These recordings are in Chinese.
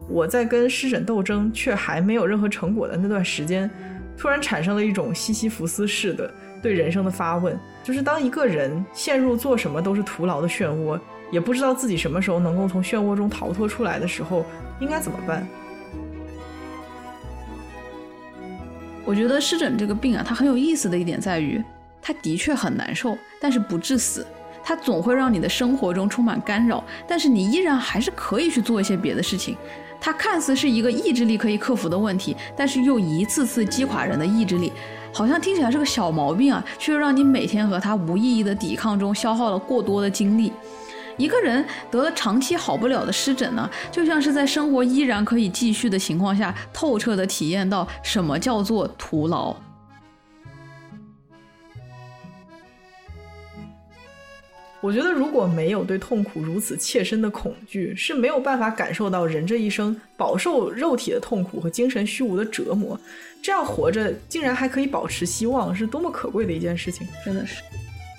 我在跟湿疹斗争却还没有任何成果的那段时间，突然产生了一种西西弗斯式的对人生的发问，就是当一个人陷入做什么都是徒劳的漩涡，也不知道自己什么时候能够从漩涡中逃脱出来的时候，应该怎么办？ 我觉得湿疹这个病啊，它很有意思的一点在于，它的确很难受，但是不致死。它总会让你的生活中充满干扰，但是你依然还是可以去做一些别的事情。它看似是一个意志力可以克服的问题，但是又一次次击垮人的意志力，好像听起来是个小毛病啊，却又让你每天和它无意义的抵抗中消耗了过多的精力。一个人得了长期好不了的湿疹呢，就像是在生活依然可以继续的情况下，透彻的体验到什么叫做徒劳。 我觉得如果没有对痛苦如此切身的恐惧，是没有办法感受到人这一生饱受肉体的痛苦和精神虚无的折磨，这样活着竟然还可以保持希望，是多么可贵的一件事情。 真的是。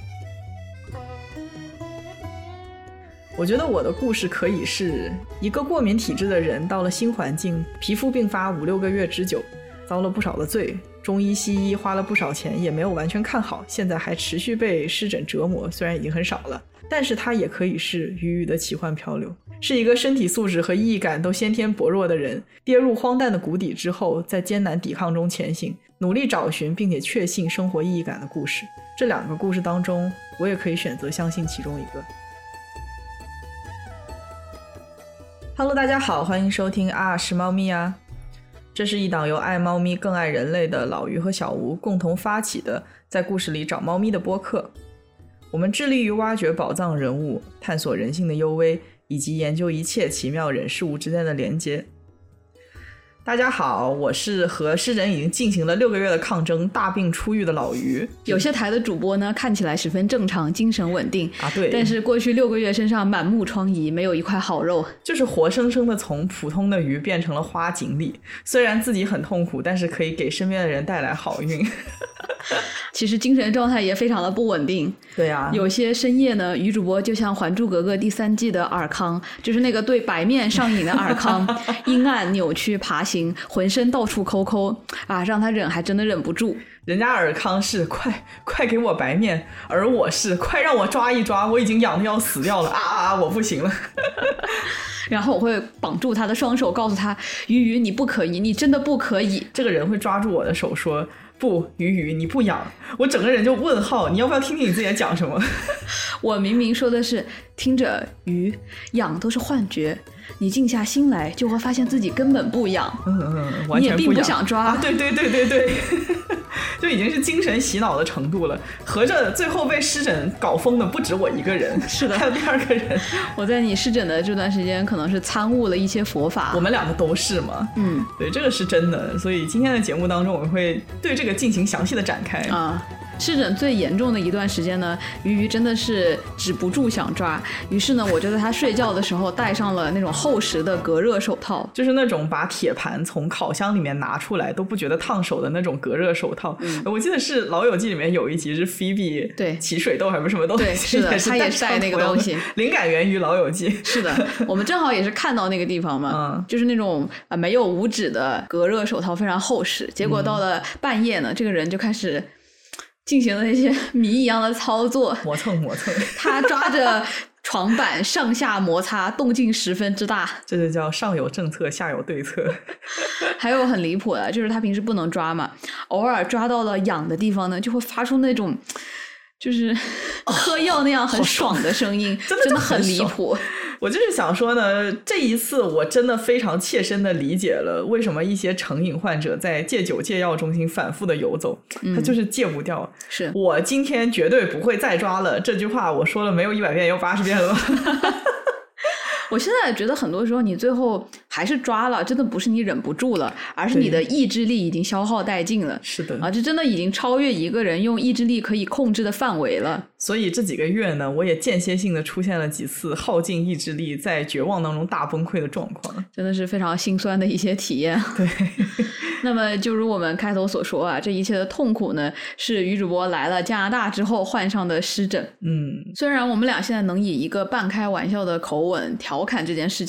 我觉得我的故事可以是一个过敏体质的人到了新环境，皮肤病发5-6个月之久，遭了不少的罪，中医西医花了不少钱也没有完全看好，现在还持续被湿疹折磨，虽然已经很少了，但是它也可以是鱼鱼的奇幻漂流，是一个身体素质和意义感都先天薄弱的人，跌入荒诞的谷底之后，在艰难抵抗中前行，努力找寻并且确信生活意义感的故事。这2个故事当中，我也可以选择相信其中一个。Hello， 大家好，欢迎收听啊是猫咪啊。这是一档由爱猫咪更爱人类的老于和小吴共同发起的在故事里找猫咪的播客。我们致力于挖掘宝藏人物，探索人性的幽微，以及研究一切奇妙人事物之间的连接。大家好，我是和湿疹已经进行了6个月的抗争，大病初愈的老于。 有些台的主播呢，看起来十分正常，精神稳定啊，对。 但是过去6个月身上满目疮痍，没有一块好肉， 就是活生生的从普通的鱼变成了花锦鲤。虽然自己很痛苦，但是可以给身边的人带来好运。 其实精神状态也非常的不稳定。 对啊， 有些深夜呢，于主播就像《还珠格格》第3季的尔康，就是那个对白面上瘾的尔康，阴暗扭曲爬行，浑身到处抠抠啊，让他忍还真的忍不住。 人家尔康是快给我白面，而我是快让我抓一抓，我已经痒得要死掉了啊，我不行了。 然后我会绑住他的双手，告诉他鱼鱼你不可以，你真的不可以。 这个人会抓住我的手说，不，鱼鱼你不痒。我整个人就问号，你要不要听听你自己在讲什么？ 我明明说的是听着鱼，痒都是幻觉，你静下心来就会发现自己根本不痒。 完全不痒， 你也并不想抓啊，对就已经是精神洗脑的程度了。合着最后被湿疹搞疯的不止我一个人， 是的， 还有第2个人。 我在你湿疹的这段时间可能是参悟了一些佛法。 我们2个都是嘛。对，这个是真的。所以今天的节目当中，我们会对这个进行详细的展开啊。湿疹最严重的一段时间呢，鱼鱼真的是止不住想抓，于是呢，我就在他睡觉的时候戴上了那种厚实的隔热手套， 就是那种把铁盘从烤箱里面拿出来都不觉得烫手的那种隔热手套。我记得是《老友记》里面有一集是菲比对起水豆还是什么东西， 对，是的，他也是戴那个东西， 灵感源于《老友记》。 是的，我们正好也是看到那个地方嘛，就是那种没有五指的隔热手套，非常厚实。结果到了半夜呢，这个人就开始进行了一些谜一样的操作， 磨蹭， 他抓着床板上下摩擦，动静十分之大， 这就叫上有政策下有对策。 还有很离谱的，就是他平时不能抓嘛，偶尔抓到了痒的地方呢，就会发出那种就是嗑药那样很爽的声音，真的很离谱。 我就是想说呢，这一次我真的非常切身的理解了为什么一些成瘾患者在戒酒戒药中心反复的游走，他就是戒不掉。 是我今天绝对不会再抓了，这句话我说了没有100遍有80遍了。 我现在觉得很多时候你最后还是抓了，真的不是你忍不住了，而是你的意志力已经消耗殆尽了。 是的啊， 这真的已经超越一个人用意志力可以控制的范围了。 所以这几个月呢，我也间歇性的出现了几次耗尽意志力在绝望当中大崩溃的状况， 真的是非常心酸的一些体验。 对。 那么就如我们开头所说啊，这一切的痛苦呢，是于主播来了加拿大之后患上的湿疹。虽然我们俩现在能以一个半开玩笑的口吻调侃这件事情，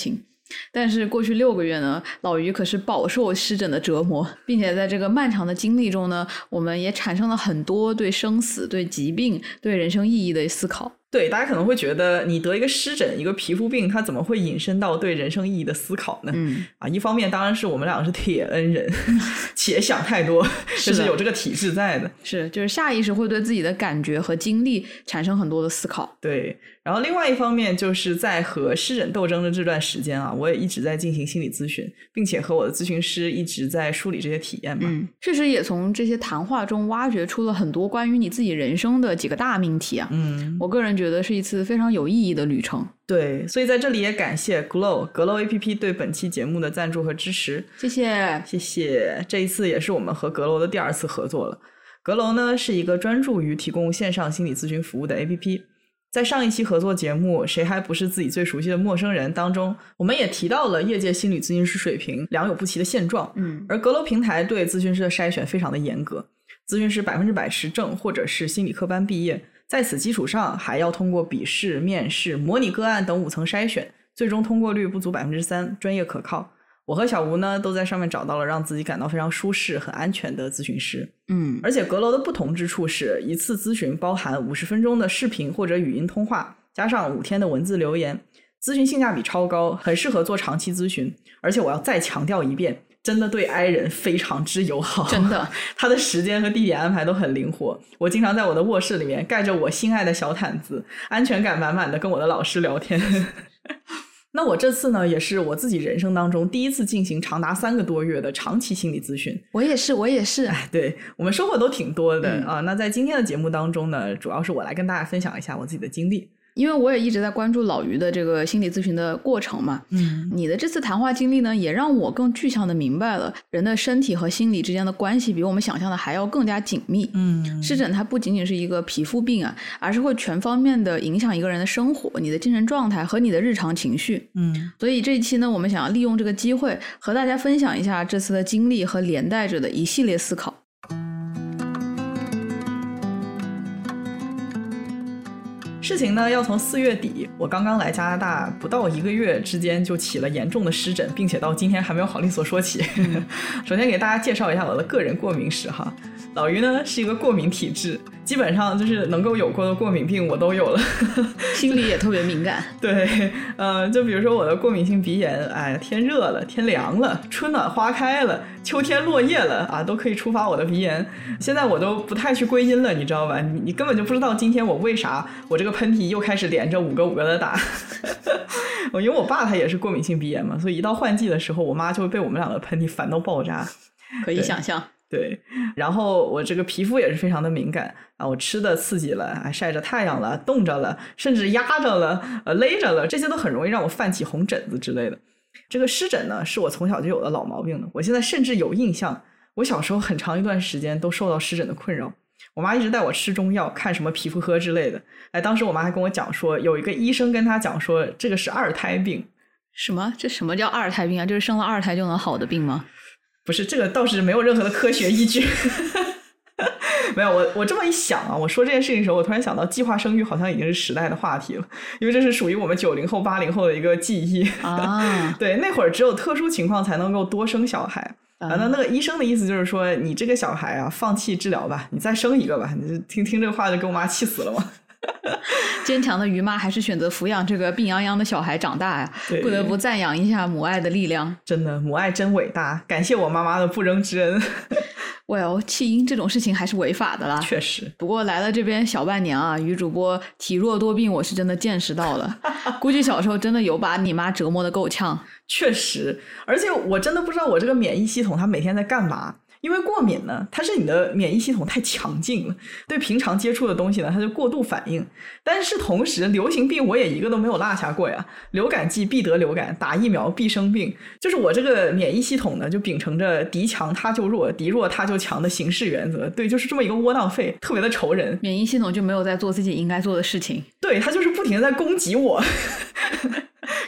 但是过去6个月呢，老于可是饱受湿疹的折磨，并且在这个漫长的经历中呢，我们也产生了很多对生死、对疾病、对人生意义的思考。 对，大家可能会觉得你得一个湿疹，一个皮肤病，它怎么会引申到对人生意义的思考呢？一方面当然是我们两个是铁恩人，且想太多，就是有这个体质在的。 是，就是下意识会对自己的感觉和经历产生很多的思考。 对，然后另外一方面就是在和湿疹斗争的这段时间啊，我也一直在进行心理咨询，并且和我的咨询师一直在梳理这些体验嘛。 确实也从这些谈话中挖掘出了很多关于你自己人生的几个大命题啊。我个人觉得是一次非常有意义的旅程。 对，所以在这里也感谢 Glow 阁楼 APP 对本期节目的赞助和支持， 谢谢。 这一次也是我们和阁楼的第2次合作了。阁楼呢是一个专注于提供线上心理咨询服务的 APP。在上一期合作节目谁还不是自己最熟悉的陌生人当中，我们也提到了业界心理咨询师水平良莠不齐的现状。而阁楼平台对咨询师的筛选非常的严格，咨询师100%持证或者是心理科班毕业，在此基础上还要通过笔试、面试、模拟个案等5层筛选，最终通过率不足 3%， 专业可靠。我和小吴呢都在上面找到了让自己感到非常舒适很安全的咨询师。而且阁楼的不同之处是一次咨询包含50分钟的视频或者语音通话，加上5天的文字留言，咨询性价比超高，很适合做长期咨询。而且我要再强调一遍，真的对 I 人非常之友好， 真的， 他的时间和地点安排都很灵活。我经常在我的卧室里面盖着我心爱的小毯子，安全感满满的跟我的老师聊天。那我这次呢，也是我自己人生当中第一次进行长达3个多月的长期心理咨询。 我也是。 对，我们收获都挺多的那在今天的节目当中呢，主要是我来跟大家分享一下我自己的经历。 因为我也一直在关注老于的这个心理咨询的过程嘛，你的这次谈话经历呢，也让我更具象的明白了人的身体和心理之间的关系比我们想象的还要更加紧密。湿疹它不仅仅是一个皮肤病啊，而是会全方面的影响一个人的生活、你的精神状态和你的日常情绪。所以这一期呢，我们想要利用这个机会和大家分享一下这次的经历和连带着的一系列思考。 事情呢要从4月底，我刚刚来加拿大不到1个月之间就起了严重的湿疹，并且到今天还没有好利索说起。首先给大家介绍一下我的个人过敏史哈。老于呢是一个过敏体质，基本上就是能够有过的过敏病我都有了。 心里也特别敏感。 对，就比如说我的过敏性鼻炎，天热了，天凉了，春暖花开了，秋天落叶了啊，都可以触发我的鼻炎。现在我都不太去归因了，你知道吧？你根本就不知道今天我为啥我这个喷嚏又开始连着5个的打。因为我爸他也是过敏性鼻炎嘛，所以一到换季的时候，我妈就会被我们两个喷嚏烦到爆炸。 可以想象。 对，然后我这个皮肤也是非常的敏感啊，我吃的刺激了，晒着太阳了，冻着了，甚至压着了，勒着了，这些都很容易让我泛起红疹子之类的。这个湿疹呢，是我从小就有的老毛病了，我现在甚至有印象，我小时候很长一段时间都受到湿疹的困扰。我妈一直带我吃中药，看什么皮肤科之类的。当时我妈还跟我讲说，有一个医生跟她讲说，这个是2胎病。 什么？这什么叫2胎病啊？就是生了2胎就能好的病吗？ 不是，这个倒是没有任何的科学依据。没有，我这么一想啊，我说这件事情的时候，我突然想到计划生育好像已经是时代的话题了，因为这是属于我们90后80后的一个记忆啊。对，那会儿只有特殊情况才能够多生小孩。那个医生的意思就是说，你这个小孩啊，放弃治疗吧，你再生一个吧。你听这个话就给我妈气死了嘛。 坚强的于妈还是选择抚养这个病殃殃的小孩长大呀，不得不赞扬一下母爱的力量。 真的，母爱真伟大，感谢我妈妈的不争之恩。 弃婴这种事情还是违法的啦。 确实。 不过来了这边小半年啊，于主播体弱多病，我是真的见识到了。估计小时候真的有把你妈折磨的够呛。 确实，而且我真的不知道我这个免疫系统它每天在干嘛。因为过敏呢，它是你的免疫系统太强劲了，对平常接触的东西呢，它就过度反应。但是同时，流行病我也一个都没有落下过呀。流感季必得流感，打疫苗必生病，就是我这个免疫系统呢，就秉承着敌强他就弱，敌弱他就强的行事原则。对，就是这么一个窝囊废，特别的仇人。 免疫系统就没有在做自己应该做的事情。 对，他就是不停地在攻击我。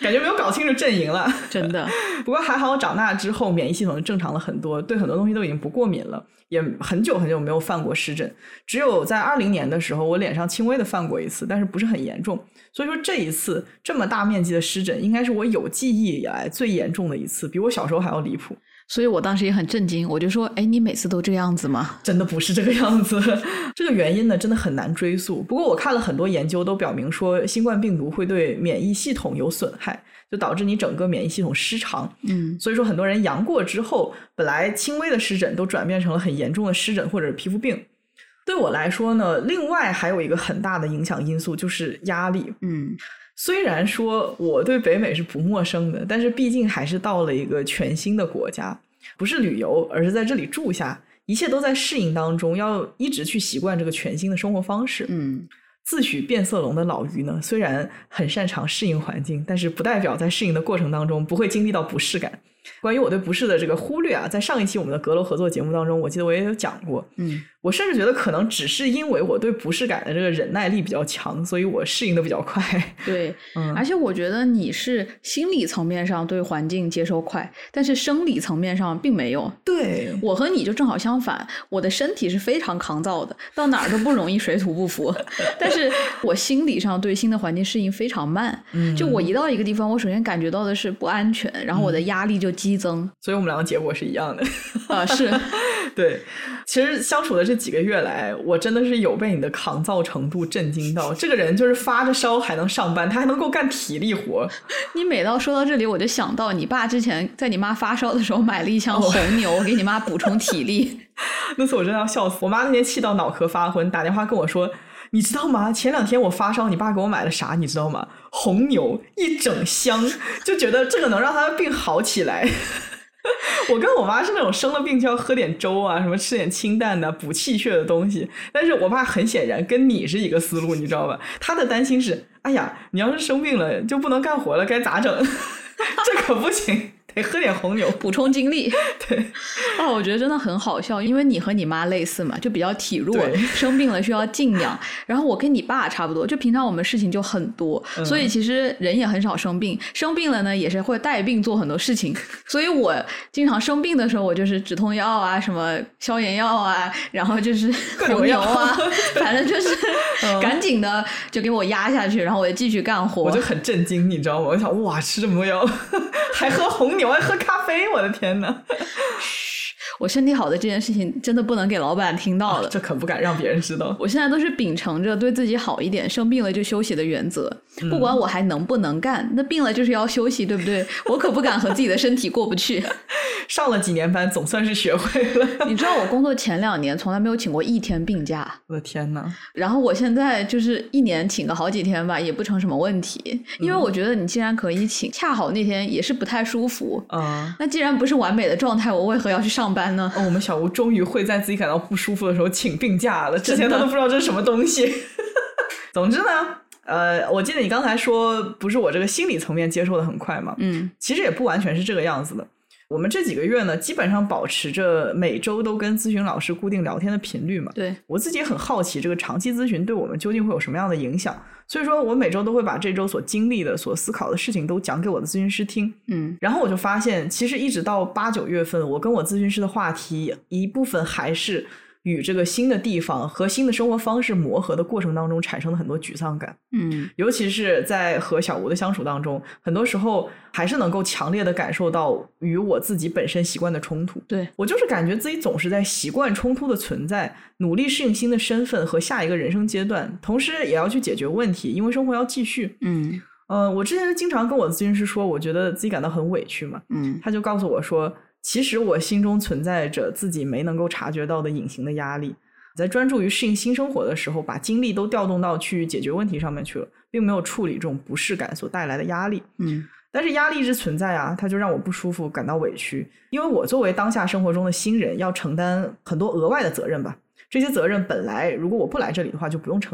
感觉没有搞清楚阵营了， 真的。 不过还好我长大之后免疫系统正常了很多，对很多东西都已经不过敏了，也很久很久没有犯过湿疹，只有在2020年的时候我脸上轻微的犯过一次，但是不是很严重。所以说这一次这么大面积的湿疹应该是我有记忆以来最严重的一次，比我小时候还要离谱。 所以我当时也很震惊，我就说你每次都这样子吗？ 真的不是这个样子。这个原因呢真的很难追溯，不过我看了很多研究都表明说新冠病毒会对免疫系统有损害，就导致你整个免疫系统失常。所以说很多人阳过之后本来轻微的湿疹都转变成了很严重的湿疹或者皮肤病。对我来说呢，另外还有一个很大的影响因素就是压力。虽然说我对北美是不陌生的，但是毕竟还是到了一个全新的国家，不是旅游，而是在这里住下，一切都在适应当中，要一直去习惯这个全新的生活方式。自诩变色龙的老于呢，虽然很擅长适应环境，但是不代表在适应的过程当中不会经历到不适感。关于我对不适的这个忽略啊，在上一期我们的阁楼合作节目当中我记得我也有讲过。我甚至觉得可能只是因为我对不适感的这个忍耐力比较强，所以我适应的比较快。 对，而且我觉得你是心理层面上对环境接受快，但是生理层面上并没有。 对， 我和你就正好相反，我的身体是非常抗造的，到哪儿都不容易水土不服但是我心理上对新的环境适应非常慢。就我一到一个地方，我首先感觉到的是不安全，然后我的压力就激增。 所以我们两个结果是一样的。 是对，其实相处的这几个月来，我真的是有被你的抗造程度震惊到。这个人就是发着烧还能上班，他还能够干体力活。 你每到说到这里，我就想到你爸之前在你妈发烧的时候买了一箱红牛给你妈补充体力。 那次我真的要笑死，我妈那天气到脑壳发昏，打电话跟我说，你知道吗？前2天我发烧，你爸给我买了啥你知道吗？红牛一整箱，就觉得这个能让他的病好起来。我跟我妈是那种生了病就要喝点粥啊，什么吃点清淡的补气血的东西，但是我爸很显然跟你是一个思路，你知道吧？他的担心是，哎呀，你要是生病了就不能干活了，该咋整？这可不行，得喝点红牛补充精力。 对我觉得真的很好笑，因为你和你妈类似嘛，就比较体弱，生病了需要静养。然后我跟你爸差不多，就平常我们事情就很多，所以其实人也很少生病，生病了呢也是会带病做很多事情。所以我经常生病的时候，我就是止痛药啊，什么消炎药啊，然后就是红牛啊，反正就是赶紧的就给我压下去，然后我就继续干活。 我就很震惊，你知道吗？我想，哇，吃这么多药还喝红牛还喝咖啡，我的天哪。 我身体好的这件事情真的不能给老板听到的， 这可不敢让别人知道。 我现在都是秉承着对自己好一点，生病了就休息的原则，不管我还能不能干，那病了就是要休息，对不对？我可不敢和自己的身体过不去。 上了几年班总算是学会了。 你知道我工作前2年从来没有请过1天病假。 我的天哪。 然后我现在就是1年请个好几天吧，也不成什么问题。因为我觉得你既然可以请，恰好那天也是不太舒服。那既然不是完美的状态，我为何要去上班呢？ 我们小吴终于会在自己感到不舒服的时候请病假了，之前他都不知道这是什么东西。总之呢我记得你刚才说不是我这个心理层面接受的很快嘛，其实也不完全是这个样子的。我们这几个月呢基本上保持着每周都跟咨询老师固定聊天的频率嘛。 对， 我自己也很好奇这个长期咨询对我们究竟会有什么样的影响，所以说我每周都会把这周所经历的所思考的事情都讲给我的咨询师听。然后我就发现其实一直到8、9月份我跟我咨询师的话题一部分还是与这个新的地方和新的生活方式磨合的过程当中产生了很多沮丧感。尤其是在和小吴的相处当中，很多时候还是能够强烈的感受到与我自己本身习惯的冲突。 对， 我就是感觉自己总是在习惯冲突的存在，努力适应新的身份和下一个人生阶段，同时也要去解决问题，因为生活要继续。我之前经常跟我的咨询师说我觉得自己感到很委屈嘛。他就告诉我说其实我心中存在着自己没能够察觉到的隐形的压力，在专注于适应新生活的时候把精力都调动到去解决问题上面去了，并没有处理这种不适感所带来的压力。但是压力一直存在啊，它就让我不舒服感到委屈，因为我作为当下生活中的新人要承担很多额外的责任吧，这些责任本来如果我不来这里的话就不用承担，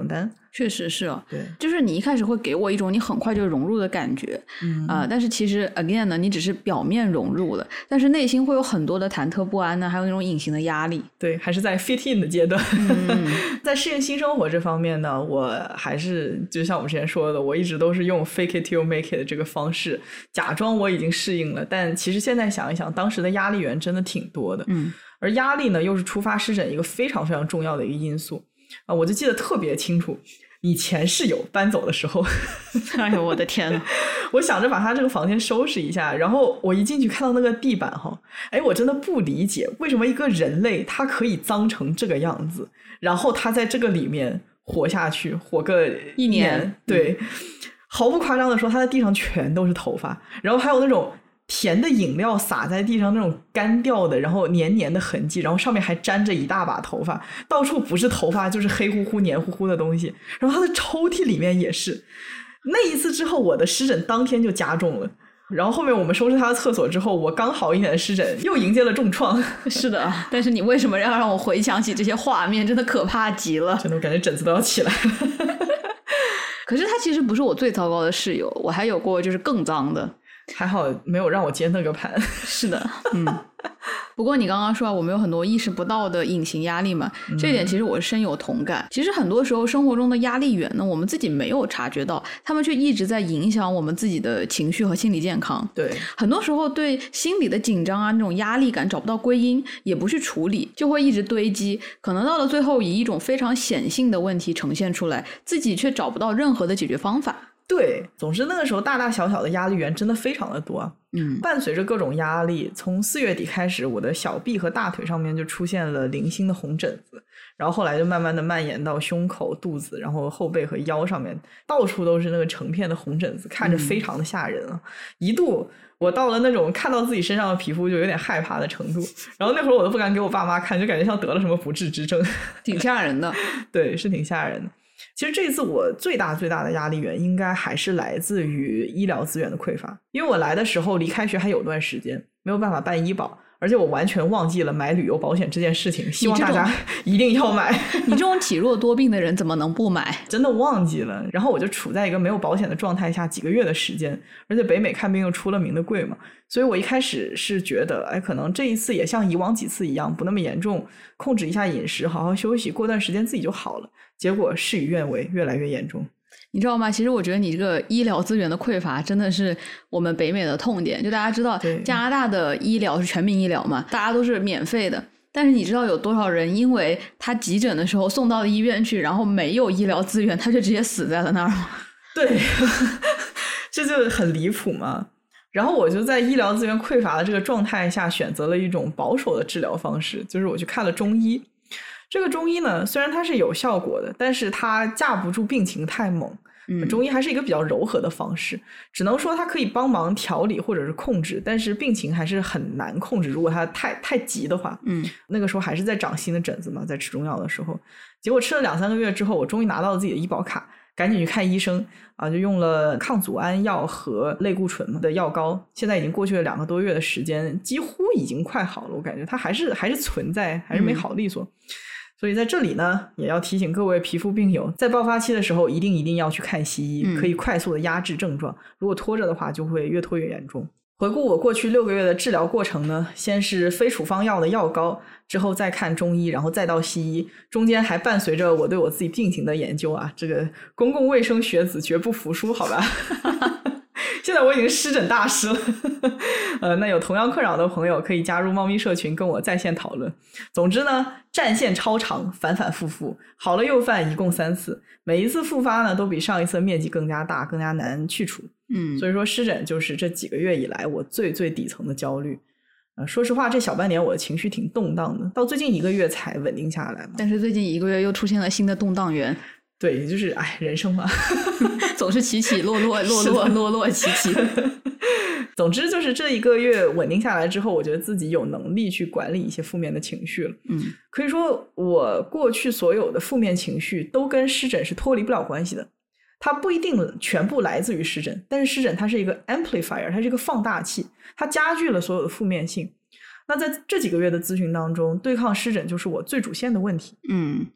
确实是哦， 对， 就是你一开始会给我一种你很快就融入的感觉，但是其实 again 呢，你只是表面融入了，但是内心会有很多的忐忑不安呢，还有那种隐形的压力。 对，还是在 fit in 的阶段。在适应新生活这方面呢，我还是就像我们之前说的，我一直都是用 fake it till make it 的这个方式，假装我已经适应了，但其实现在想一想，当时的压力源真的挺多的。而压力呢，又是触发湿疹一个非常非常重要的一个因素啊！我就记得特别清楚，你前室友搬走的时候， 哎呦我的天呐， 我想着把他这个房间收拾一下，然后我一进去看到那个地板哈，哎，我真的不理解为什么一个人类他可以脏成这个样子，然后他在这个里面活下去，活个1年，对，毫不夸张的说，他的地上全都是头发，然后还有那种甜的饮料洒在地上那种干掉的然后黏黏的痕迹，然后上面还沾着一大把头发，到处不是头发就是黑乎乎黏糊糊的东西，然后他的抽屉里面也是。那一次之后我的湿疹当天就加重了，然后后面我们收拾他的厕所之后，我刚好一点的湿疹又迎接了重创。 是的，但是你为什么要让我回想起这些画面，真的可怕极了， 真的我感觉疹子都要起来了。 可是他其实不是我最糟糕的室友，我还有过就是更脏的， 还好没有让我接那个盘。 是的，不过你刚刚说我们有很多意识不到的隐形压力嘛，这一点其实我深有同感。其实很多时候生活中的压力源呢，我们自己没有察觉到，他们却一直在影响我们自己的情绪和心理健康。 对， 很多时候对心理的紧张啊，那种压力感找不到归因，也不去处理，就会一直堆积，可能到了最后以一种非常显性的问题呈现出来，自己却找不到任何的解决方法。 对，总之那个时候大大小小的压力源真的非常的多。伴随着各种压力，从4月底开始，我的小臂和大腿上面就出现了零星的红疹子，然后后来就慢慢的蔓延到胸口、肚子，然后后背和腰上面，到处都是那个成片的红疹子，看着非常的吓人啊。一度我到了那种看到自己身上的皮肤就有点害怕的程度，然后那会儿我都不敢给我爸妈看，就感觉像得了什么不治之症。 挺吓人的。 对，是挺吓人的。其实这一次我最大的压力源应该还是来自于医疗资源的匮乏，因为我来的时候离开学还有段时间，没有办法办医保，而且我完全忘记了买旅游保险这件事情，希望大家一定要买。 你这种体弱多病的人怎么能不买？ 真的忘记了，然后我就处在一个没有保险的状态下几个月的时间，而且北美看病又出了名的贵嘛，所以我一开始是觉得可能这一次也像以往几次一样不那么严重，控制一下饮食，好好休息，过段时间自己就好了。结果事与愿违，越来越严重。 你知道吗？其实我觉得你这个医疗资源的匮乏真的是我们北美的痛点。就大家知道加拿大的医疗是全民医疗嘛，大家都是免费的，但是你知道有多少人因为他急诊的时候送到了医院去，然后没有医疗资源，他就直接死在了那儿吗？ 对，这就很离谱嘛。然后我就在医疗资源匮乏的这个状态下选择了一种保守的治疗方式，就是我去看了中医。这个中医呢，虽然它是有效果的，但是它架不住病情太猛。中医还是一个比较柔和的方式，只能说它可以帮忙调理或者是控制，但是病情还是很难控制，如果它太急的话。那个时候还是在长新的疹子嘛，在吃中药的时候，结果吃了2-3个月之后，我终于拿到了自己的医保卡，赶紧去看医生啊，就用了抗组胺药和类固醇的药膏，现在已经过去了2个多月的时间，几乎已经快好了，我感觉它还是存在，还是没好利索。所以在这里呢，也要提醒各位皮肤病友，在爆发期的时候一定要去看西医，可以快速的压制症状，如果拖着的话就会越拖越严重。回顾我过去6个月的治疗过程呢，先是非处方药的药膏，之后再看中医，然后再到西医，中间还伴随着我对我自己病情的研究啊，这个公共卫生学子绝不服输，好吧。现在我已经湿疹大师了。那有同样困扰的朋友可以加入猫咪社群跟我在线讨论。总之呢，战线超长，反反复复，好了又犯，一共3次，每一次复发呢都比上一次面积更加大，更加难去除。所以说湿疹就是这几个月以来我最底层的焦虑。说实话这小半年我的情绪挺动荡的，到最近1个月才稳定下来嘛。 但是最近1个月又出现了新的动荡源。 对，就是人生嘛， 总是起起落落，落落起起。 总之就是这1个月稳定下来之后，我觉得自己有能力去管理一些负面的情绪了。可以说我过去所有的负面情绪都跟湿疹是脱离不了关系的，它不一定全部来自于湿疹，但是湿疹它是一个 amplifier， 它是一个放大器，它加剧了所有的负面性。那在这几个月的咨询当中，对抗湿疹就是我最主线的问题。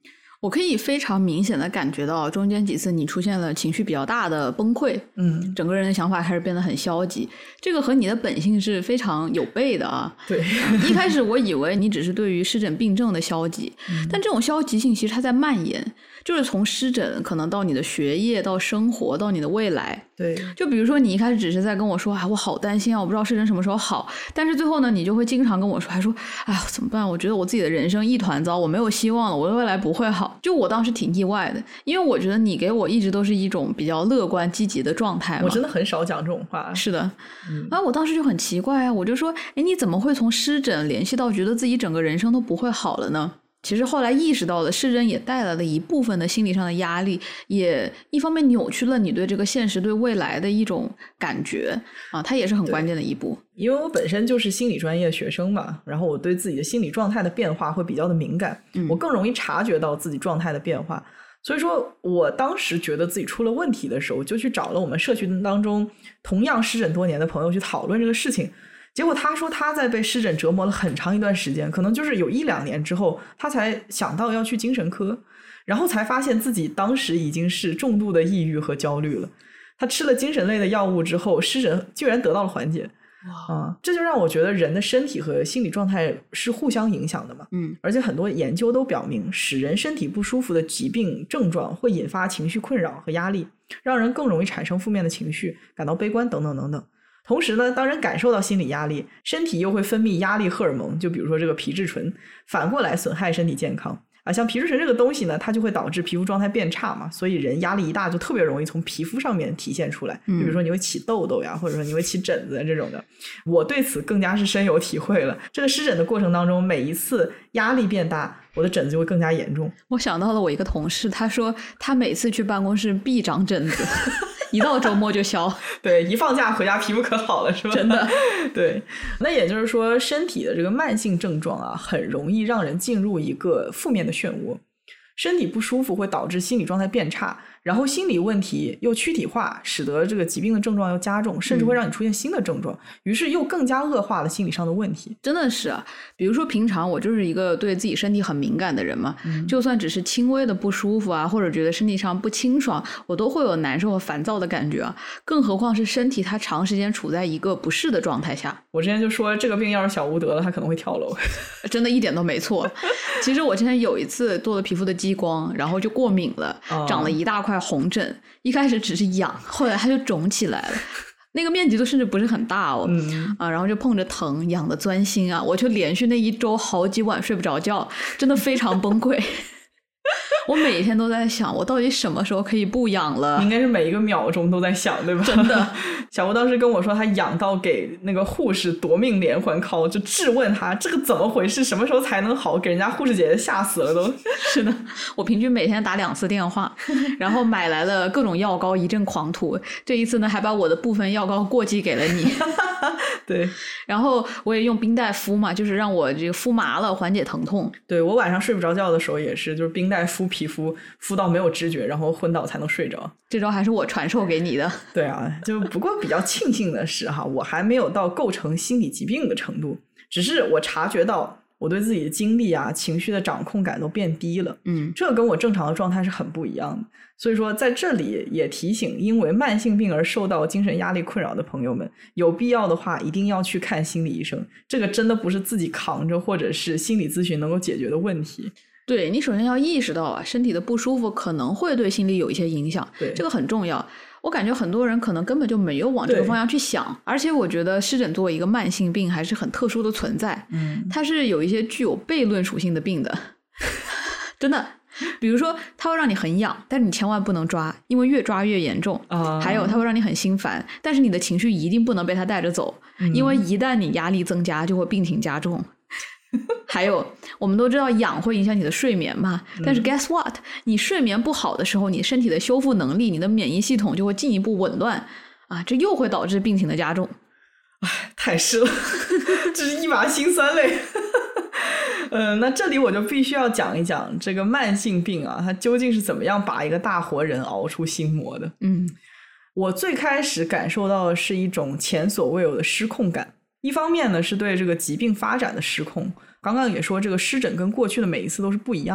我可以非常明显的感觉到中间几次你出现了情绪比较大的崩溃，整个人的想法开始变得很消极，这个和你的本性是非常有悖的啊。 对， 一开始我以为你只是对于湿疹病症的消极，但这种消极性其实它在蔓延，就是从湿疹可能到你的学业，到生活，到你的未来。 对， 就比如说你一开始只是在跟我说我好担心啊，我不知道湿疹什么时候好，但是最后呢你就会经常跟我说，还说怎么办，我觉得我自己的人生一团糟，我没有希望了，我的未来不会好。就我当时挺意外的，因为我觉得你给我一直都是一种比较乐观积极的状态嘛。 我真的很少讲这种话。 是的，我当时就很奇怪啊，我就说你怎么会从湿疹联系到觉得自己整个人生都不会好了呢？其实后来意识到了，湿疹也带来了一部分的心理上的压力，也一方面扭曲了你对这个现实对未来的一种感觉啊，它也是很关键的一步。 因为我本身就是心理专业的学生嘛，然后我对自己的心理状态的变化会比较的敏感，我更容易察觉到自己状态的变化，所以说我当时觉得自己出了问题的时候，就去找了我们社群当中同样湿疹多年的朋友去讨论这个事情。结果他说他在被湿疹折磨了很长一段时间，可能就是有1-2年之后他才想到要去精神科，然后才发现自己当时已经是重度的抑郁和焦虑了。他吃了精神类的药物之后，湿疹居然得到了缓解。这就让我觉得人的身体和心理状态是互相影响的嘛。而且很多研究都表明，使人身体不舒服的疾病症状会引发情绪困扰和压力，让人更容易产生负面的情绪，感到悲观等等等等。同时呢，当人感受到心理压力，身体又会分泌压力荷尔蒙，就比如说这个皮质醇，反过来损害身体健康啊。像皮质醇这个东西呢，它就会导致皮肤状态变差嘛，所以人压力一大就特别容易从皮肤上面体现出来，就比如说你会起痘痘呀，或者说你会起疹子这种的。我对此更加是深有体会了。这个湿疹的过程当中，每一次压力变大，我的疹子就会更加严重。 我想到了我一个同事，他说他每次去办公室必长疹子一到周末就消。 对，一放假回家皮肤可好了，是吧？ 真的。 对，那也就是说身体的这个慢性症状啊，很容易让人进入一个负面的漩涡。身体不舒服会导致心理状态变差，然后心理问题又躯体化，使得这个疾病的症状又加重，甚至会让你出现新的症状，于是又更加恶化了心理上的问题。 真的是啊，比如说平常我就是一个对自己身体很敏感的人嘛，就算只是轻微的不舒服啊，或者觉得身体上不清爽，我都会有难受和烦躁的感觉啊，更何况是身体它长时间处在一个不适的状态下。 我之前就说这个病要是小吴得了，他可能会跳楼。 真的一点都没错。其实我之前有一次做了皮肤的激光，然后就过敏了，长了一大块红疹，一开始只是痒，后来它就肿起来了，那个面积都甚至不是很大哦，然后就碰着疼，痒的钻心啊，我就连续那1周好几晚睡不着觉，真的非常崩溃。我每天都在想，我到底什么时候可以不痒了？ 应该是每一个秒钟都在想，对吧？ 真的。 小吴当时跟我说他痒到给那个护士夺命连环 call， 就质问他这个怎么回事，什么时候才能好，给人家护士姐姐吓死了都。 是的，我平均每天打2次电话，然后买来了各种药膏一阵狂涂，这一次呢还把我的部分药膏过继给了你。 对， 然后我也用冰袋敷嘛，就是让我这个敷麻了缓解疼痛。 对，我晚上睡不着觉的时候也是，就是冰袋敷皮肤，敷到没有知觉，然后昏倒才能睡着。 这招还是我传授给你的。 对啊，就不过比较庆幸的是哈，我还没有到构成心理疾病的程度，只是我察觉到我对自己的精力啊、情绪的掌控感都变低了。这跟我正常的状态是很不一样的。所以说在这里也提醒因为慢性病而受到精神压力困扰的朋友们，有必要的话一定要去看心理医生，这个真的不是自己扛着或者是心理咨询能够解决的问题。 对，你首先要意识到啊，身体的不舒服可能会对心理有一些影响， 对， 这个很重要。我感觉很多人可能根本就没有往这个方向去想，而且我觉得湿疹作为一个慢性病还是很特殊的存在，它是有一些具有悖论属性的病的。真的，比如说它会让你很痒，但是你千万不能抓，因为越抓越严重。还有它会让你很心烦，但是你的情绪一定不能被它带着走，因为一旦你压力增加就会病情加重。还有我们都知道痒会影响你的睡眠嘛，但是 guess what， 你睡眠不好的时候，你身体的修复能力，你的免疫系统就会进一步紊乱啊，这又会导致病情的加重。 太是了。这是一把辛酸泪。那这里我就必须要讲一讲这个慢性病啊，它究竟是怎么样把一个大活人熬出心魔的。我最开始感受到的是一种前所未有的失控感，一方面呢是对这个疾病发展的失控，刚刚也说这个湿疹跟过去的每一次都是不一样的，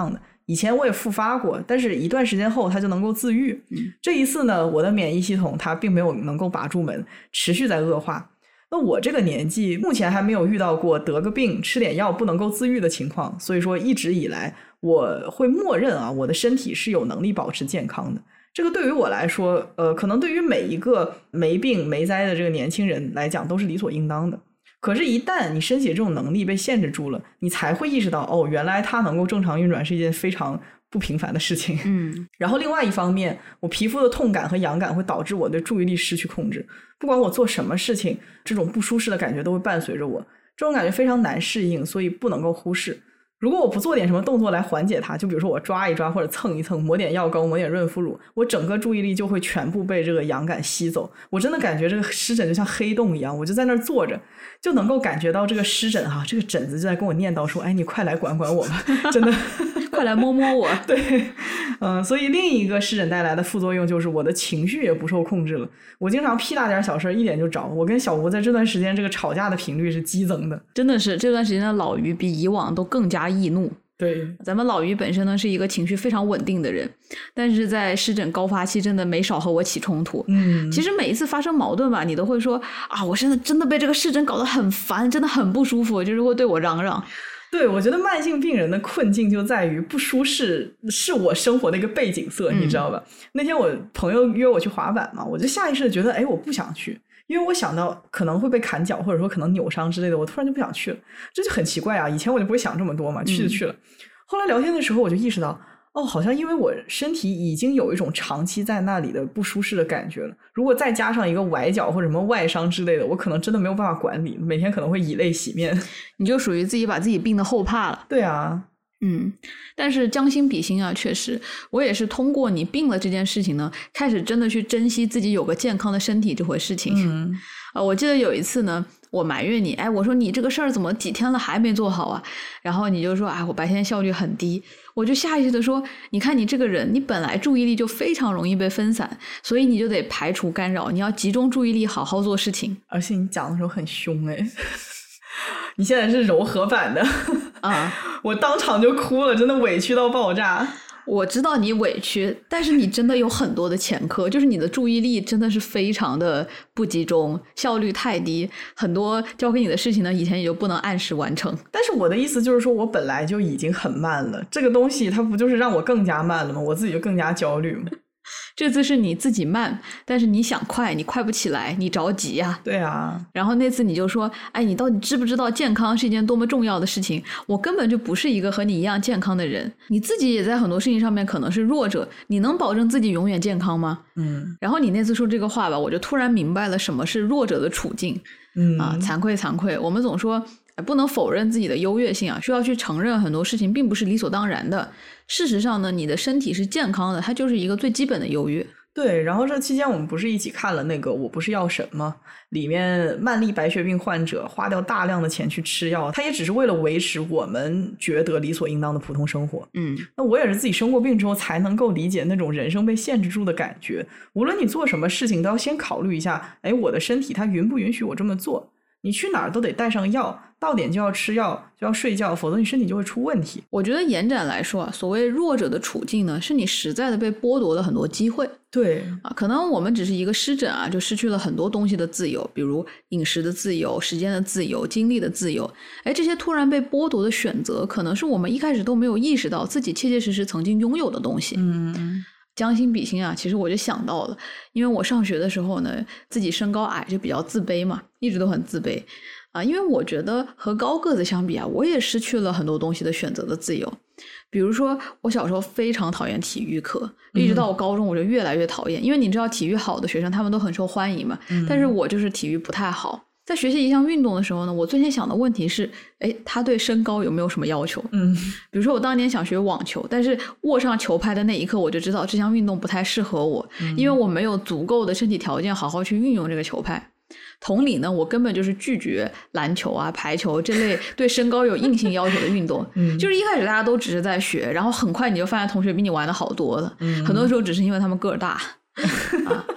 以前我也复发过，但是一段时间后它就能够自愈。这一次呢，我的免疫系统它并没有能够把住门，持续在恶化。那我这个年纪目前还没有遇到过得个病吃点药不能够自愈的情况，所以说一直以来我会默认啊，我的身体是有能力保持健康的。这个对于我来说可能对于每一个没病没灾的这个年轻人来讲都是理所应当的。可是一旦你身体这种能力被限制住了，你才会意识到哦，原来它能够正常运转是一件非常不平凡的事情。然后另外一方面，我皮肤的痛感和痒感会导致我对注意力失去控制，不管我做什么事情，这种不舒适的感觉都会伴随着我，这种感觉非常难适应，所以不能够忽视。如果我不做点什么动作来缓解它，就比如说我抓一抓或者蹭一蹭，抹点药膏抹点润肤乳，我整个注意力就会全部被这个痒感吸走。我真的感觉这个湿疹就像黑洞一样，我就在那儿坐着就能够感觉到这个湿疹这个疹子就在跟我念叨说，哎，你快来管管我吧，真的快来摸摸我。 对，所以另一个湿疹带来的副作用就是我的情绪也不受控制了，我经常屁大点小事一点就着。我跟小吴在这段时间这个吵架的频率是激增的， 真的是这段时间的老于比以往都更加易怒。 对，咱们老于本身呢是一个情绪非常稳定的人，但是在湿疹高发期真的没少和我起冲突。其实每一次发生矛盾吧，你都会说啊，我现在真的被这个湿疹搞得很烦，真的很不舒服，就是会对我嚷嚷。 对，我觉得慢性病人的困境就在于不舒适是我生活的一个背景色，你知道吧？那天我朋友约我去滑板嘛，我就下意识的觉得哎，我不想去，因为我想到可能会被砍脚或者说可能扭伤之类的，我突然就不想去了。这就很奇怪啊，以前我就不会想这么多嘛，去就去了。后来聊天的时候我就意识到，哦，好像因为我身体已经有一种长期在那里的不舒适的感觉了，如果再加上一个崴脚或者什么外伤之类的，我可能真的没有办法管理，每天可能会以泪洗面。 你就属于自己把自己病得后怕了。 对啊， 但是将心比心啊，确实我也是通过你病了这件事情呢，开始真的去珍惜自己有个健康的身体这回事情。我记得有一次呢，我埋怨你，哎，我说你这个事儿怎么几天了还没做好啊？然后你就说，哎，我白天效率很低。我就下意识的说，你看你这个人，你本来注意力就非常容易被分散，所以你就得排除干扰，你要集中注意力好好做事情。 而且你讲的时候很凶哎，你现在是柔和版的啊，我当场就哭了，真的委屈到爆炸。 我知道你委屈，但是你真的有很多的前科，就是你的注意力真的是非常的不集中，效率太低，很多交给你的事情呢，以前也就不能按时完成。 但是我的意思就是说，我本来就已经很慢了，这个东西它不就是让我更加慢了吗？我自己就更加焦虑吗？ 这次是你自己慢，但是你想快，你快不起来，你着急呀。 对啊。 然后那次你就说，哎，你到底知不知道健康是一件多么重要的事情？我根本就不是一个和你一样健康的人，你自己也在很多事情上面可能是弱者，你能保证自己永远健康吗？然后你那次说这个话吧，我就突然明白了什么是弱者的处境。惭愧，我们总说不能否认自己的优越性啊，需要去承认很多事情并不是理所当然的。事实上呢，你的身体是健康的，它就是一个最基本的优越。 对，然后这期间我们不是一起看了那个《我不是药神》吗？里面慢粒白血病患者花掉大量的钱去吃药，他也只是为了维持我们觉得理所应当的普通生活。那我也是自己生过病之后才能够理解那种人生被限制住的感觉。无论你做什么事情都要先考虑一下，哎，我的身体它允不允许我这么做？你去哪儿都得带上药，到点就要吃药，就要睡觉，否则你身体就会出问题。 我觉得延展来说啊，所谓弱者的处境呢，是你实在的被剥夺了很多机会。 对啊，可能我们只是一个湿疹啊，就失去了很多东西的自由，比如饮食的自由、时间的自由、精力的自由。哎，这些突然被剥夺的选择，可能是我们一开始都没有意识到自己切切实实曾经拥有的东西。将心比心啊，其实我就想到了，因为我上学的时候呢，自己身高矮就比较自卑嘛，一直都很自卑啊，因为我觉得和高个子相比啊，我也失去了很多东西的选择的自由。比如说我小时候非常讨厌体育课，一直到我高中我就越来越讨厌，因为你知道体育好的学生他们都很受欢迎嘛，但是我就是体育不太好。在学习一项运动的时候呢，我最先想的问题是，哎，他对身高有没有什么要求？比如说我当年想学网球，但是握上球拍的那一刻我就知道这项运动不太适合我，因为我没有足够的身体条件好好去运用这个球拍。同理呢，我根本就是拒绝篮球啊、排球这类对身高有硬性要求的运动。就是一开始大家都只是在学，然后很快你就发现同学比你玩的好多了，很多时候只是因为他们个儿大。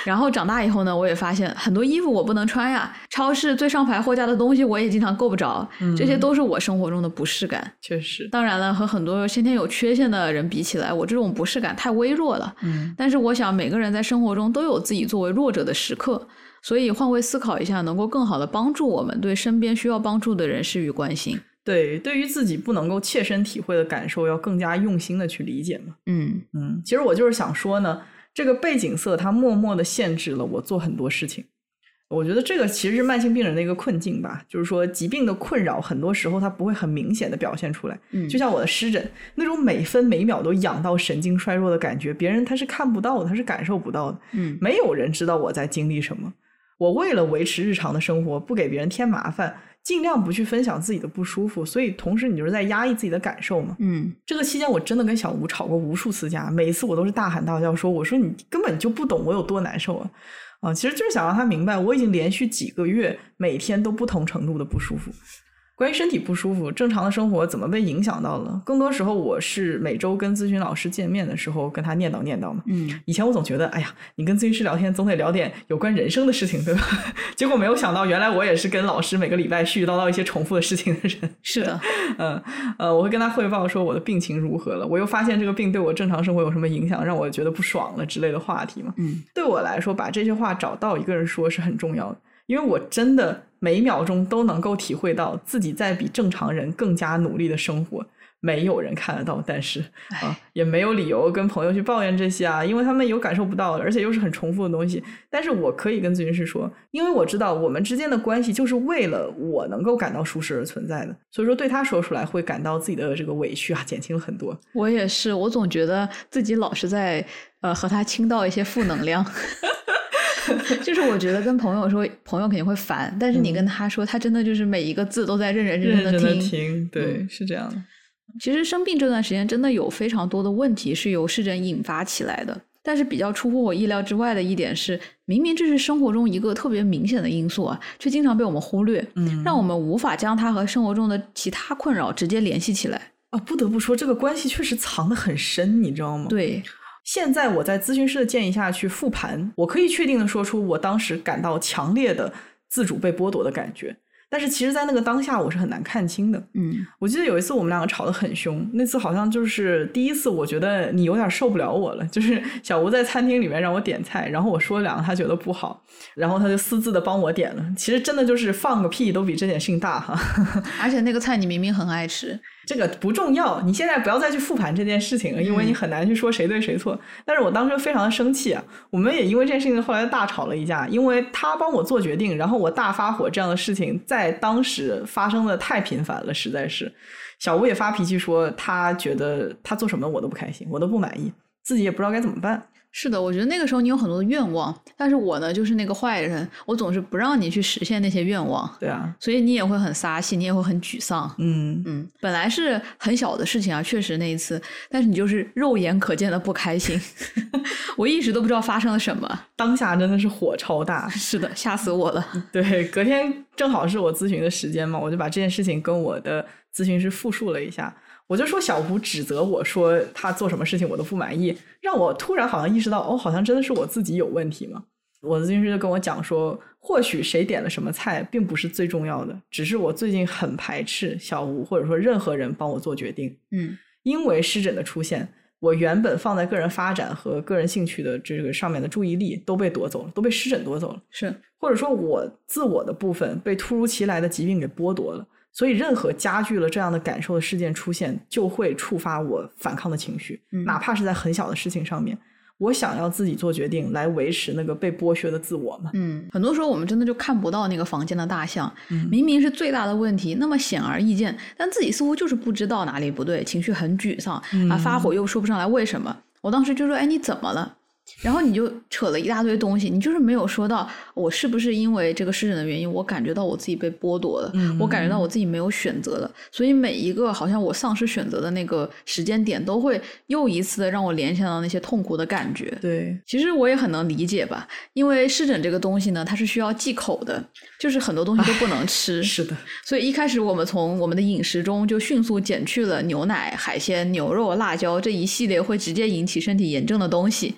然后长大以后呢，我也发现很多衣服我不能穿呀，超市最上排货架的东西我也经常够不着，这些都是我生活中的不适感。 确实， 当然了，和很多先天有缺陷的人比起来，我这种不适感太微弱了。但是我想每个人在生活中都有自己作为弱者的时刻，所以换位思考一下，能够更好的帮助我们对身边需要帮助的人施予关心。 对，对于自己不能够切身体会的感受，要更加用心的去理解嘛。其实我就是想说呢，这个背景色它默默的限制了我做很多事情。我觉得这个其实是慢性病人的一个困境吧，就是说疾病的困扰很多时候它不会很明显的表现出来。就像我的湿疹，那种每分每秒都痒到神经衰弱的感觉，别人他是看不到的，他是感受不到的。没有人知道我在经历什么。我为了维持日常的生活，不给别人添麻烦，尽量不去分享自己的不舒服，所以同时你就是在压抑自己的感受嘛。这个期间我真的跟小吴吵过无数次架，每一次我都是大喊大叫说，我说你根本就不懂我有多难受啊！其实就是想让他明白，我已经连续几个月每天都不同程度的不舒服。关于身体不舒服，正常的生活怎么被影响到了？更多时候我是每周跟咨询老师见面的时候跟他念叨嘛。以前我总觉得，哎呀，你跟咨询师聊天总得聊点有关人生的事情，对吧？结果没有想到，原来我也是跟老师每个礼拜絮絮叨叨一些重复的事情的人。 是的， 我会跟他汇报说我的病情如何了，我又发现这个病对我正常生活有什么影响，让我觉得不爽了之类的话题嘛。对我来说，把这些话找到一个人说是很重要的。因为我真的每一秒钟都能够体会到自己在比正常人更加努力的生活，没有人看得到，但是也没有理由跟朋友去抱怨这些啊，因为他们有感受不到，而且又是很重复的东西。但是我可以跟咨询师说，因为我知道我们之间的关系就是为了我能够感到舒适而存在的，所以说对他说出来会感到自己的这个委屈啊减轻了很多。 我也是，我总觉得自己老是在和他倾倒一些负能量。就是我觉得跟朋友说，朋友肯定会烦，但是你跟他说，他真的就是每一个字都在认真的听。 对，是这样的。 其实生病这段时间真的有非常多的问题是由湿疹引发起来的，但是比较出乎我意料之外的一点是，明明这是生活中一个特别明显的因素啊，却经常被我们忽略，让我们无法将它和生活中的其他困扰直接联系起来。 不得不说这个关系确实藏得很深，你知道吗？ 对。 现在我在咨询师的建议下去复盘，我可以确定的说出我当时感到强烈的自主被剥夺的感觉，但是其实在那个当下我是很难看清的。我记得有一次我们两个吵得很凶，那次好像就是第一次我觉得你有点受不了我了，就是小吴在餐厅里面让我点菜，然后我说两个他觉得不好，然后他就私自的帮我点了，其实真的就是放个屁都比这件事情大哈。 而且那个菜你明明很爱吃。 这个不重要，你现在不要再去复盘这件事情了，因为你很难去说谁对谁错。但是我当时非常的生气啊，我们也因为这件事情后来大吵了一架，因为他帮我做决定，然后我大发火，这样的事情在当时发生的太频繁了，实在是。小吴也发脾气说他觉得他做什么我都不开心，我都不满意，自己也不知道该怎么办。 是的，我觉得那个时候你有很多的愿望，但是我呢就是那个坏人，我总是不让你去实现那些愿望。 对啊， 所以你也会很撒气，你也会很沮丧。本来是很小的事情啊，确实那一次，但是你就是肉眼可见的不开心。我一直都不知道发生了什么， 当下真的是火超大。 是的，吓死我了。 对，隔天正好是我咨询的时间嘛，我就把这件事情跟我的咨询师复述了一下。我就说小吴指责我说他做什么事情我都不满意，让我突然好像意识到好像真的是我自己有问题嘛。我的咨询师就跟我讲说，或许谁点了什么菜并不是最重要的，只是我最近很排斥小吴或者说任何人帮我做决定。因为湿疹的出现，我原本放在个人发展和个人兴趣的这个上面的注意力都被夺走了，都被湿疹夺走了。 是， 或者说我自我的部分被突如其来的疾病给剥夺了。所以任何加剧了这样的感受的事件出现，就会触发我反抗的情绪，哪怕是在很小的事情上面，我想要自己做决定来维持那个被剥削的自我嘛。 很多时候我们真的就看不到那个房间的大象，明明是最大的问题，那么显而易见，但自己似乎就是不知道哪里不对，情绪很沮丧发火又说不上来为什么。我当时就说，你怎么了？然后你就扯了一大堆东西，你就是没有说到我是不是因为这个湿疹的原因，我感觉到我自己被剥夺了，我感觉到我自己没有选择了，所以每一个好像我丧失选择的那个时间点都会又一次的让我联想到那些痛苦的感觉。 对， 其实我也很能理解吧，因为湿疹这个东西呢，它是需要忌口的，就是很多东西都不能吃。 是的， 所以一开始我们从我们的饮食中就迅速减去了牛奶、海鲜、牛肉、辣椒这一系列会直接引起身体炎症的东西。 是的。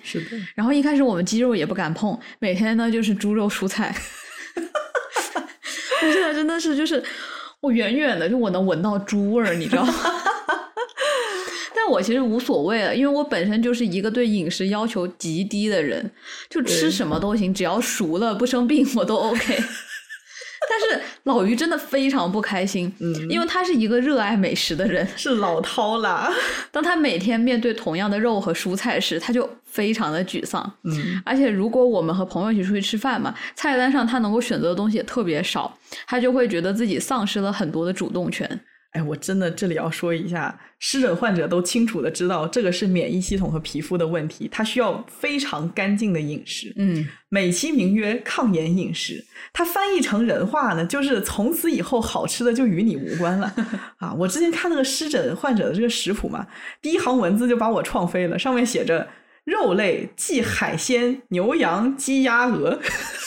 然后一开始我们鸡肉也不敢碰，每天呢就是猪肉蔬菜。我现在真的是就是我远远的就我能闻到猪味儿，你知道吗？但我其实无所谓了，因为我本身就是一个对饮食要求极低的人，就吃什么都行，只要熟了不生病我都 OK。但是老于真的非常不开心，因为他是一个热爱美食的人， 是老饕啦。 当他每天面对同样的肉和蔬菜时，他就非常的沮丧。而且如果我们和朋友一起出去吃饭嘛，菜单上他能够选择的东西也特别少，他就会觉得自己丧失了很多的主动权。 哎，我真的这里要说一下，湿疹患者都清楚的知道这个是免疫系统和皮肤的问题，它需要非常干净的饮食。美其名曰抗炎饮食，它翻译成人话呢，就是从此以后好吃的就与你无关了。啊，我之前看那个湿疹患者的这个食谱嘛，第一行文字就把我创飞了，上面写着肉类即海鲜、牛羊、鸡鸭鹅。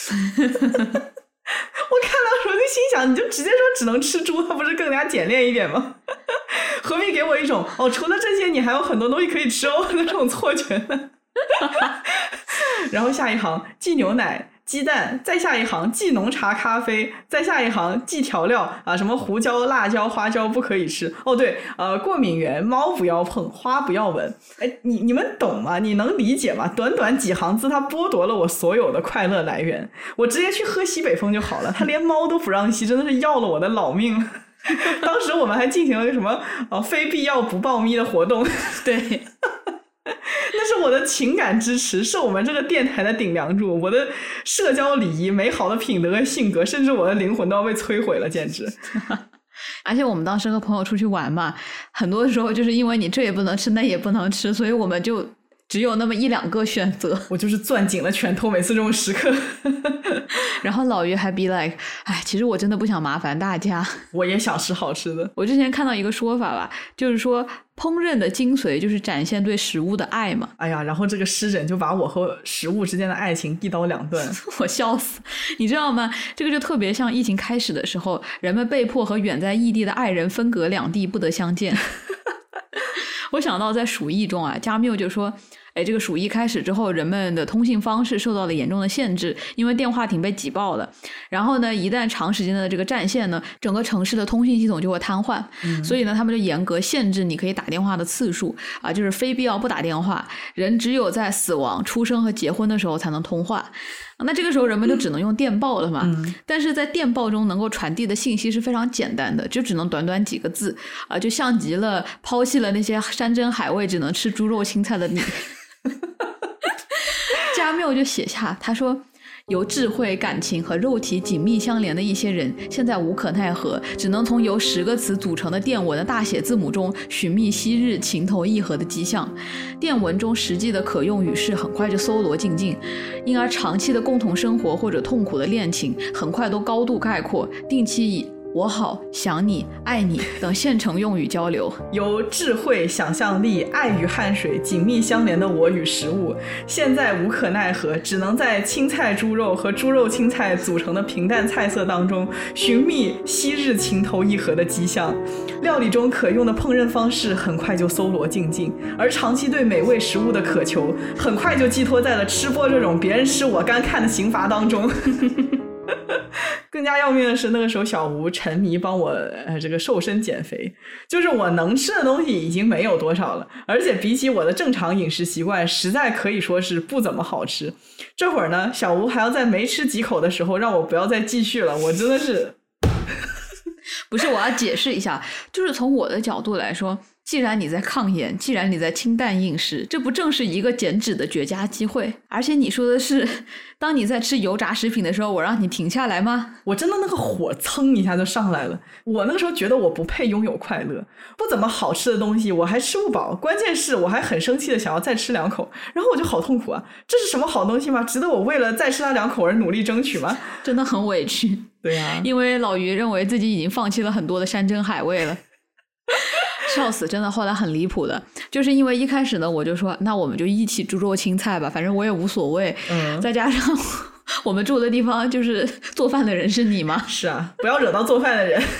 我看到时候就心想，你就直接说只能吃猪，它不是更加简练一点吗？何必给我一种除了这些你还有很多东西可以吃的这种错觉呢？然后下一行忌牛奶、鸡蛋，再下一行忌浓茶咖啡，再下一行忌调料啊，什么胡椒、辣椒、花椒不可以吃。对，过敏源，猫不要碰，花不要闻。哎，你们懂吗？你能理解吗？短短几行字，它剥夺了我所有的快乐来源。我直接去喝西北风就好了，他连猫都不让吸，真的是要了我的老命。当时我们还进行了什么非必要不报咪的活动。对。那是我的情感支持，是我们这个电台的顶梁柱，我的社交礼仪、美好的品德和性格，甚至我的灵魂都要被摧毁了，简直。 而且我们当时和朋友出去玩嘛，很多时候就是因为你这也不能吃那也不能吃，所以我们就只有那么1-2个选择。 我就是攥紧了拳头，每次这种时刻。 然后老于还 be like， 其实我真的不想麻烦大家， 我也想吃好吃的。 我之前看到一个说法吧，就是说烹饪的精髓就是展现对食物的爱嘛。 哎呀，然后这个湿疹就把我和食物之间的爱情一刀两断。 我笑死，你知道吗？这个就特别像疫情开始的时候，人们被迫和远在异地的爱人分隔两地，不得相见。我想到在鼠疫中啊，加缪就说这个鼠疫开始之后，人们的通信方式受到了严重的限制，因为电话亭被挤爆了。然后呢，一旦长时间的这个占线呢，整个城市的通信系统就会瘫痪。所以呢，他们就严格限制你可以打电话的次数啊，就是非必要不打电话，人只有在死亡、出生和结婚的时候才能通话。那这个时候人们就只能用电报了嘛。但是在电报中能够传递的信息是非常简单的，就只能短短几个字啊，就像极了抛弃了那些山珍海味只能吃猪肉青菜的你。加缪就写下，他说由智慧、感情和肉体紧密相连的一些人，现在无可奈何，只能从由10个词组成的电文的大写字母中寻觅昔日情投意合的迹象。电文中实际的可用语式很快就搜罗尽尽，因而长期的共同生活或者痛苦的恋情很快都高度概括，定期以我好、想你、爱你等现成用语交流。 由智慧、想象力、爱与汗水紧密相连的我与食物，现在无可奈何，只能在青菜猪肉和猪肉青菜组成的平淡菜色当中寻觅昔日情投意合的迹象。料理中可用的烹饪方式很快就搜罗尽尽，而长期对美味食物的渴求很快就寄托在了吃播这种别人吃我干看的刑罚当中。更加要命的是，那个时候小吴沉迷帮我这个瘦身减肥，就是我能吃的东西已经没有多少了，而且比起我的正常饮食习惯，实在可以说是不怎么好吃。这会儿呢，小吴还要在没吃几口的时候让我不要再继续了，我真的是不是，我要解释一下，就是从我的角度来说，既然你在抗炎，既然你在清淡饮食，这不正是一个减脂的绝佳机会？而且你说的是当你在吃油炸食品的时候我让你停下来吗？ 我真的那个火蹭一下就上来了。我那个时候觉得我不配拥有快乐，不怎么好吃的东西我还吃不饱，关键是我还很生气的想要再吃2口，然后我就好痛苦啊，这是什么好东西吗？值得我为了再吃它2口而努力争取吗？ 真的很委屈。 对啊， 因为老于认为自己已经放弃了很多的山珍海味了。笑死，真的后来很离谱的，就是因为一开始呢我就说那我们就一起猪肉青菜吧，反正我也无所谓。再加上我们住的地方就是做饭的人是你吗？ 是啊，不要惹到做饭的人。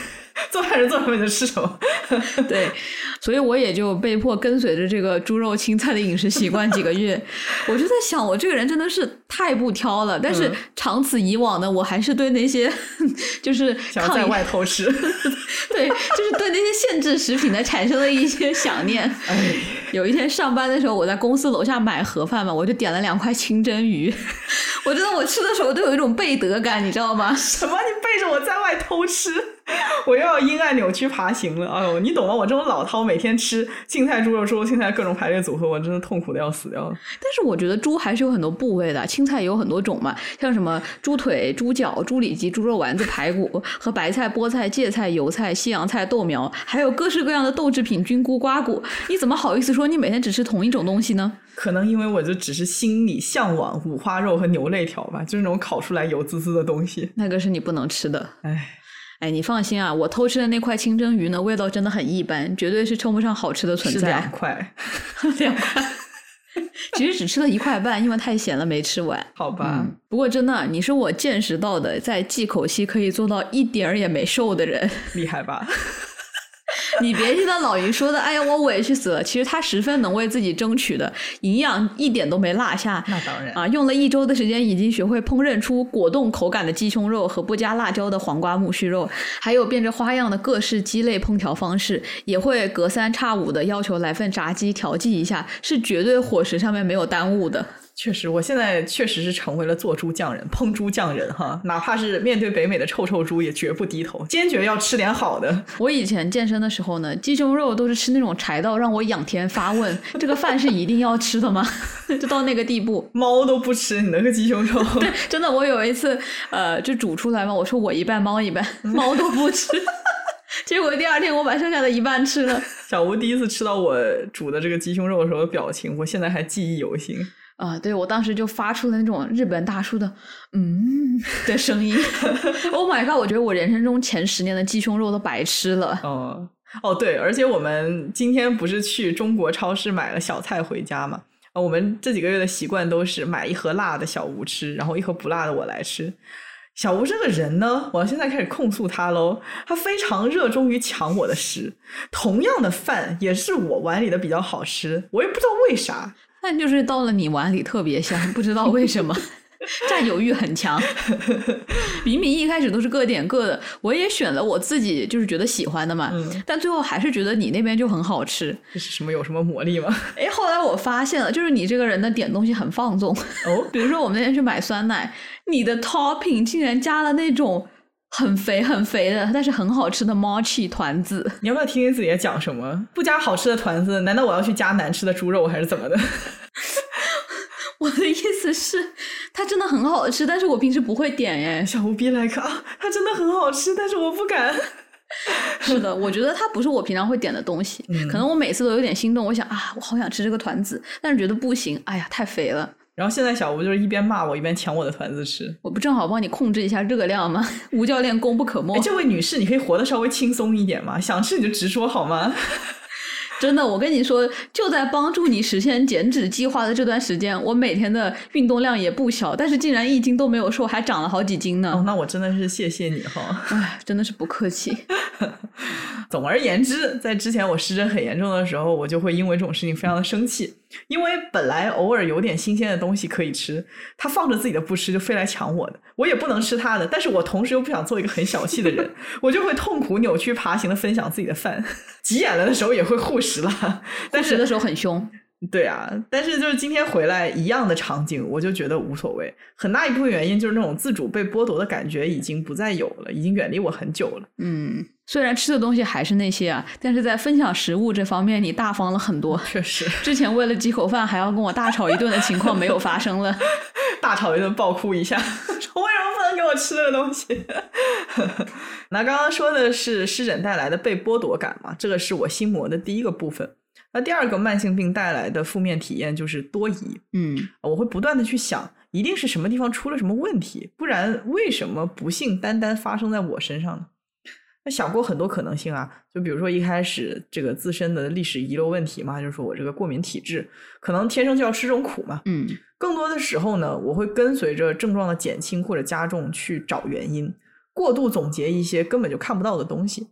做饭人做什么你就吃什么。 对，所以我也就被迫跟随着这个猪肉青菜的饮食习惯几个月。我就在想，我这个人真的是太不挑了，但是长此以往呢，我还是对那些就是想要在外偷吃对，就是对那些限制食品呢产生了一些想念。有一天上班的时候，我在公司楼下买盒饭嘛，我就点了2块清蒸鱼。我觉得我吃的时候都有一种背德感，你知道吗？ 什么？你背着我在外偷吃？我又要阴暗扭曲爬行了。哎呦，你懂吗？我这种老饕每天吃青菜猪肉猪肉青菜各种排列组合，我真的痛苦的要死掉了。 但是我觉得猪还是有很多部位的，青菜也有很多种嘛，像什么猪腿、猪脚、猪里脊、猪肉丸子、排骨和白菜、菠菜、芥菜、油菜、西洋菜、豆苗，还有各式各样的豆制品、菌菇、瓜果。你怎么好意思说你每天只吃同一种东西呢？ 可能因为我就只是心里向往五花肉和牛肋条吧，就是那种烤出来油滋滋的东西。 那个是你不能吃的。哎，你放心啊，我偷吃的那块清蒸鱼呢，味道真的很一般，绝对是称不上好吃的存在。 是2块 2块其实只吃了1块半，因为太咸了没吃完。 好吧， 不过真的，你是我见识到的在忌口期可以做到一点儿也没瘦的人。 厉害吧？ 你别听他老于说的，哎呀，我委屈死了。其实他十分能为自己争取的，营养一点都没落下。 那当然啊，用了1周的时间，已经学会烹饪出果冻口感的鸡胸肉和不加辣椒的黄瓜木须肉，还有变着花样的各式鸡类烹调方式，也会隔3差5的要求来份炸鸡调剂一下，是绝对伙食上面没有耽误的。 确实，我现在确实是成为了做猪匠人、烹猪匠人哈，哪怕是面对北美的臭臭猪也绝不低头，坚决要吃点好的。 我以前健身的时候呢，鸡胸肉都是吃那种柴到让我仰天发问，这个饭是一定要吃的吗？就到那个地步， 猫都不吃你那个鸡胸肉。 对，真的，我有一次就煮出来嘛，我说我一半猫一半，猫都不吃。结果第2天我把剩下的一半吃了。 小吴第一次吃到我煮的这个鸡胸肉的时候的表情，我现在还记忆犹新。 对，我当时就发出了那种日本大叔的的声音。Oh my god， 我觉得我人生中前10年的鸡胸肉都白吃了。 对，而且我们今天不是去中国超市买了小菜回家嘛？我们这几个月的习惯都是买1盒辣的小吴吃，然后1盒不辣的我来吃。小吴这个人呢，我现在开始控诉他咯，他非常热衷于抢我的食，同样的饭也是我碗里的比较好吃，我也不知道为啥。 但就是到了你碗里特别香，不知道为什么。占有欲很强。明明一开始都是各点各的，我也选了我自己就是觉得喜欢的嘛，但最后还是觉得你那边就很好吃。 这是什么有什么魔力吗？ 后来我发现了，就是你这个人的点东西很放纵。比如说我们那天去买酸奶，你的 topping 竟然加了那种很肥很肥的但是很好吃的 mochi 团子。 你要不要听听自己在讲什么？不加好吃的团子，难道我要去加难吃的猪肉还是怎么的？ 我的意思是它真的很好吃，但是我平时不会点耶。 小无逼来看啊，它真的很好吃，但是我不敢。 是的，我觉得它不是我平常会点的东西，可能我每次都有点心动，我想啊，我好想吃这个团子，但是觉得不行，哎呀，太肥了。 然后现在小吴就是一边骂我一边抢我的团子吃。 我不正好帮你控制一下热量吗？吴教练功不可没。 这位女士，你可以活得稍微轻松一点吗？想吃你就直说好吗？ 真的，我跟你说，就在帮助你实现减脂计划的这段时间，我每天的运动量也不小，但是竟然1斤都没有瘦，还长了好几斤呢。 那我真的是谢谢你哈。 哎，真的是不客气。 总而言之，在之前我湿疹很严重的时候，我就会因为这种事情非常的生气，因为本来偶尔有点新鲜的东西可以吃，他放着自己的不吃就非来抢我的，我也不能吃他的，但是我同时又不想做一个很小气的人，我就会痛苦扭曲爬行的分享自己的饭，急眼了的时候也会护食了，但是护食的时候很凶。 对啊，但是就是今天回来一样的场景，我就觉得无所谓。很大一部分原因就是那种自主被剥夺的感觉已经不再有了，已经远离我很久了。 虽然吃的东西还是那些啊，但是在分享食物这方面你大方了很多。 确实，之前为了几口饭还要跟我大吵一顿的情况没有发生了。 大吵一顿爆哭一下，说为什么不能给我吃这个东西？那刚刚说的是湿疹带来的被剥夺感嘛，这个是我心魔的第一个部分。那第二个慢性病带来的负面体验就是多疑。我会不断的去想，一定是什么地方出了什么问题，不然为什么不幸单单发生在我身上呢？那想过很多可能性啊，就比如说一开始这个自身的历史遗留问题嘛，就是说我这个过敏体质，可能天生就要吃这种苦嘛。更多的时候呢，我会跟随着症状的减轻或者加重去找原因，过度总结一些根本就看不到的东西。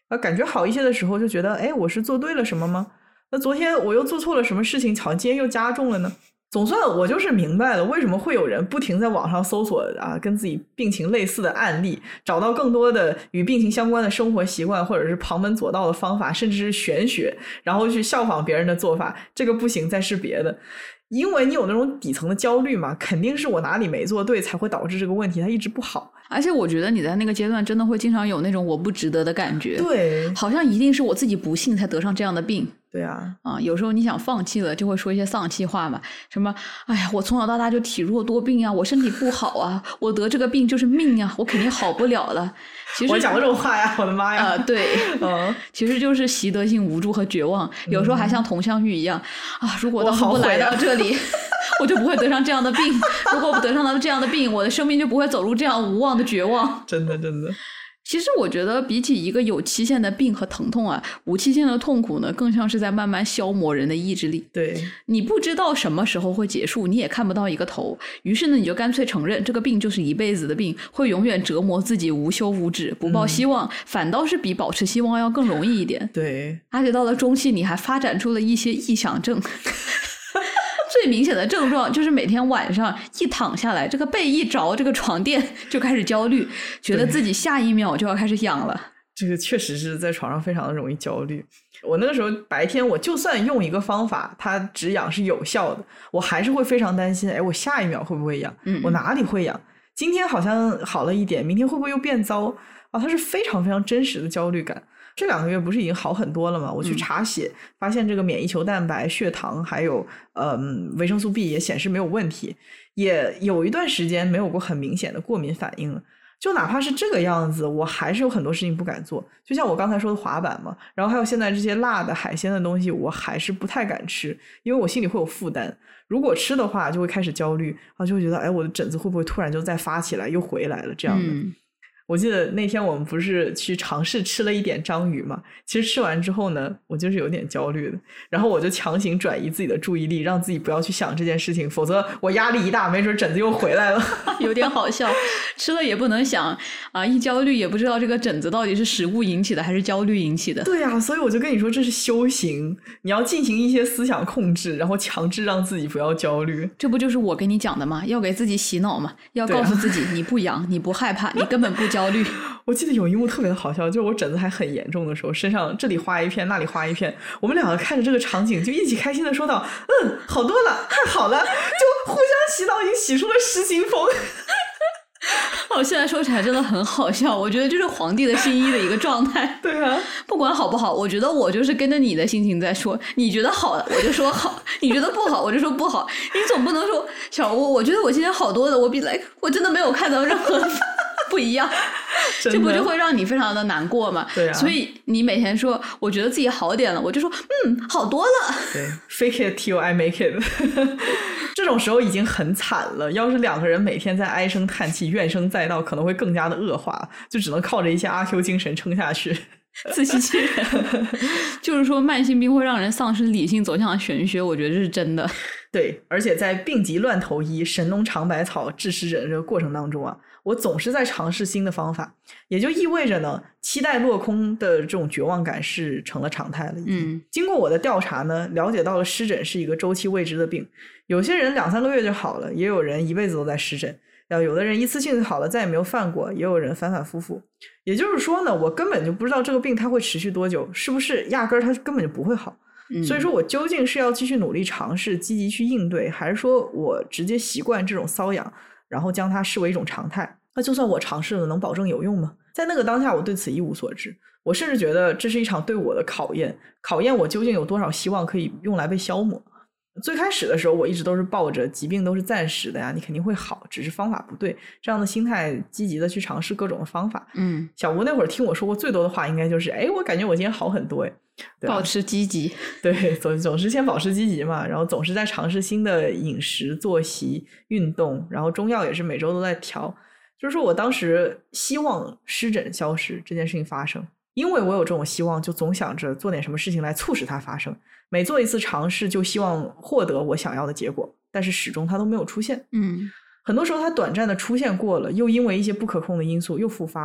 感觉好一些的时候就觉得哎，我是做对了什么吗？那昨天我又做错了什么事情，好像今天又加重了呢？总算我就是明白了为什么会有人不停在网上搜索跟自己病情类似的案例，找到更多的与病情相关的生活习惯或者是旁门左道的方法，甚至是玄学，然后去效仿别人的做法，这个不行再试别的。因为你有那种底层的焦虑嘛，肯定是我哪里没做对才会导致这个问题它一直不好。 而且我觉得你在那个阶段真的会经常有那种我不值得的感觉， 对， 好像一定是我自己不幸才得上这样的病。 对啊， 有时候你想放弃了就会说一些丧气话嘛，什么哎呀我从小到大就体弱多病啊，我身体不好啊，我得这个病就是命啊，我肯定好不了了。其实我讲过这种话呀，我的妈呀！ 对，其实就是习得性无助和绝望，有时候还像佟湘玉一样如果当初不来到这里我就不会得上这样的病，如果不得上了这样的病，我的生命就不会走入这样无望的绝望。 真的真的。 其实我觉得比起一个有期限的病和疼痛无期限的痛苦呢，更像是在慢慢消磨人的意志力。 对， 你不知道什么时候会结束，你也看不到一个头，于是呢你就干脆承认这个病就是一辈子的病，会永远折磨自己无休无止，不抱希望反倒是比保持希望要更容易一点。 对， 而且到了中期你还发展出了一些臆想症最明显的症状就是每天晚上一躺下来，这个背一着这个床垫就开始焦虑，觉得自己下一秒就要开始痒了。 这个确实是在床上非常的容易焦虑。我那个时候白天我就算用一个方法它止痒是有效的，我还是会非常担心，哎，我下一秒会不会痒，我哪里会痒，今天好像好了一点，明天会不会又变糟它是非常非常真实的焦虑感。这2个月不是已经好很多了吗？我去查血发现这个免疫球蛋白、血糖还有维生素 B 也显示没有问题，也有一段时间没有过很明显的过敏反应了。就哪怕是这个样子，我还是有很多事情不敢做，就像我刚才说的滑板嘛，然后还有现在这些辣的海鲜的东西我还是不太敢吃，因为我心里会有负担，如果吃的话就会开始焦虑就会觉得哎，我的疹子会不会突然就再发起来又回来了这样的。我记得那天我们不是去尝试吃了一点章鱼嘛，其实吃完之后呢我就是有点焦虑的，然后我就强行转移自己的注意力，让自己不要去想这件事情，否则我压力一大没准疹子又回来了有点好笑，吃了也不能想一焦虑也不知道这个疹子到底是食物引起的还是焦虑引起的。 对啊，所以我就跟你说这是修行，你要进行一些思想控制，然后强制让自己不要焦虑。 这不就是我跟你讲的吗？要给自己洗脑嘛，要告诉自己你不痒你不害怕你根本不焦虑我记得有一幕特别的好笑，就是我疹子还很严重的时候，身上这里花一片那里花一片，我们2个看着这个场景就一起开心的说道好多了太好了，就互相洗脑，已经洗出了失心疯现在说起来真的很好笑，我觉得这是皇帝的新衣的一个状态。 对啊， 不管好不好，我觉得我就是跟着你的心情在说，你觉得好了我就说好，你觉得不好我就说不好，你总不能说小吴我觉得我今天好多了，我比来我真的没有看到任何不一样，这不就会让你非常的难过嘛？ 对啊， 所以你每天说我觉得自己好点了，我就说好多了。 对 ，fake it till I make it 这种时候已经很惨了，要是2个人每天在唉声叹气怨声载道，可能会更加的恶化，就只能靠着一些阿 Q 精神撑下去。 自欺欺人就是说慢性病会让人丧失理性走向玄学，我觉得这是真的。 对，而且在病急乱投医神农尝百草治湿疹这个过程当中我总是在尝试新的方法，也就意味着呢期待落空的这种绝望感是成了常态了。经过我的调查呢，了解到了湿疹是一个周期未知的病，有些人2-3个月就好了，也有人一辈子都在湿疹，有的人一次性就好了再也没有犯过，也有人反反复复。也就是说呢，我根本就不知道这个病它会持续多久，是不是压根它根本就不会好。所以说我究竟是要继续努力尝试积极去应对，还是说我直接习惯这种瘙痒然后将它视为一种常态，那就算我尝试了能保证有用吗？在那个当下我对此一无所知，我甚至觉得这是一场对我的考验，考验我究竟有多少希望可以用来被消磨。最开始的时候我一直都是抱着疾病都是暂时的呀，你肯定会好，只是方法不对这样的心态积极的去尝试各种的方法。小吴那会儿听我说过最多的话应该就是我感觉我今天好很多保持积极。 对，总是先保持积极嘛，然后总是在尝试新的饮食作息运动，然后中药也是每周都在调，就是说我当时希望湿疹消失这件事情发生，因为我有这种希望就总想着做点什么事情来促使它发生，每做一次尝试就希望获得我想要的结果，但是始终它都没有出现。很多时候它短暂的出现过了，又因为一些不可控的因素又复发了，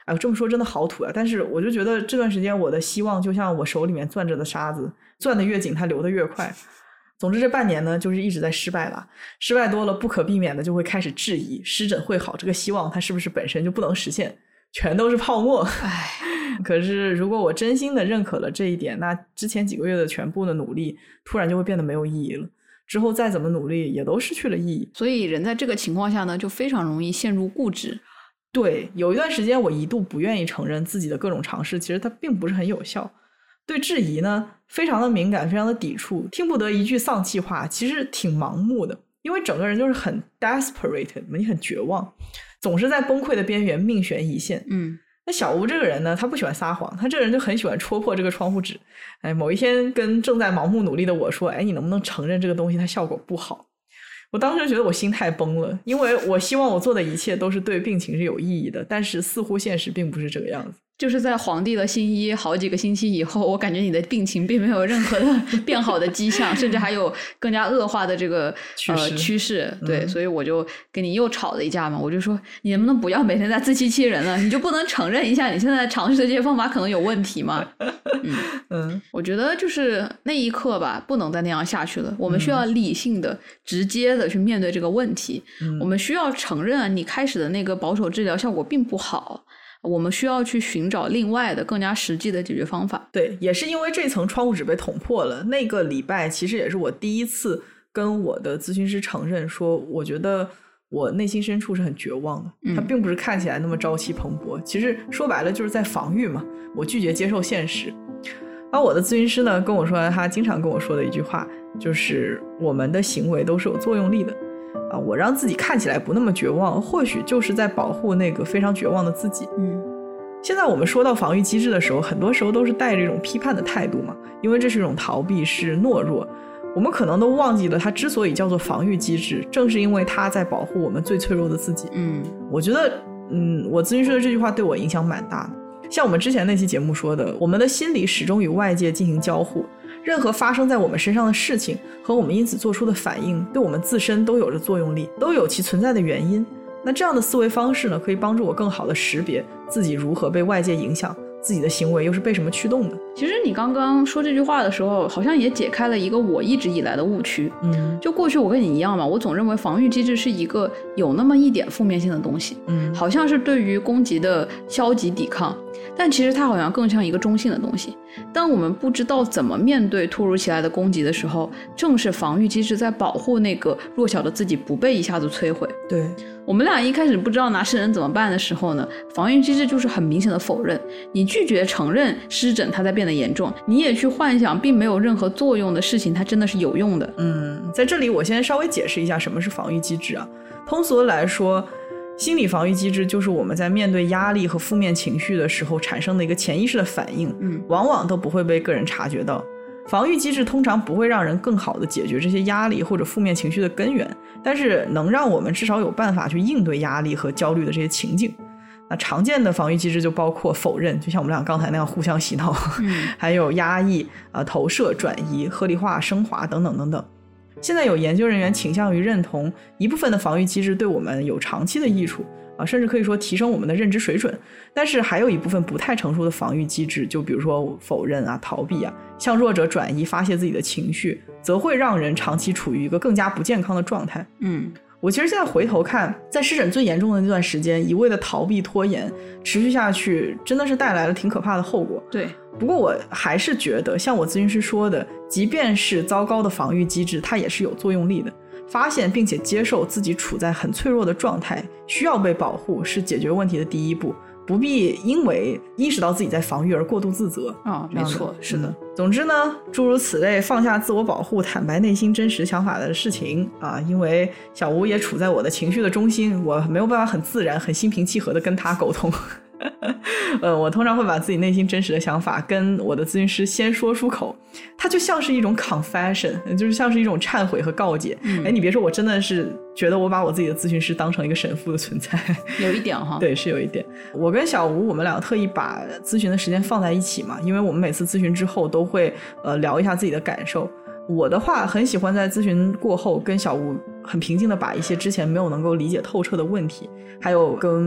哎，我这么说真的好土啊，但是我就觉得这段时间我的希望就像我手里面攥着的沙子，攥得越紧它流得越快。总之这半年呢就是一直在失败了，失败多了不可避免的就会开始质疑湿疹会好这个希望它是不是本身就不能实现，全都是泡沫。 唉， 可是如果我真心的认可了这一点，那之前几个月的全部的努力突然就会变得没有意义了，之后再怎么努力也都失去了意义。 所以人在这个情况下呢就非常容易陷入固执。 对，有一段时间我一度不愿意承认自己的各种尝试其实它并不是很有效，对质疑呢非常的敏感，非常的抵触，听不得一句丧气话，其实挺盲目的，因为整个人就是很 desperate， 你很绝望，总是在崩溃的边缘命悬一线。那小吴这个人呢，他不喜欢撒谎，他这个人就很喜欢戳破这个窗户纸。哎，某一天跟正在盲目努力的我说，哎，你能不能承认这个东西它效果不好？我当时觉得我心态崩了，因为我希望我做的一切都是对病情是有意义的，但是似乎现实并不是这个样子。 就是在皇帝的新衣好几个星期以后，我感觉你的病情并没有任何的变好的迹象，甚至还有更加恶化的这个趋势。对，所以我就跟你又吵了一架嘛，我就说你能不能不要每天在自欺欺人了，你就不能承认一下你现在尝试的这些方法可能有问题吗？我觉得就是那一刻吧，不能再那样下去了，我们需要理性的直接的去面对这个问题。我们需要承认你开始的那个保守治疗效果并不好，我们需要去寻找另外的更加实际的解决方法。 对，也是因为这层窗户纸被捅破了，那个礼拜其实也是我第一次跟我的咨询师承认说，我觉得我内心深处是很绝望的，他并不是看起来那么朝气蓬勃，其实说白了就是在防御嘛，我拒绝接受现实。而我的咨询师呢跟我说，他经常跟我说的一句话就是我们的行为都是有作用力的我让自己看起来不那么绝望，或许就是在保护那个非常绝望的自己。现在我们说到防御机制的时候，很多时候都是带着一种批判的态度嘛，因为这是一种逃避，是懦弱，我们可能都忘记了它之所以叫做防御机制，正是因为它在保护我们最脆弱的自己。我觉得我咨询师的这句话对我影响蛮大的。像我们之前那期节目说的，我们的心理始终与外界进行交互，任何发生在我们身上的事情和我们因此做出的反应对我们自身都有着作用力，都有其存在的原因。那这样的思维方式呢，可以帮助我更好的识别自己如何被外界影响，自己的行为又是被什么驱动的。 其实你刚刚说这句话的时候，好像也解开了一个我一直以来的误区。就过去我跟你一样嘛，我总认为防御机制是一个有那么一点负面性的东西，好像是对于攻击的消极抵抗，但其实它好像更像一个中性的东西。当我们不知道怎么面对突如其来的攻击的时候，正是防御机制在保护那个弱小的自己不被一下子摧毁。 对， 我们俩一开始不知道拿湿疹怎么办的时候呢，防御机制就是很明显的否认，你拒绝承认湿疹它在变得严重，你也去幻想并没有任何作用的事情它真的是有用的。 在这里我先稍微解释一下什么是防御机制啊。通俗的来说，心理防御机制就是我们在面对压力和负面情绪的时候产生的一个潜意识的反应，往往都不会被个人察觉到。防御机制通常不会让人更好的解决这些压力或者负面情绪的根源，但是能让我们至少有办法去应对压力和焦虑的这些情境。那常见的防御机制就包括否认，就像我们俩刚才那样互相洗脑，还有压抑、投射、转移、合理化、升华等等等等。现在有研究人员倾向于认同一部分的防御机制对我们有长期的益处甚至可以说提升我们的认知水准，但是还有一部分不太成熟的防御机制，就比如说否认逃避向弱者转移发泄自己的情绪，则会让人长期处于一个更加不健康的状态。我其实现在回头看，在湿疹最严重的那段时间，一味的逃避拖延持续下去，真的是带来了挺可怕的后果。 对， 不过我还是觉得像我咨询师说的，即便是糟糕的防御机制，它也是有作用力的。发现并且接受自己处在很脆弱的状态，需要被保护，是解决问题的第一步，不必因为意识到自己在防御而过度自责。 没错，是的。 总之呢，诸如此类放下自我保护、坦白内心真实想法的事情因为小吴也处在我的情绪的中心，我没有办法很自然、很心平气和的跟他沟通。我通常会把自己内心真实的想法跟我的咨询师先说出口，它就像是一种 confession， 就是像是一种忏悔和告解。你别说，我真的是觉得我把我自己的咨询师当成一个神父的存在， 有一点哈。 对，是有一点。我跟小吴我们两个特意把咨询的时间放在一起嘛，因为我们每次咨询之后都会聊一下自己的感受。我的话很喜欢在咨询过后跟小吴很平静的把一些之前没有能够理解透彻的问题，还有跟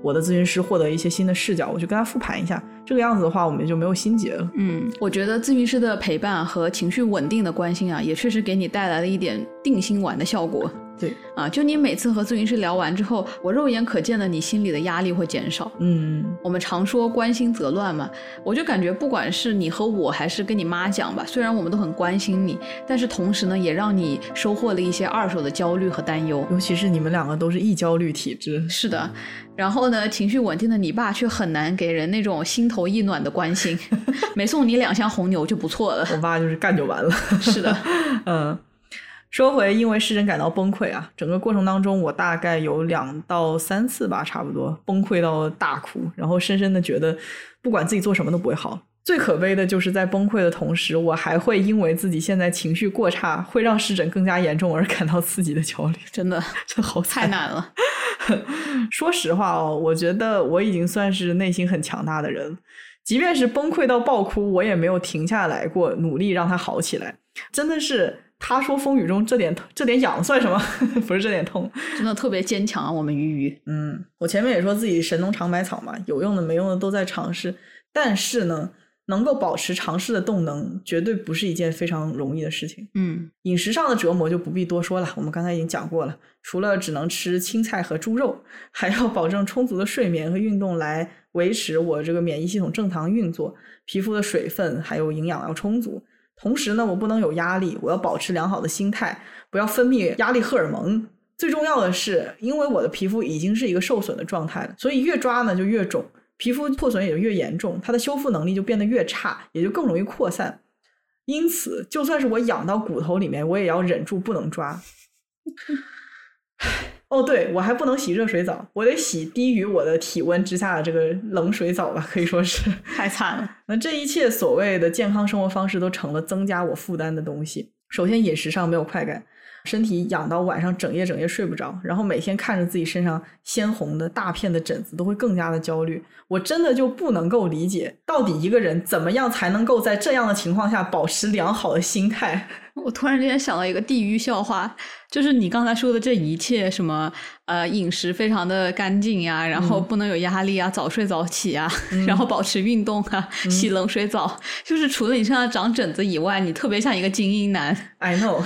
我的咨询师获得一些新的视角，我就跟他复盘一下，这个样子的话我们就没有心结了。 我觉得咨询师的陪伴和情绪稳定的关心啊，也确实给你带来了一点定心丸的效果。 对啊，就你每次和咨询师聊完之后，我肉眼可见的你心里的压力会减少。我们常说关心则乱嘛，我就感觉不管是你和我还是跟你妈讲吧，虽然我们都很关心你，但是同时呢也让你收获了一些二手的焦虑和担忧， 尤其是你们两个都是易焦虑体质。 是的，然后呢情绪稳定的你爸却很难给人那种心头一暖的关心没送你2箱红牛就不错了。 我爸就是干就完了。 是的。 说回因为湿疹感到崩溃啊，整个过程当中我大概有2到3次吧，差不多崩溃到大哭，然后深深的觉得不管自己做什么都不会好。最可悲的就是在崩溃的同时，我还会因为自己现在情绪过差会让湿疹更加严重而感到刺激的焦虑。 真的好惨， 太难了。 说实话我觉得我已经算是内心很强大的人了，即便是崩溃到爆哭我也没有停下来过努力让它好起来。真的是他说风雨中这点痒算什么不是这点痛， 真的特别坚强啊，我们鱼。 我前面也说自己神农尝百草嘛，有用的没用的都在尝试，但是呢能够保持尝试的动能绝对不是一件非常容易的事情。饮食上的折磨就不必多说了，我们刚才已经讲过了，除了只能吃青菜和猪肉，还要保证充足的睡眠和运动来维持我这个免疫系统正常运作，皮肤的水分还有营养要充足。同时呢我不能有压力，我要保持良好的心态，不要分泌压力荷尔蒙。最重要的是因为我的皮肤已经是一个受损的状态了，所以越抓呢就越肿，皮肤破损也就越严重，它的修复能力就变得越差，也就更容易扩散。因此就算是我痒到骨头里面我也要忍住不能抓。对，我还不能洗热水澡，我得洗低于我的体温之下的这个冷水澡吧，可以说是太惨了。 那这一切所谓的健康生活方式都成了增加我负担的东西。首先饮食上没有快感，身体痒到晚上整夜睡不着，然后每天看着自己身上鲜红的大片的疹子都会更加的焦虑。我真的就不能够理解到底一个人怎么样才能够在这样的情况下保持良好的心态。 我突然之间想到一个地狱笑话，就是你刚才说的这一切什么饮食非常的干净呀，然后不能有压力啊，早睡早起啊，然后保持运动啊，洗冷水澡，就是除了你身上长疹子以外，你特别像一个精英男。 I know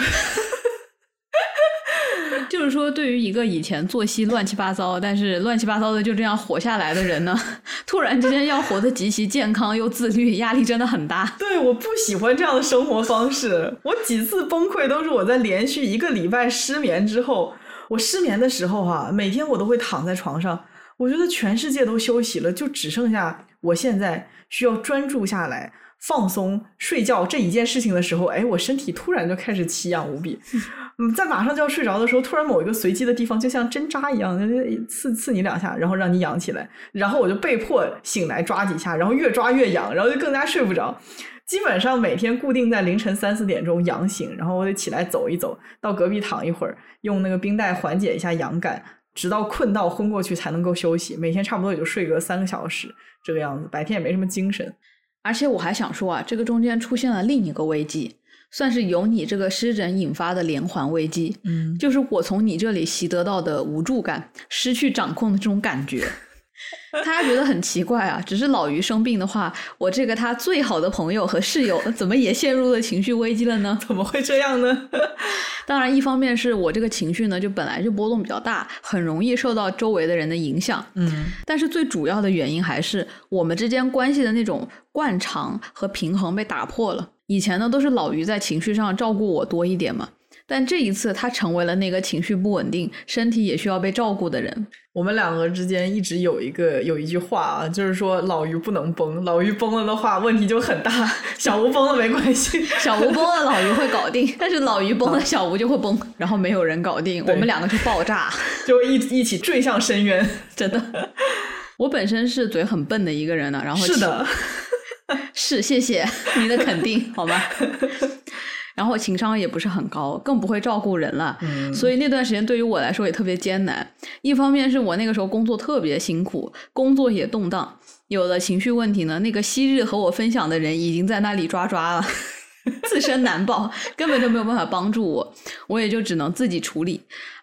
就是说对于一个以前作息乱七八糟但是乱七八糟的就这样活下来的人呢，突然之间要活得极其健康又自律，压力真的很大。 对，我不喜欢这样的生活方式。我几次崩溃都是我在连续1个礼拜失眠之后。我失眠的时候每天我都会躺在床上，我觉得全世界都休息了，就只剩下我现在需要专注下来放松睡觉这一件事情的时候，我身体突然就开始奇痒无比。在马上就要睡着的时候，突然某一个随机的地方就像针扎一样刺你2下，然后让你痒起来，然后我就被迫醒来抓几下，然后越抓越痒，然后就更加睡不着。基本上每天固定在凌晨3、4点钟痒醒，然后我得起来走一走，到隔壁躺一会儿，用那个冰袋缓解一下痒感，直到困到昏过去才能够休息。每天差不多也就睡个3个小时这个样子，白天也没什么精神。 而且我还想说这个中间出现了另一个危机，算是由你这个湿疹引发的连环危机。就是我从你这里习得到的无助感，失去掌控的这种感觉。他觉得很奇怪只是老于生病的话，我这个他最好的朋友和室友怎么也陷入了情绪危机了呢？ 怎么会这样呢？ 当然一方面是我这个情绪呢就本来就波动比较大，很容易受到周围的人的影响。但是最主要的原因还是我们之间关系的那种惯常和平衡被打破了。以前呢都是老于在情绪上照顾我多一点嘛，但这一次他成为了那个情绪不稳定身体也需要被照顾的人。 我们2个之间一直有一句话就是说老于不能崩，老于崩了的话问题就很大，小吴崩了没关系， 小吴崩了老于会搞定，但是老于崩了小吴就会崩，然后没有人搞定，我们2个就爆炸， 就一起坠向深渊。 真的，我本身是嘴很笨的一个人呢，然后是的是，谢谢你的肯定好吗？然后情商也不是很高，更不会照顾人了，所以那段时间对于我来说也特别艰难。一方面是我那个时候工作特别辛苦，工作也动荡，有了情绪问题呢，那个昔日和我分享的人已经在那里抓了自身难保，根本就没有办法帮助我，我也就只能自己处理。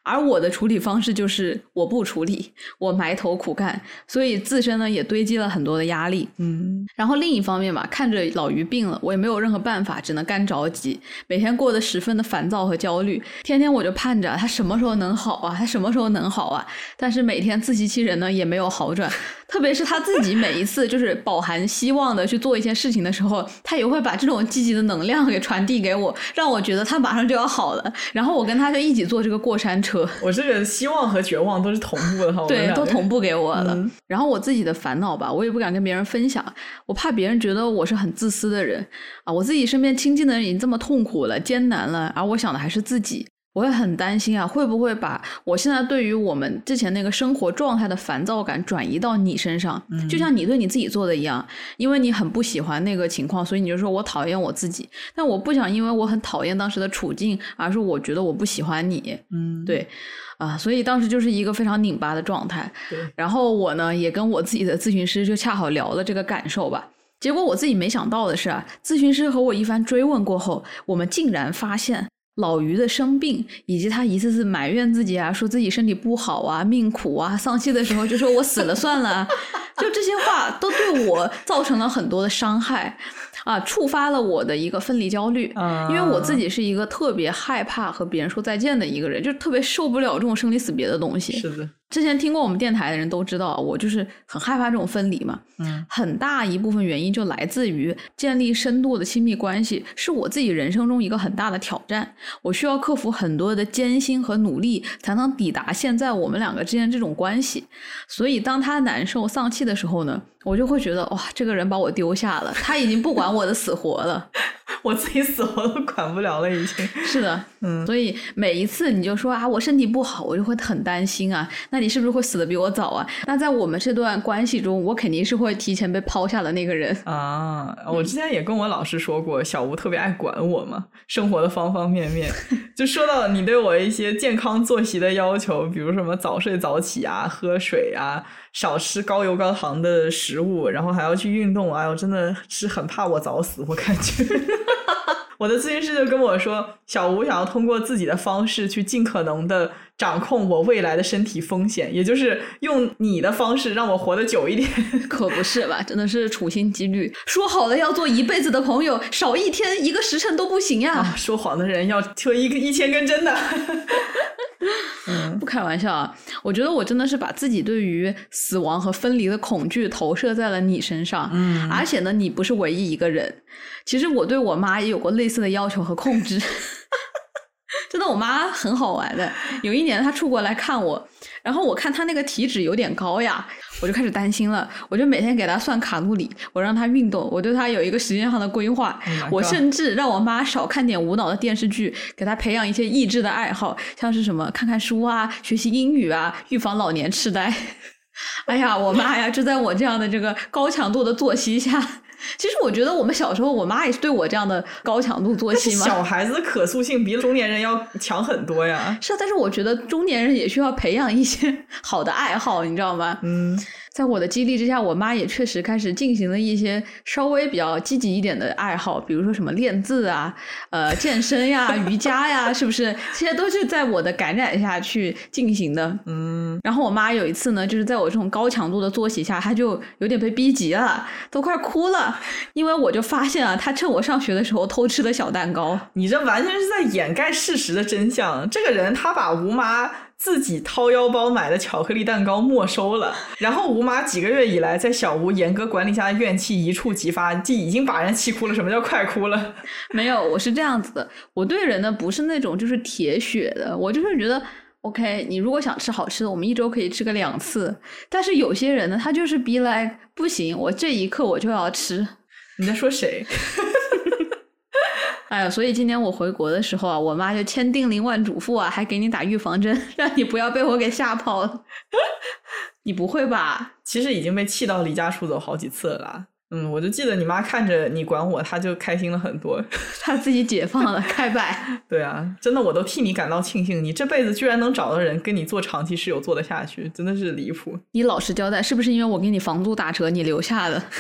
而我的处理方式就是我不处理，我埋头苦干，所以自身呢也堆积了很多的压力。然后另一方面嘛，看着老于病了，我也没有任何办法，只能干着急，每天过得十分的烦躁和焦虑，天天我就盼着他什么时候能好啊，他什么时候能好啊，但是每天自欺欺人呢也没有好转，特别是他自己每一次就是饱含希望的去做一些事情的时候，他也会把这种积极的能量给传递给我，让我觉得他马上就要好了，然后我跟他就一起坐这个过山车。 我这个希望和绝望都是同步的哈， 对，都同步给我了。然后我自己的烦恼吧，我也不敢跟别人分享，我怕别人觉得我是很自私的人啊。我自己身边亲近的人已经这么痛苦了、艰难了，而我想的还是自己。我会很担心啊，会不会把我现在对于我们之前那个生活状态的烦躁感转移到你身上，就像你对你自己做的一样，因为你很不喜欢那个情况，所以你就说我讨厌我自己，但我不想因为我很讨厌当时的处境，而是我觉得我不喜欢你。对啊，所以当时就是一个非常拧巴的状态。然后我呢也跟我自己的咨询师就恰好聊了这个感受吧。结果我自己没想到的是啊，咨询师和我一番追问过后，我们竟然发现老于的生病以及他一次次埋怨自己啊，说自己身体不好啊，命苦啊，丧气的时候就说我死了算了啊，就这些话都对我造成了很多的伤害啊，触发了我的一个分离焦虑。因为我自己是一个特别害怕和别人说再见的一个人，就特别受不了这种生离死别的东西。 是的， 之前听过我们电台的人都知道，我就是很害怕这种分离嘛。很大一部分原因就来自于建立深度的亲密关系是我自己人生中一个很大的挑战，我需要克服很多的艰辛和努力才能抵达现在我们两个之间这种关系。所以当他难受丧气的时候呢，我就会觉得哇，这个人把我丢下了，他已经不管我的死活了。 我自己死活都管不了了已经。 是的，所以每一次你就说啊我身体不好，我就会很担心啊，那你是不是会死得比我早啊？那在我们这段关系中，我肯定是会提前被抛下的那个人啊。我之前也跟我老师说过，小吴特别爱管我嘛，生活的方方面面。就说到你对我一些健康作息的要求，比如什么早睡早起啊，喝水啊，少吃高油高糖的食物，然后还要去运动，哎呦真的是很怕我早死，我感觉。我的咨询师就跟我说，小吴想要通过自己的方式去尽可能的掌控我未来的身体风险，也就是用你的方式让我活得久一点。 可不是吧，真的是处心积虑，说好了要做一辈子的朋友，少一天一个时辰都不行呀。 说谎的人要推1000根针的。 不开玩笑啊，我觉得我真的是把自己对于死亡和分离的恐惧投射在了你身上。而且呢你不是唯一一个人，其实我对我妈也有过类似的要求和控制。真的我妈很好玩的，有一年她出国来看我，然后我看她那个体脂有点高呀，我就开始担心了，我就每天给她算卡路里，我让她运动，我对她有一个时间上的规划。我甚至让我妈少看点无脑的电视剧，给她培养一些益智的爱好，像是什么看看书啊，学习英语啊，预防老年痴呆。哎呀我妈呀，就在我这样的这个高强度的作息下，其实我觉得我们小时候我妈也是对我这样的高强度作息嘛。 小孩子的可塑性比中年人要强很多呀。 是啊，但是我觉得中年人也需要培养一些好的爱好，你知道吗？在我的激励之下，我妈也确实开始进行了一些稍微比较积极一点的爱好，比如说什么练字啊、健身呀、瑜伽呀，是不是？这些都是在我的感染下去进行的。然后我妈有一次呢，就是在我这种高强度的作息下，她就有点被逼急了，都快哭了，因为我就发现啊，她趁我上学的时候偷吃了小蛋糕。 你这完全是在掩盖事实的真相。这个人他把吴妈自己掏腰包买的巧克力蛋糕没收了，然后吴妈几个月以来在小吴严格管理下的怨气一触即发，就已经把人气哭了。什么叫快哭了？ 没有，我是这样子的，我对人呢不是那种就是铁血的，我就是觉得 OK， 你如果想吃好吃的，我们一周可以吃个2次。但是有些人呢，他就是be like不行，我这一刻我就要吃。 你在说谁？ 哎呀，所以今年我回国的时候啊，我妈就千叮咛万嘱咐啊，还给你打预防针，让你不要被我给吓跑了。你不会吧？ 其实已经被气到离家出走好几次了啦。我就记得你妈看着你管我，她就开心了很多。 她自己解放了，开摆。 对啊，真的我都替你感到庆幸，你这辈子居然能找到人跟你做长期室友做得下去，真的是离谱。 你老实交代，是不是因为我给你房租打折你留下的？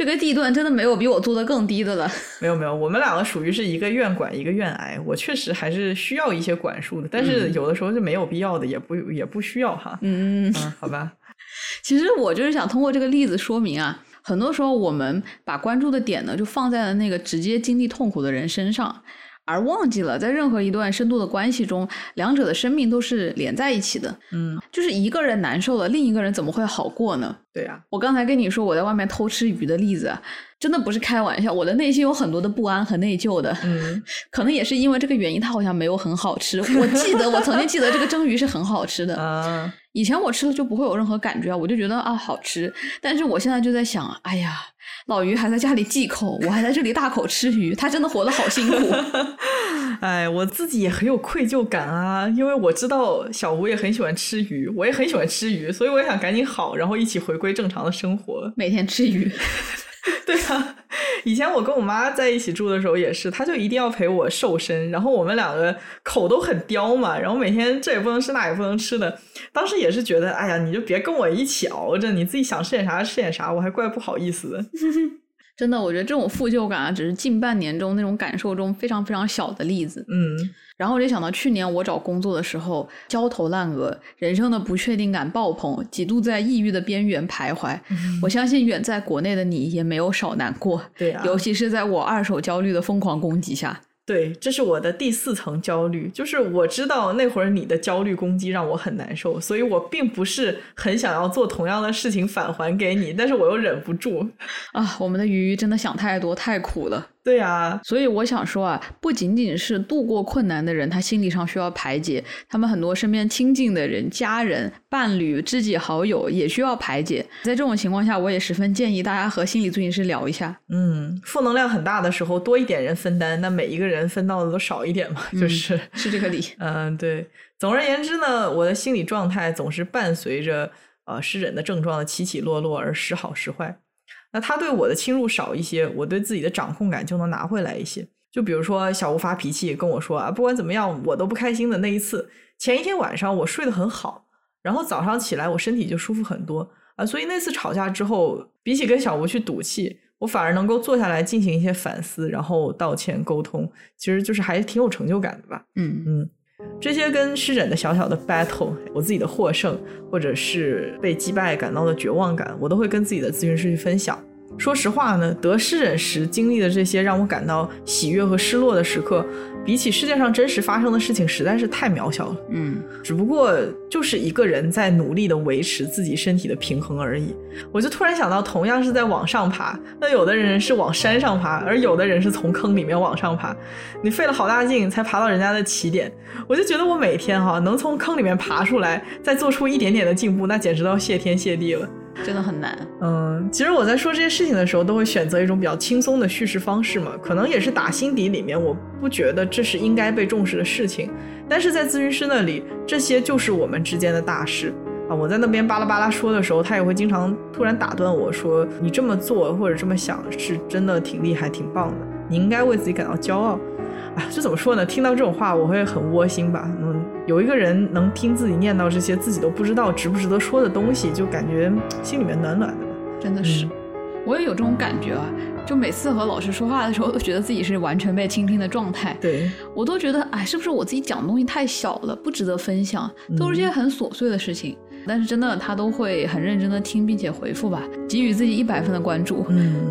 这个地段真的没有比我做的更低的了。 没有，我们两个属于是一个愿管一个愿挨，我确实还是需要一些管束的，但是有的时候是没有必要的，也不需要哈。好吧。 其实我就是想通过这个例子说明啊，很多时候我们把关注的点呢就放在了那个直接经历痛苦的人身上，而忘记了在任何一段深度的关系中，两者的生命都是连在一起的。就是一个人难受了，另一个人怎么会好过呢？ 对啊， 我刚才跟你说我在外面偷吃鱼的例子啊，真的不是开玩笑，我的内心有很多的不安和内疚的。可能也是因为这个原因，它好像没有很好吃。我曾经记得这个蒸鱼是很好吃的。以前我吃了就不会有任何感觉啊，我就觉得啊好吃。但是我现在就在想，哎呀，老于还在家里忌口，我还在这里大口吃鱼，他真的活得好辛苦。 哎，我自己也很有愧疚感啊，因为我知道小吴也很喜欢吃鱼，我也很喜欢吃鱼，所以我也想赶紧好，然后一起回归正常的生活， 每天吃鱼。 对啊，以前我跟我妈在一起住的时候也是，她就一定要陪我瘦身，然后我们两个口都很刁嘛，然后每天这也不能吃那也不能吃的，当时也是觉得哎呀，你就别跟我一起熬着，你自己想吃点啥吃点啥，我还怪不好意思的。 真的，我觉得这种负疚感啊，只是近半年中那种感受中非常非常小的例子。然后我就想到去年我找工作的时候焦头烂额，人生的不确定感爆棚，几度在抑郁的边缘徘徊。我相信远在国内的你也没有少难过。 对啊， 尤其是在我二手焦虑的疯狂攻击下。 对，这是我的第4层焦虑，就是我知道那会儿你的焦虑攻击让我很难受，所以我并不是很想要做同样的事情返还给你，但是我又忍不住啊，我们的鱼真的想太多，太苦了。 对啊， 所以我想说啊，不仅仅是度过困难的人他心理上需要排解，他们很多身边亲近的人、家人、伴侣、知己好友也需要排解。在这种情况下，我也十分建议大家和心理咨询师聊一下。 负能量很大的时候多一点人分担，那每一个人分到的都少一点嘛，就是这个理。 对。总而言之呢，我的心理状态总是伴随着湿疹的症状的起起落落而时好时坏。那他对我的侵入少一些，我对自己的掌控感就能拿回来一些。就比如说小吴发脾气跟我说啊，不管怎么样我都不开心的那一次，前一天晚上我睡得很好，然后早上起来我身体就舒服很多啊。所以那次吵架之后，比起跟小吴去赌气，我反而能够坐下来进行一些反思，然后道歉沟通，其实就是还挺有成就感的吧。这些跟湿疹的小小的 battle， 我自己的获胜或者是被击败感到的绝望感，我都会跟自己的咨询师去分享。说实话呢，得湿疹时经历的这些让我感到喜悦和失落的时刻，比起世界上真实发生的事情实在是太渺小了。只不过就是一个人在努力的维持自己身体的平衡而已。我就突然想到，同样是在往上爬，那有的人是往山上爬，而有的人是从坑里面往上爬，你费了好大劲才爬到人家的起点。我就觉得我每天能从坑里面爬出来，再做出一点点的进步，那简直到谢天谢地了， 真的很难。 其实我在说这些事情的时候都会选择一种比较轻松的叙事方式嘛，可能也是打心底里面我不觉得这是应该被重视的事情，但是在咨询师那里，这些就是我们之间的大事啊。我在那边巴拉巴拉说的时候，他也会经常突然打断我说，你这么做或者这么想是真的挺厉害挺棒的，你应该为自己感到骄傲。这怎么说呢，听到这种话我会很窝心吧。有一个人能听自己念叨这些自己都不知道值不值得说的东西，就感觉心里面暖暖的吧。 真的是，我也有这种感觉啊，就每次和老师说话的时候都觉得自己是完全被倾听的状态。 对， 我都觉得是不是我自己讲的东西太小了，不值得分享，都是些很琐碎的事情。但是真的他都会很认真的听并且回复吧，给予自己100分的关注。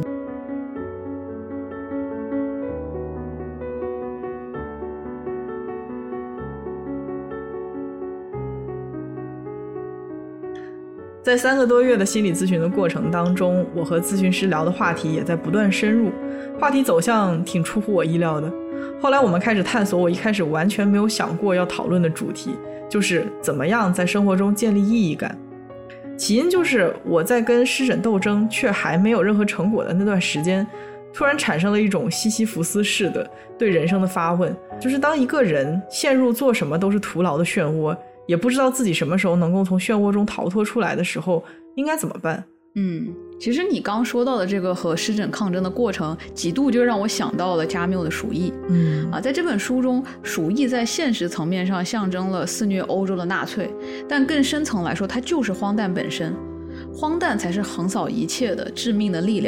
在3个多月的心理咨询的过程当中，我和咨询师聊的话题也在不断深入，话题走向挺出乎我意料的。后来我们开始探索我一开始完全没有想过要讨论的主题，就是怎么样在生活中建立意义感。起因就是我在跟湿疹斗争却还没有任何成果的那段时间，突然产生了一种西西弗斯式的对人生的发问，就是当一个人陷入做什么都是徒劳的漩涡，也不知道自己什么时候能够从漩涡中逃脱出来的时候，应该怎么办？ 其实你刚说到的这个和湿疹抗争的过程，几度就让我想到了加缪的《鼠疫》。在这本书中，鼠疫在现实层面上象征了肆虐欧洲的纳粹，但更深层来说，它就是荒诞本身。荒诞才是横扫一切的致命的力量。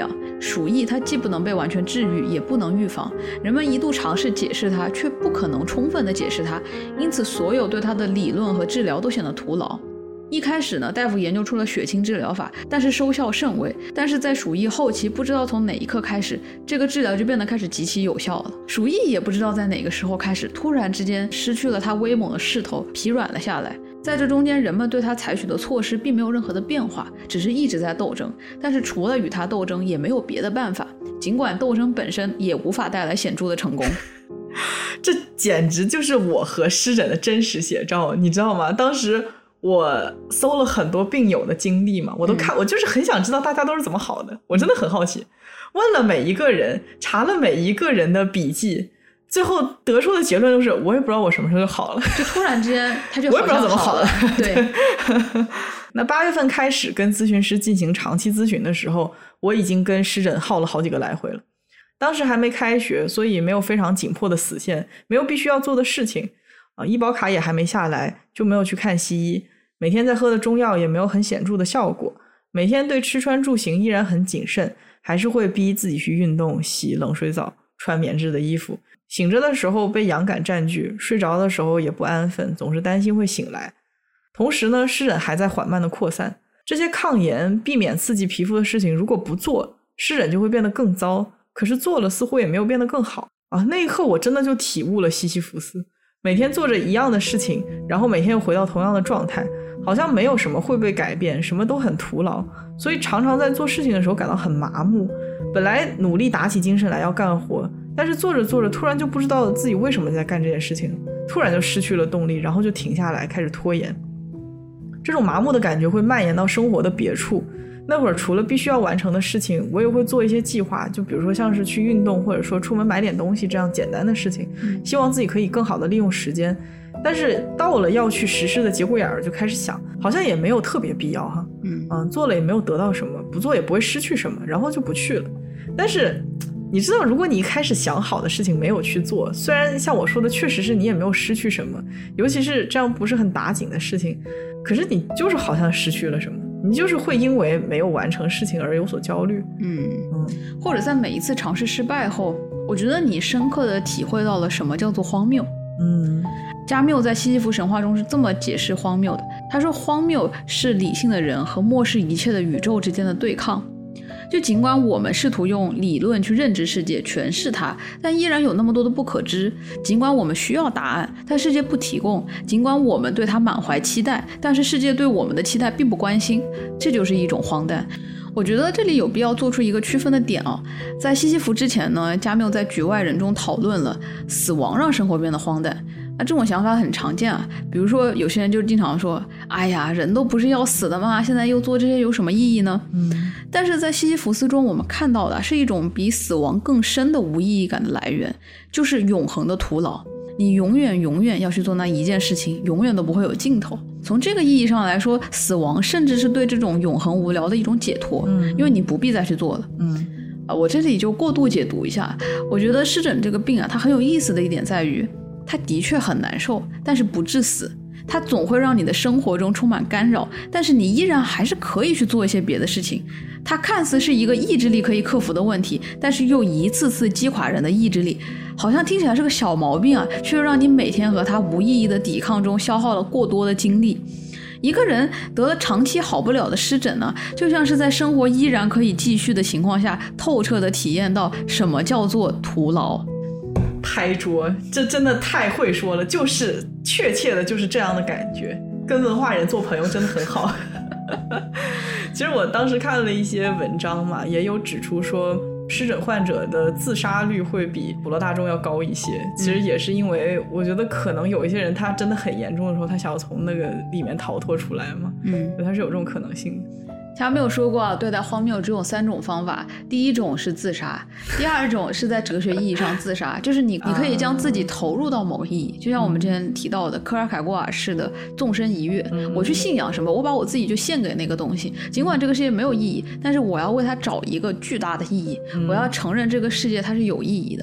鼠疫它既不能被完全治愈，也不能预防。人们一度尝试解释它，却不可能充分的解释它，因此所有对它的理论和治疗都显得徒劳。一开始呢，大夫研究出了血清治疗法，但是收效甚微。但是在鼠疫后期，不知道从哪一刻开始，这个治疗就变得开始极其有效了。鼠疫也不知道在哪个时候开始，突然之间失去了它威猛的势头，疲软了下来。在这中间，人们对它采取的措施并没有任何的变化，只是一直在斗争。但是除了与它斗争，也没有别的办法。尽管斗争本身也无法带来显著的成功。 这简直就是我和湿疹的真实写照，你知道吗？当时我搜了很多病友的经历嘛，我都看，我就是很想知道大家都是怎么好的，我真的很好奇，问了每一个人，查了每一个人的笔记，最后得出的结论都是我也不知道我什么时候就好了， 就突然之间他就我也不知道怎么好了。 对。 那8月份开始跟咨询师进行长期咨询的时候，我已经跟湿疹耗了好几个来回了。当时还没开学，所以没有非常紧迫的死线，没有必须要做的事情医保卡也还没下来，就没有去看西医。每天在喝的中药也没有很显著的效果，每天对吃穿住行依然很谨慎，还是会逼自己去运动、洗冷水澡、穿棉质的衣服。醒着的时候被痒感占据，睡着的时候也不安分，总是担心会醒来。同时呢，湿疹还在缓慢的扩散。这些抗炎、避免刺激皮肤的事情如果不做，湿疹就会变得更糟，可是做了似乎也没有变得更好那一刻我真的就体悟了西西弗斯。每天做着一样的事情，然后每天又回到同样的状态，好像没有什么会被改变，什么都很徒劳，所以常常在做事情的时候感到很麻木。本来努力打起精神来要干活，但是做着做着突然就不知道自己为什么在干这件事情，突然就失去了动力，然后就停下来开始拖延。这种麻木的感觉会蔓延到生活的别处。那会儿除了必须要完成的事情，我也会做一些计划，就比如说像是去运动，或者说出门买点东西这样简单的事情，希望自己可以更好的利用时间。但是到了要去实施的节骨眼儿，就开始想好像也没有特别必要哈，做了也没有得到什么，不做也不会失去什么，然后就不去了。但是你知道，如果你一开始想好的事情没有去做，虽然像我说的确实是你也没有失去什么，尤其是这样不是很打紧的事情，可是你就是好像失去了什么，你就是会因为没有完成事情而有所焦虑。 或者在每一次尝试失败后，我觉得你深刻的体会到了什么叫做荒谬。加缪在西西弗神话中是这么解释荒谬的，他说荒谬是理性的人和漠视一切的宇宙之间的对抗。就尽管我们试图用理论去认知世界、诠释它，但依然有那么多的不可知。尽管我们需要答案，但世界不提供；尽管我们对它满怀期待，但是世界对我们的期待并不关心。这就是一种荒诞。我觉得这里有必要做出一个区分的点在西西弗之前呢，加缪在局外人中讨论了死亡让生活变得荒诞。这种想法很常见比如说有些人就经常说，哎呀，人都不是要死的吗？现在又做这些有什么意义呢？但是在西西弗斯中我们看到的是一种比死亡更深的无意义感的来源，就是永恒的徒劳。你永远要去做那一件事情，永远都不会有尽头。从这个意义上来说，死亡甚至是对这种永恒无聊的一种解脱，因为你不必再去做了。我这里就过度解读一下。我觉得湿疹这个病它很有意思的一点在于，它的确很难受，但是不致死。它总会让你的生活中充满干扰，但是你依然还是可以去做一些别的事情。它看似是一个意志力可以克服的问题，但是又一次次击垮人的意志力，好像听起来是个小毛病却让你每天和它无意义的抵抗中消耗了过多的精力。一个人得了长期好不了的湿疹就像是在生活依然可以继续的情况下，透彻的体验到什么叫做徒劳。 拍桌，这真的太会说了，就是确切的就是这样的感觉，跟文化人做朋友真的很好。其实我当时看了一些文章嘛，也有指出说湿疹患者的自杀率会比普罗大众要高一些，其实也是因为我觉得可能有一些人他真的很严重的时候，他想要从那个里面逃脱出来嘛，他是有这种可能性的。 他没有说过对待荒谬只有3种方法，第一种是自杀，第二种是在哲学意义上自杀，就是你可以将自己投入到某个意义，就像我们之前提到的科尔凯郭尔式的纵身一跃，我去信仰什么，我把我自己就献给那个东西，尽管这个世界没有意义，但是我要为它找一个巨大的意义，我要承认这个世界它是有意义的。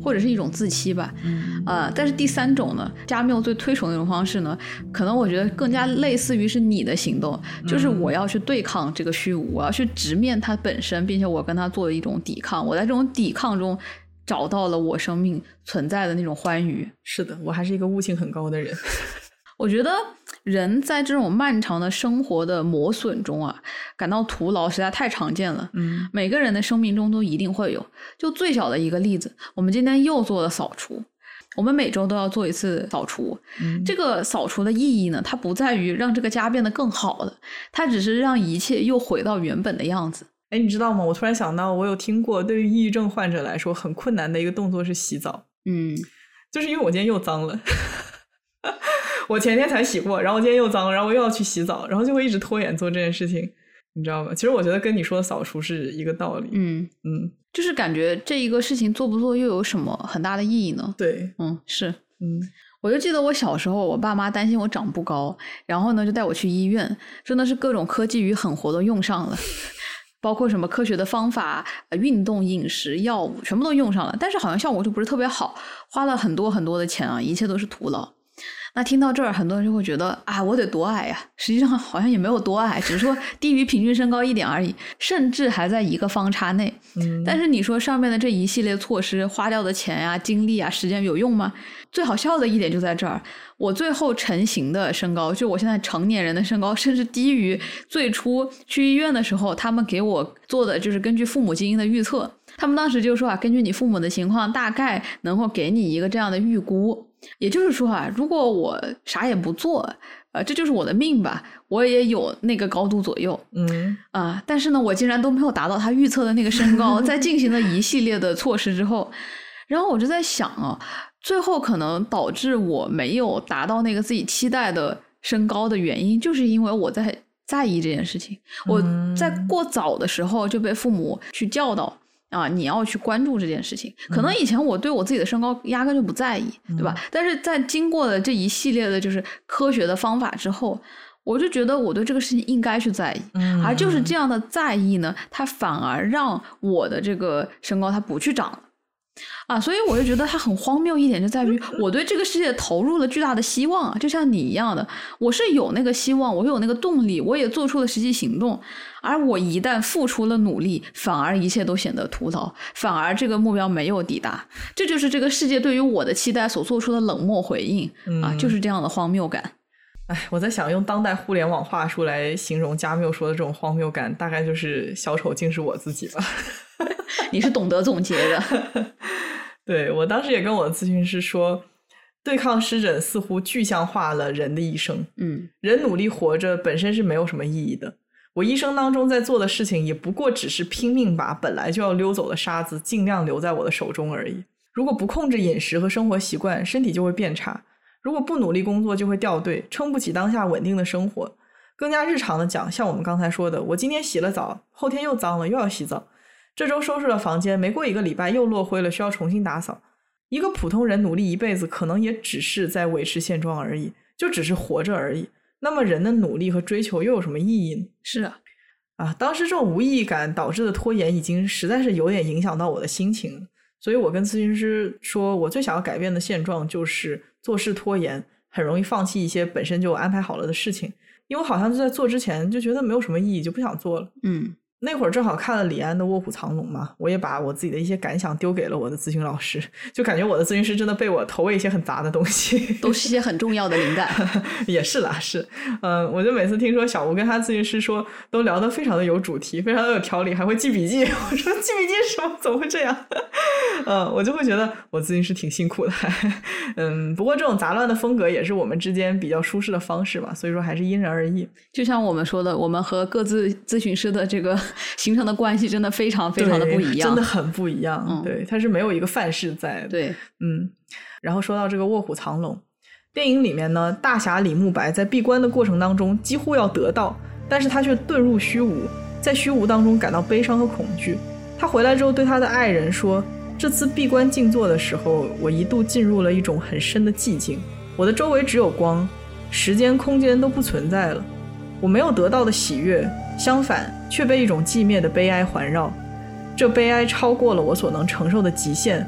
或者是一种自欺吧。但是第三种呢，加缪最推崇的一种方式呢，可能我觉得更加类似于是你的行动，就是我要去对抗这个虚无，我要去直面它本身，并且我跟它做一种抵抗，我在这种抵抗中找到了我生命存在的那种欢愉。 是的，我还是一个悟性很高的人。 我觉得人在这种漫长的生活的磨损中啊，感到徒劳实在太常见了。每个人的生命中都一定会有。就最小的一个例子，我们今天又做了扫除，我们每周都要做一次扫除。这个扫除的意义呢，它不在于让这个家变得更好的，它只是让一切又回到原本的样子。 哎，你知道吗？我突然想到，我有听过对于抑郁症患者来说很困难的一个动作是洗澡。就是因为我今天又脏了。我前天才洗过，然后我今天又脏了，然后我又要去洗澡，然后就会一直拖延做这件事情，你知道吗？其实我觉得跟你说的扫除是一个道理。 就是感觉这一个事情做不做又有什么很大的意义呢？ 对， 是。我就记得我小时候，我爸妈担心我长不高，然后呢就带我去医院，真的是各种科技与狠活都用上了。包括什么科学的方法、运动、饮食、药物，全部都用上了，但是好像效果就不是特别好，花了很多很多的钱啊，一切都是徒劳。那听到这儿，很多人就会觉得啊，我得多矮呀？实际上好像也没有多矮，只是说低于平均身高一点而已，甚至还在一个方差内。但是你说上面的这一系列措施花掉的钱呀、精力啊、时间有用吗？最好笑的一点就在这儿，我最后成型的身高，就我现在成年人的身高，甚至低于最初去医院的时候他们给我做的，就是根据父母基因的预测。他们当时就说啊，根据你父母的情况，大概能够给你一个这样的预估。也就是说啊，如果我啥也不做，这就是我的命吧，我也有那个高度左右。但是呢，我竟然都没有达到他预测的那个身高。在进行了一系列的措施之后，然后我就在想啊，最后可能导致我没有达到那个自己期待的身高的原因，就是因为我在意这件事情。我在过早的时候就被父母去教导啊，你要去关注这件事情。可能以前我对我自己的身高压根就不在意，对吧？但是在经过了这一系列的就是科学的方法之后，我就觉得我对这个事情应该去在意。而就是这样的在意呢，它反而让我的这个身高它不去长了。所以我就觉得它很荒谬一点就在于我对这个世界投入了巨大的希望，就像你一样的，我是有那个希望，我有那个动力，我也做出了实际行动，而我一旦付出了努力，反而一切都显得徒劳，反而这个目标没有抵达。这就是这个世界对于我的期待所做出的冷漠回应。就是这样的荒谬感。 我在想用当代互联网话术来形容加缪说的这种荒谬感，大概就是小丑竟是我自己吧。 你是懂得总结的。 对，我当时也跟我的咨询师说，对抗湿疹似乎具象化了人的一生。人努力活着本身是没有什么意义的，我一生当中在做的事情也不过只是拼命把本来就要溜走的沙子尽量留在我的手中而已。如果不控制饮食和生活习惯，身体就会变差，如果不努力工作就会掉队，撑不起当下稳定的生活。更加日常的讲，像我们刚才说的，我今天洗了澡，后天又脏了，又要洗澡，这周收拾了房间，没过一个礼拜又落灰了，需要重新打扫。一个普通人努力一辈子，可能也只是在维持现状而已，就只是活着而已。那么人的努力和追求又有什么意义呢？ 是当时这种无意义感导致的拖延已经实在是有点影响到我的心情了。所以我跟咨询师说，我最想要改变的现状就是做事拖延，很容易放弃一些本身就安排好了的事情，因为好像就在做之前就觉得没有什么意义，就不想做了。那会儿正好看了李安的《卧虎藏龙》嘛，我也把我自己的一些感想丢给了我的咨询老师，就感觉我的咨询师真的被我投喂一些很杂的东西， 都是一些很重要的灵感。 也是啦，是，我就每次听说小吴跟他咨询师说，都聊得非常的有主题，非常的有条理，还会记笔记。我说记笔记是什么？怎么会这样？我就会觉得我咨询师挺辛苦的。不过这种杂乱的风格也是我们之间比较舒适的方式嘛，所以说还是因人而异。 就像我们说的，我们和各自咨询师的这个形成的关系真的非常非常的不一样， 真的很不一样。对，它是没有一个范式在的。 对， 然后说到这个《卧虎藏龙》电影里面呢，大侠李慕白在闭关的过程当中几乎要得到，但是他却遁入虚无，在虚无当中感到悲伤和恐惧。他回来之后对他的爱人说，这次闭关静坐的时候，我一度进入了一种很深的寂静，我的周围只有光，时间空间都不存在了，我没有得到的喜悦，相反却被一种寂灭的悲哀环绕，这悲哀超过了我所能承受的极限，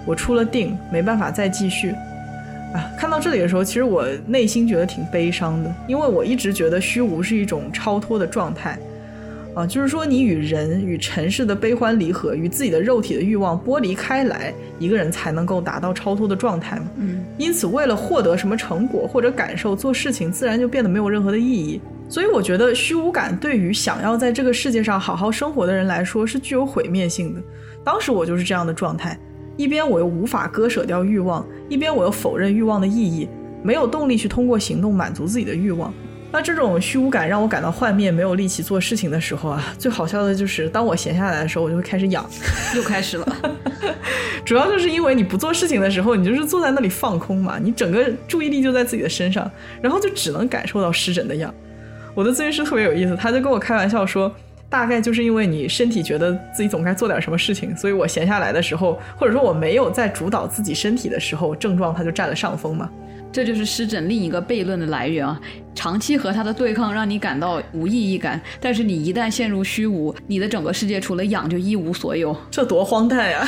我出了定，没办法再继续。看到这里的时候，其实我内心觉得挺悲伤的，因为我一直觉得虚无是一种超脱的状态就是说你与人与尘世的悲欢离合，与自己的肉体的欲望剥离开来，一个人才能够达到超脱的状态嘛。因此为了获得什么成果或者感受，做事情自然就变得没有任何的意义。所以我觉得虚无感对于想要在这个世界上好好生活的人来说是具有毁灭性的。当时我就是这样的状态，一边我又无法割舍掉欲望，一边我又否认欲望的意义，没有动力去通过行动满足自己的欲望。那这种虚无感让我感到幻灭，没有力气做事情的时候最好笑的就是当我闲下来的时候，我就会开始痒。 又开始了主要就是因为你不做事情的时候，你就是坐在那里放空嘛，你整个注意力就在自己的身上，然后就只能感受到湿疹的痒。我的咨询师特别有意思，他就跟我开玩笑说，大概就是因为你身体觉得自己总该做点什么事情，所以我闲下来的时候，或者说我没有在主导自己身体的时候，症状它就占了上风嘛。 这就是湿疹另一个悖论的来源长期和它的对抗让你感到无意义感，但是你一旦陷入虚无，你的整个世界除了痒就一无所有。 这多荒诞呀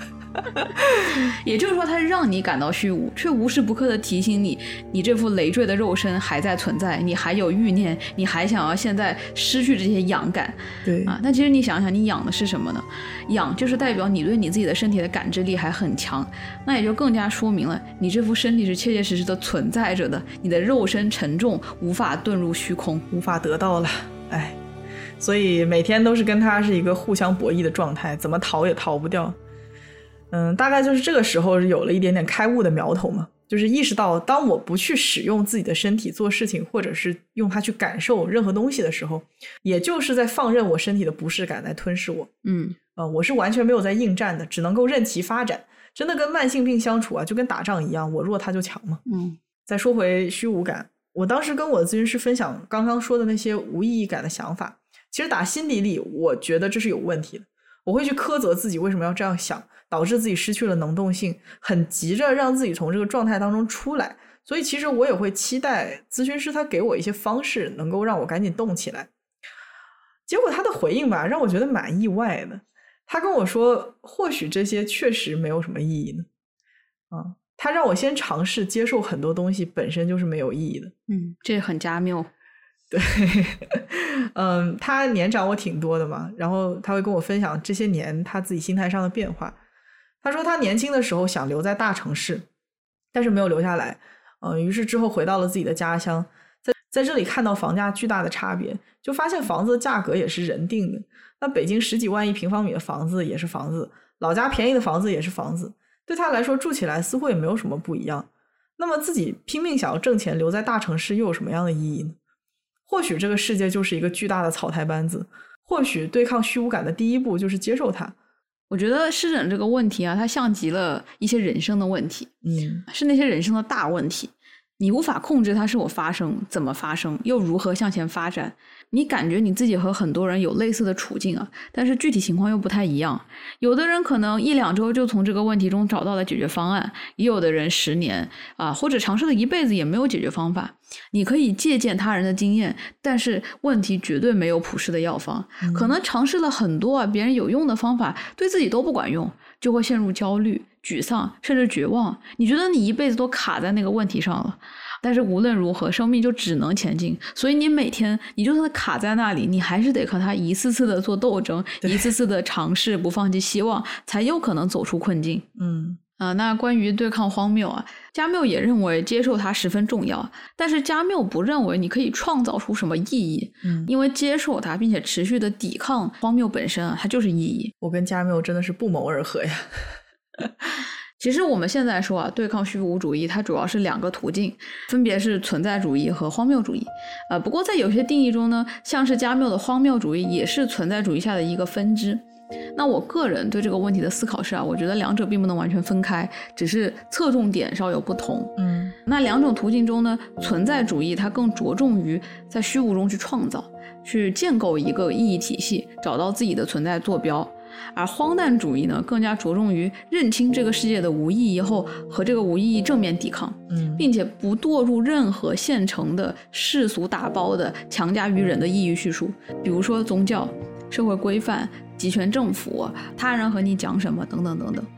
也就是说它让你感到虚无，却无时不刻地提醒你，你这副累赘的肉身还在存在，你还有欲念，你还想要现在失去这些痒感。 对但其实你想想，你痒的是什么呢？痒就是代表你对你自己的身体的感知力还很强，那也就更加说明了你这副身体是切切实实的存在着的，你的肉身沉重，无法遁入虚空， 无法得到了。所以每天都是跟它是一个互相博弈的状态，怎么逃也逃不掉。大概就是这个时候有了一点点开悟的苗头嘛，就是意识到当我不去使用自己的身体做事情，或者是用它去感受任何东西的时候，也就是在放任我身体的不适感来吞噬我。我是完全没有在应战的，只能够任其发展。真的跟慢性病相处就跟打仗一样，我弱他就强嘛。再说回虚无感，我当时跟我的咨询师分享刚刚说的那些无意义感的想法，其实打心底里我觉得这是有问题的，我会去苛责自己为什么要这样想，导致自己失去了能动性，很急着让自己从这个状态当中出来。所以其实我也会期待咨询师他给我一些方式能够让我赶紧动起来。结果他的回应吧让我觉得蛮意外的，他跟我说或许这些确实没有什么意义呢。他让我先尝试接受很多东西本身就是没有意义的。 这很加缪。 对他年长我挺多的嘛，然后他会跟我分享这些年他自己心态上的变化。他说他年轻的时候想留在大城市，但是没有留下来，于是之后回到了自己的家乡，在这里看到房价巨大的差别，就发现房子的价格也是人定的。那北京10几万一平方米的房子也是房子，老家便宜的房子也是房子，对他来说住起来似乎也没有什么不一样。那么自己拼命想要挣钱留在大城市又有什么样的意义呢？或许这个世界就是一个巨大的草台班子，或许对抗虚无感的第一步就是接受它。 我觉得湿疹这个问题它像极了一些人生的问题，是那些人生的大问题，你无法控制它是否发生，怎么发生，又如何向前发展。你感觉你自己和很多人有类似的处境但是具体情况又不太一样。有的人可能1-2周就从这个问题中找到了解决方案，也有的人10年或者尝试了一辈子也没有解决方法。你可以借鉴他人的经验，但是问题绝对没有普世的药方。可能尝试了很多别人有用的方法，对自己都不管用，就会陷入焦虑、沮丧，甚至绝望。你觉得你一辈子都卡在那个问题上了，但是无论如何生命就只能前进，所以你每天你就算卡在那里，你还是得和他一次次的做斗争，一次次的尝试，不放弃希望，才有可能走出困境。那关于对抗荒谬加缪也认为接受它十分重要，但是加缪不认为你可以创造出什么意义，因为接受它并且持续的抵抗荒谬本身它就是意义。 我跟加缪真的是不谋而合呀其实我们现在说对抗虚无主义它主要是2个途径，分别是存在主义和荒谬主义。不过在有些定义中呢，像是加缪的荒谬主义也是存在主义下的一个分支。那我个人对这个问题的思考是我觉得2者并不能完全分开，只是侧重点稍有不同。那2种途径中呢，存在主义它更着重于在虚无中去创造，去建构一个意义体系，找到自己的存在坐标。而荒诞主义呢，更加着重于认清这个世界的无意义后和这个无意义正面抵抗，并且不堕入任何现成的世俗打包的强加于人的意义叙述，比如说宗教、社会规范、集权政府、他人和你讲什么等等等等。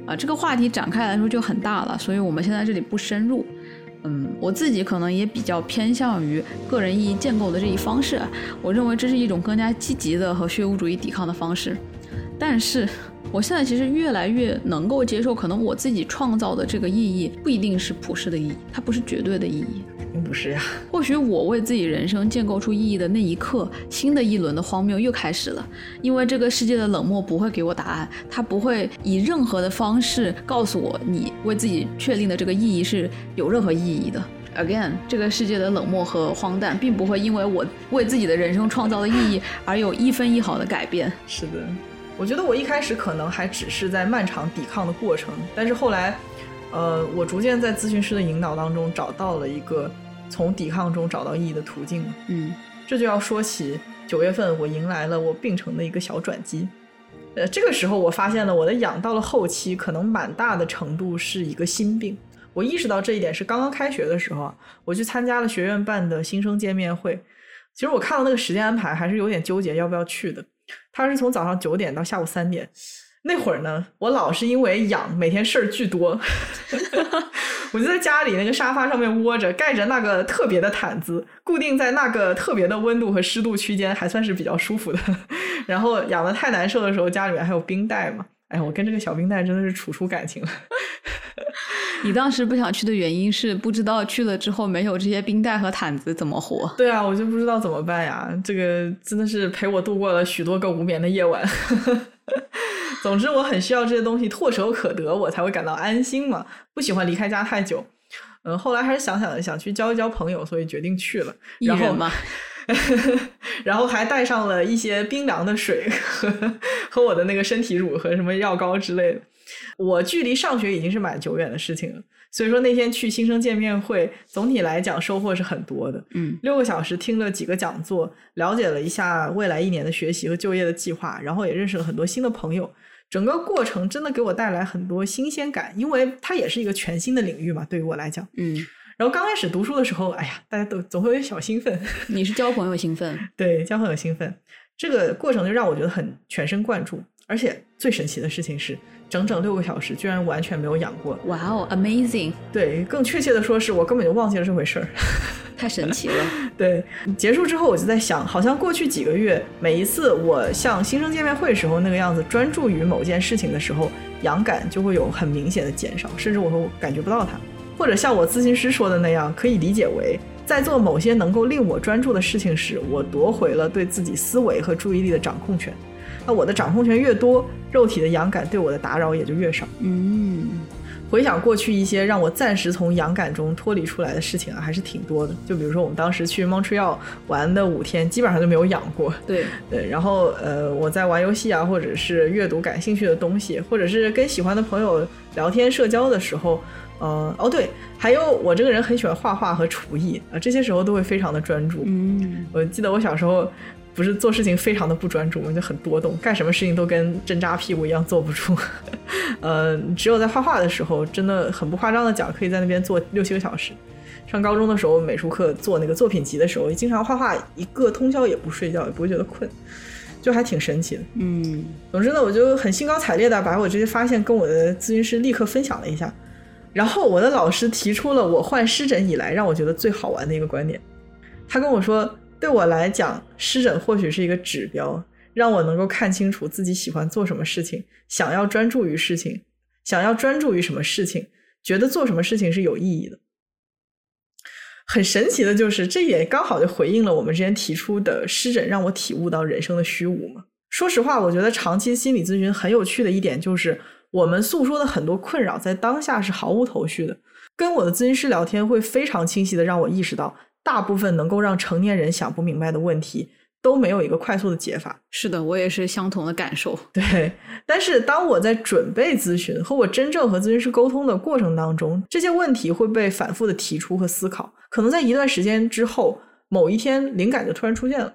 这个话题展开来说就很大了，所以我们现在这里不深入。我自己可能也比较偏向于个人意义建构的这一方式，我认为这是一种更加积极的和虚无主义抵抗的方式。但是我现在其实越来越能够接受，可能我自己创造的这个意义不一定是普世的意义，它不是绝对的意义。 肯定不是呀。 或许我为自己人生建构出意义的那一刻，新的一轮的荒谬又开始了。因为这个世界的冷漠不会给我答案，它不会以任何的方式告诉我你为自己确定的这个意义是有任何意义的。Again， 这个世界的冷漠和荒诞并不会因为我为自己的人生创造的意义而有一分一毫的改变。 是的，我觉得我一开始可能还只是在漫长抵抗的过程，但是后来我逐渐在咨询师的引导当中找到了一个从抵抗中找到意义的途径。这就要说起9月份我迎来了我病程的一个小转机。这个时候我发现了我的痒到了后期可能蛮大的程度是一个心病。我意识到这一点是刚刚开学的时候，我去参加了学院办的新生见面会。其实我看到那个时间安排还是有点纠结要不要去的，它是从早上9点到下午3点。那会儿呢，我老是因为痒每天事儿巨多我就在家里那个沙发上面窝着，盖着那个特别的毯子，固定在那个特别的温度和湿度区间，还算是比较舒服的然后痒得太难受的时候，家里面还有冰袋嘛，哎，我跟这个小冰袋真的是处出感情了你当时不想去的原因是不知道去了之后没有这些冰袋和毯子怎么活？ 对啊，我就不知道怎么办呀，这个真的是陪我度过了许多个无眠的夜晚总之我很需要这些东西唾手可得，我才会感到安心嘛，不喜欢离开家太久。后来还是想去交一交朋友，所以决定去了。 艺人嘛然后还带上了一些冰凉的水和我的那个身体乳和什么药膏之类的。我距离上学已经是蛮久远的事情了，所以说那天去新生见面会总体来讲收获是很多的。6个小时听了几个讲座，了解了一下未来1年的学习和就业的计划，然后也认识了很多新的朋友。整个过程真的给我带来很多新鲜感，因为它也是一个全新的领域嘛，对于我来讲。然后刚开始读书的时候，哎呀，大家都总会有点小兴奋。 你是交朋友兴奋？对， 交朋友兴奋。这个过程就让我觉得很全神贯注，而且最神奇的事情是整整6个小时居然完全没有痒过。 哇哦 amazing。 对，更确切的说是我根本就忘记了这回事儿太神奇了对，结束之后我就在想，好像过去几个月每一次我像新生见面会时候那个样子专注于某件事情的时候，痒感就会有很明显的减少，甚至我会感觉不到它。或者像我咨询师说的那样，可以理解为在做某些能够令我专注的事情时，我夺回了对自己思维和注意力的掌控权。那我的掌控权越多，肉体的痒感对我的打扰也就越少。回想过去一些让我暂时从痒感中脱离出来的事情还是挺多的。就比如说我们当时去 Montreal 玩的5天基本上就没有痒过。对，然后我在玩游戏啊，或者是阅读感兴趣的东西，或者是跟喜欢的朋友聊天社交的时候，对，还有我这个人很喜欢画画和厨艺这些时候都会非常的专注。我记得我小时候不是做事情非常的不专注，我就很多动，干什么事情都跟针扎屁股一样坐不住只有在画画的时候，真的很不夸张的讲，可以在那边坐6-7个小时。上高中的时候美术课做那个作品集的时候，经常画画一个通宵也不睡觉，也不会觉得困，就还挺神奇的。总之呢，我就很兴高采烈的把我这些发现跟我的咨询师立刻分享了一下。然后我的老师提出了我患湿疹以来让我觉得最好玩的一个观点。他跟我说，对我来讲，湿疹或许是一个指标，让我能够看清楚自己喜欢做什么事情，想要专注于事情，想要专注于什么事情，觉得做什么事情是有意义的。很神奇的就是这也刚好就回应了我们之前提出的湿疹让我体悟到人生的虚无嘛。说实话，我觉得长期心理咨询很有趣的一点就是我们诉说的很多困扰在当下是毫无头绪的。跟我的咨询师聊天会非常清晰的让我意识到，大部分能够让成年人想不明白的问题都没有一个快速的解法。 是的，我也是相同的感受。 对，但是当我在准备咨询和我真正和咨询师沟通的过程当中，这些问题会被反复的提出和思考，可能在一段时间之后，某一天灵感就突然出现了。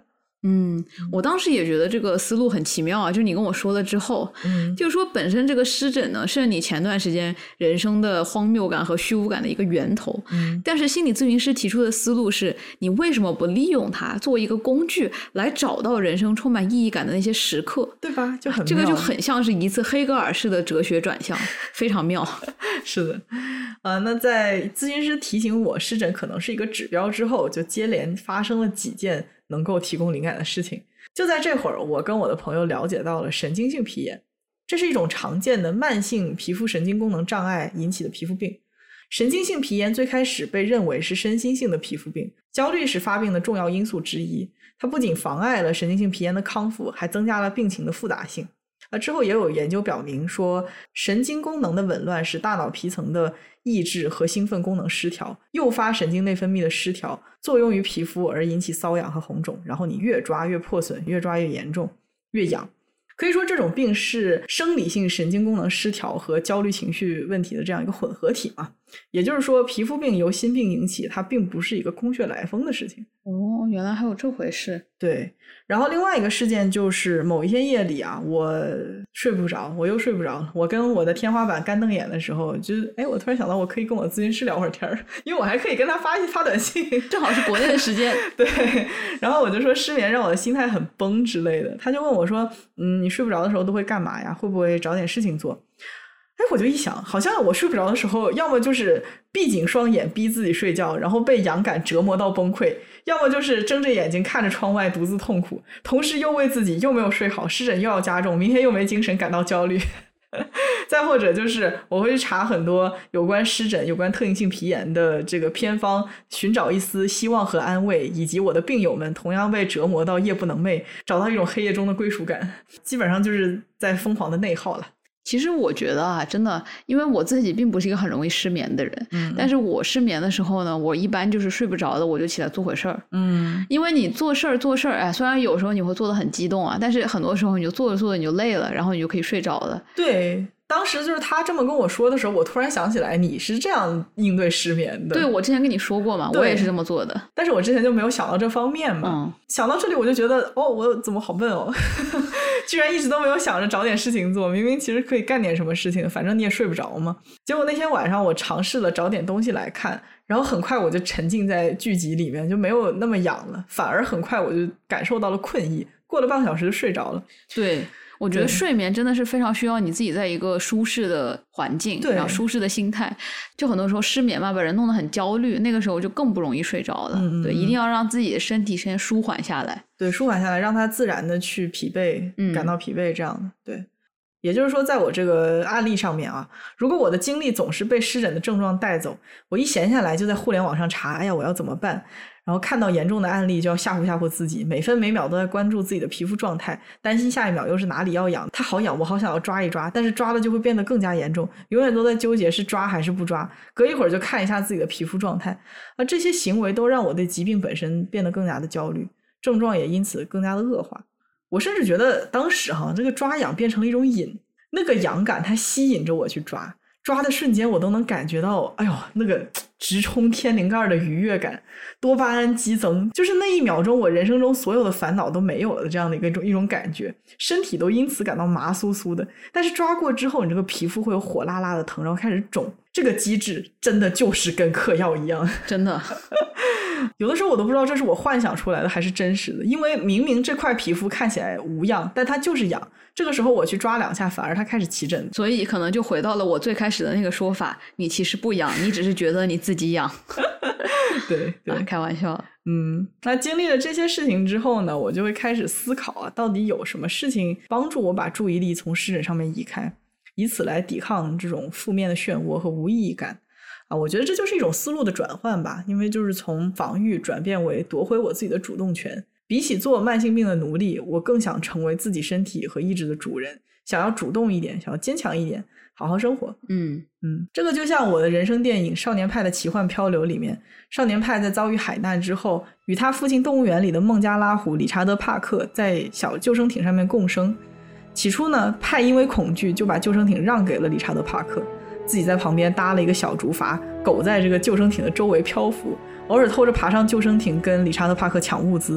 我当时也觉得这个思路很奇妙啊，就你跟我说了之后，就是说本身这个湿疹呢是你前段时间人生的荒谬感和虚无感的一个源头，但是心理咨询师提出的思路是你为什么不利用它作为一个工具来找到人生充满意义感的那些时刻， 对吧？就很妙， 这个就很像是一次黑格尔式的哲学转向，非常妙。 是的，那在咨询师提醒我湿疹可能是一个指标之后，就接连发生了几件能够提供灵感的事情。就在这会儿，我跟我的朋友了解到了神经性皮炎，这是一种常见的慢性皮肤神经功能障碍引起的皮肤病。神经性皮炎最开始被认为是身心性的皮肤病，焦虑是发病的重要因素之一，它不仅妨碍了神经性皮炎的康复，还增加了病情的复杂性。之后也有研究表明说，神经功能的紊乱使大脑皮层的抑制和兴奋功能失调，诱发神经内分泌的失调，作用于皮肤而引起瘙痒和红肿，然后你越抓越破损，越抓越严重，越痒。可以说这种病是生理性神经功能失调和焦虑情绪问题的这样一个混合体嘛。也就是说皮肤病由心病引起，它并不是一个空穴来风的事情。 哦，原来还有这回事。 对，然后另外一个事件就是某一天夜里啊，我睡不着，我又睡不着了。我跟我的天花板干瞪眼的时候，我突然想到我可以跟我咨询师聊会儿天，因为我还可以跟他发短信， 正好是国内的时间。 对，然后我就说失眠让我的心态很崩之类的。他就问我说你睡不着的时候都会干嘛呀？会不会找点事情做？我就一想，好像我睡不着的时候，要么就是闭紧双眼逼自己睡觉，然后被痒感折磨到崩溃，要么就是睁着眼睛看着窗外独自痛苦，同时又为自己又没有睡好，湿疹又要加重，明天又没精神感到焦虑。再或者就是我会去查很多有关湿疹有关特应性皮炎的这个偏方，寻找一丝希望和安慰，以及我的病友们同样被折磨到夜不能寐，找到一种黑夜中的归属感，基本上就是在疯狂的内耗了。 其实我觉得啊，真的，因为我自己并不是一个很容易失眠的人，但是我失眠的时候呢，我一般就是睡不着的，我就起来做会事儿。因为你做事儿，虽然有时候你会做得很激动啊，但是很多时候你就做着做着你就累了，然后你就可以睡着了。 对，当时就是他这么跟我说的时候，我突然想起来你是这样应对失眠的。 对，我之前跟你说过嘛，我也是这么做的， 但是我之前就没有想到这方面嘛。想到这里我就觉得我怎么好笨哦居然一直都没有想着找点事情做，明明其实可以干点什么事情，反正你也睡不着嘛。结果那天晚上我尝试了找点东西来看，然后很快我就沉浸在剧集里面，就没有那么痒了，反而很快我就感受到了困意，过了半个小时就睡着了。 对，我觉得睡眠真的是非常需要你自己在一个舒适的环境，然后舒适的心态。就很多时候失眠嘛，把人弄得很焦虑，那个时候就更不容易睡着了。对，一定要让自己的身体先舒缓下来。 对，舒缓下来，让它自然的去疲惫，感到疲惫这样的。对，也就是说在我这个案例上面啊，如果我的精力总是被湿疹的症状带走，我一闲下来就在互联网上查，我要怎么办，然后看到严重的案例就要吓唬自己，每分每秒都在关注自己的皮肤状态，担心下一秒又是哪里要痒，它好痒我好想要抓一抓，但是抓了就会变得更加严重，永远都在纠结是抓还是不抓，隔一会儿就看一下自己的皮肤状态。这些行为都让我对疾病本身变得更加的焦虑，症状也因此更加的恶化。我甚至觉得当时这个抓痒变成了一种瘾，那个痒感它吸引着我去抓的瞬间我都能感觉到那个直冲天灵盖的愉悦感，多巴胺激增，就是那一秒钟我人生中所有的烦恼都没有了这样的一种感觉，身体都因此感到麻酥酥的。但是抓过之后你这个皮肤会有火辣辣的疼，然后开始肿，这个机制真的就是跟嗑药一样， 真的有的时候我都不知道这是我幻想出来的还是真实的，因为明明这块皮肤看起来无恙，但它就是痒，这个时候我去抓两下反而它开始起疹， 所以可能就回到了我最开始的那个说法，你其实不痒，你只是觉得你自己痒对对、 开玩笑。 那经历了这些事情之后呢，我就会开始思考到底有什么事情帮助我把注意力从湿疹上面移开，以此来抵抗这种负面的漩涡和无意义感。我觉得这就是一种思路的转换吧，因为就是从防御转变为夺回我自己的主动权。比起做慢性病的奴隶，我更想成为自己身体和意志的主人，想要主动一点，想要坚强一点，好好生活。这个就像我的人生电影《少年派的奇幻漂流》里面，少年派在遭遇海难之后，与他父亲动物园里的孟加拉虎理查德·帕克在小救生艇上面共生。起初呢，派因为恐惧就把救生艇让给了理查德·帕克，自己在旁边搭了一个小竹筏，狗在这个救生艇的周围漂浮，偶尔偷着爬上救生艇跟理查德·帕克抢物资。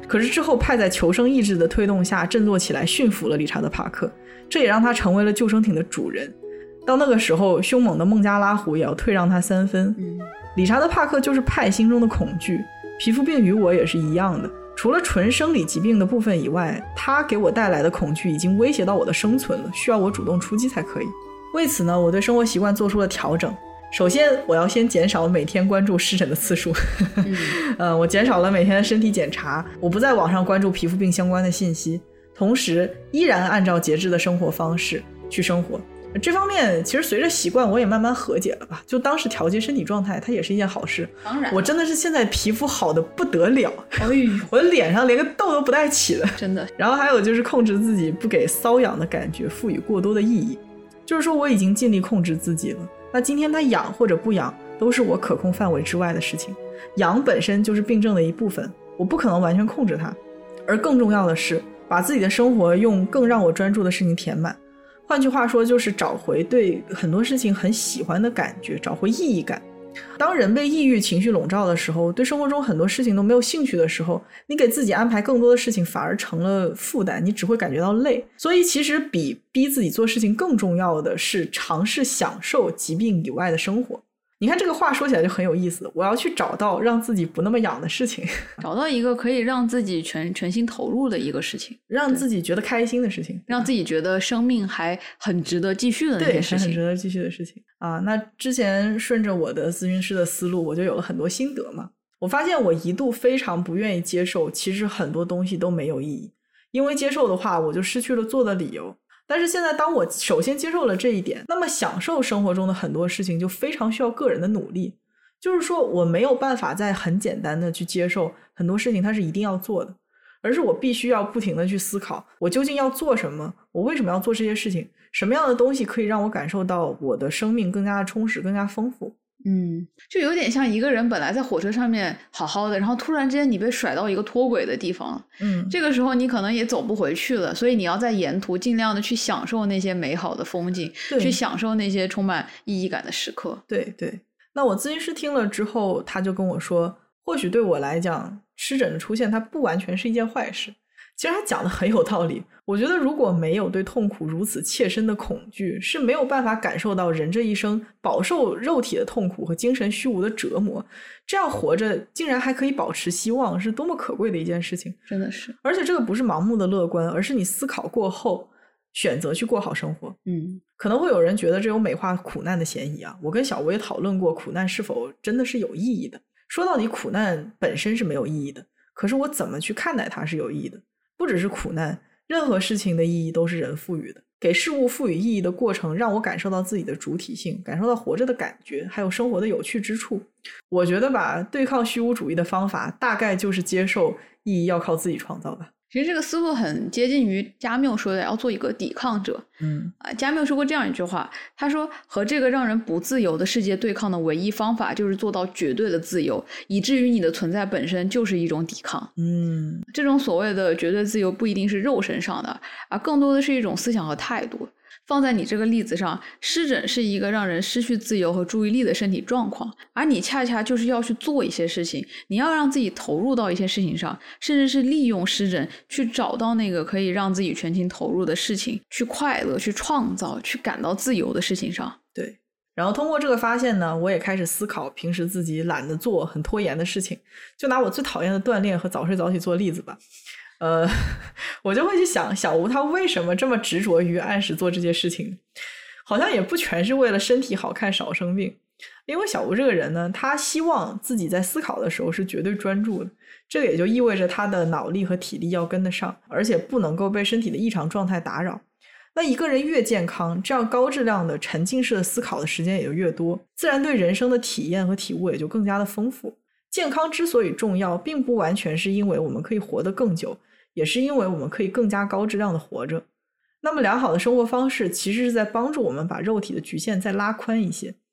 可是之后派在求生意志的推动下振作起来，驯服了理查德·帕克，这也让他成为了救生艇的主人。到那个时候，凶猛的孟加拉虎也要退让他3分。理查德·帕克就是派心中的恐惧，皮肤病与我也是一样的。除了纯生理疾病的部分以外，他给我带来的恐惧已经威胁到我的生存了，需要我主动出击才可以。为此呢，我对生活习惯做出了调整。首先，我要先减少每天关注湿疹的次数。我减少了每天的身体检查，我不在网上关注皮肤病相关的信息，同时依然按照节制的生活方式去生活。这方面其实随着习惯我也慢慢和解了吧，就当时调节身体状态它也是一件好事。 当然， 我真的是现在皮肤好的不得了，我的脸上连个痘都不带起的， 真的。 然后还有就是控制自己不给瘙痒的感觉赋予过多的意义，就是说我已经尽力控制自己了，那今天它痒或者不痒都是我可控范围之外的事情，痒本身就是病症的一部分，我不可能完全控制它。而更重要的是把自己的生活用更让我专注的事情填满，换句话说就是找回对很多事情很喜欢的感觉，找回意义感。当人被抑郁情绪笼罩的时候，对生活中很多事情都没有兴趣的时候，你给自己安排更多的事情反而成了负担，你只会感觉到累。所以其实比逼自己做事情更重要的是尝试享受疾病以外的生活。你看这个话说起来就很有意思，我要去找到让自己不那么痒的事情， 找到一个可以让自己全心投入的一个事情， 让自己觉得开心的事情， 让自己觉得生命还很值得继续的那些事情， 对，很值得继续的事情啊。那之前顺着我的咨询师的思路，我就有了很多心得嘛。我发现我一度非常不愿意接受，其实很多东西都没有意义，因为接受的话我就失去了做的理由。但是现在当我首先接受了这一点，那么享受生活中的很多事情就非常需要个人的努力。就是说我没有办法再很简单的去接受很多事情它是一定要做的，而是我必须要不停的去思考我究竟要做什么，我为什么要做这些事情，什么样的东西可以让我感受到我的生命更加的充实更加丰富。 就有点像一个人本来在火车上面好好的，然后突然之间你被甩到一个脱轨的地方，这个时候你可能也走不回去了，所以你要在沿途尽量的去享受那些美好的风景，去享受那些充满意义感的时刻。 对对，那我咨询师听了之后他就跟我说，或许对我来讲湿疹的出现它不完全是一件坏事。其实他讲的很有道理，我觉得如果没有对痛苦如此切身的恐惧，是没有办法感受到人这一生饱受肉体的痛苦和精神虚无的折磨，这样活着竟然还可以保持希望，是多么可贵的一件事情。 真的是， 而且这个不是盲目的乐观，而是你思考过后选择去过好生活。可能会有人觉得这有美化苦难的嫌疑啊，我跟小吴也讨论过苦难是否真的是有意义的。说到底苦难本身是没有意义的，可是我怎么去看待它是有意义的。不只是苦难，任何事情的意义都是人赋予的，给事物赋予意义的过程让我感受到自己的主体性，感受到活着的感觉，还有生活的有趣之处。我觉得吧，对抗虚无主义的方法大概就是接受意义要靠自己创造吧。 其实这个思路很接近于加缪说的要做一个抵抗者。加缪说过这样一句话，他说和这个让人不自由的世界对抗的唯一方法就是做到绝对的自由，以至于你的存在本身就是一种抵抗。这种所谓的绝对自由不一定是肉身上的，而更多的是一种思想和态度。放在你这个例子上，湿疹是一个让人失去自由和注意力的身体状况，而你恰恰就是要去做一些事情，你要让自己投入到一些事情上，甚至是利用湿疹去找到那个可以让自己全情投入的事情，去快乐，去创造，去感到自由的事情上。 对，然后通过这个发现呢，我也开始思考平时自己懒得做很拖延的事情。就拿我最讨厌的锻炼和早睡早起做例子吧，我就会去想小吴他为什么这么执着于按时做这些事情，好像也不全是为了身体好看少生病。因为小吴这个人呢，他希望自己在思考的时候是绝对专注的，这个也就意味着他的脑力和体力要跟得上，而且不能够被身体的异常状态打扰。那一个人越健康，这样高质量的沉浸式的思考的时间也就越多，自然对人生的体验和体悟也就更加的丰富。健康之所以重要，并不完全是因为我们可以活得更久，也是因为我们可以更加高质量的活着。那么良好的生活方式其实是在帮助我们把肉体的局限再拉宽一些。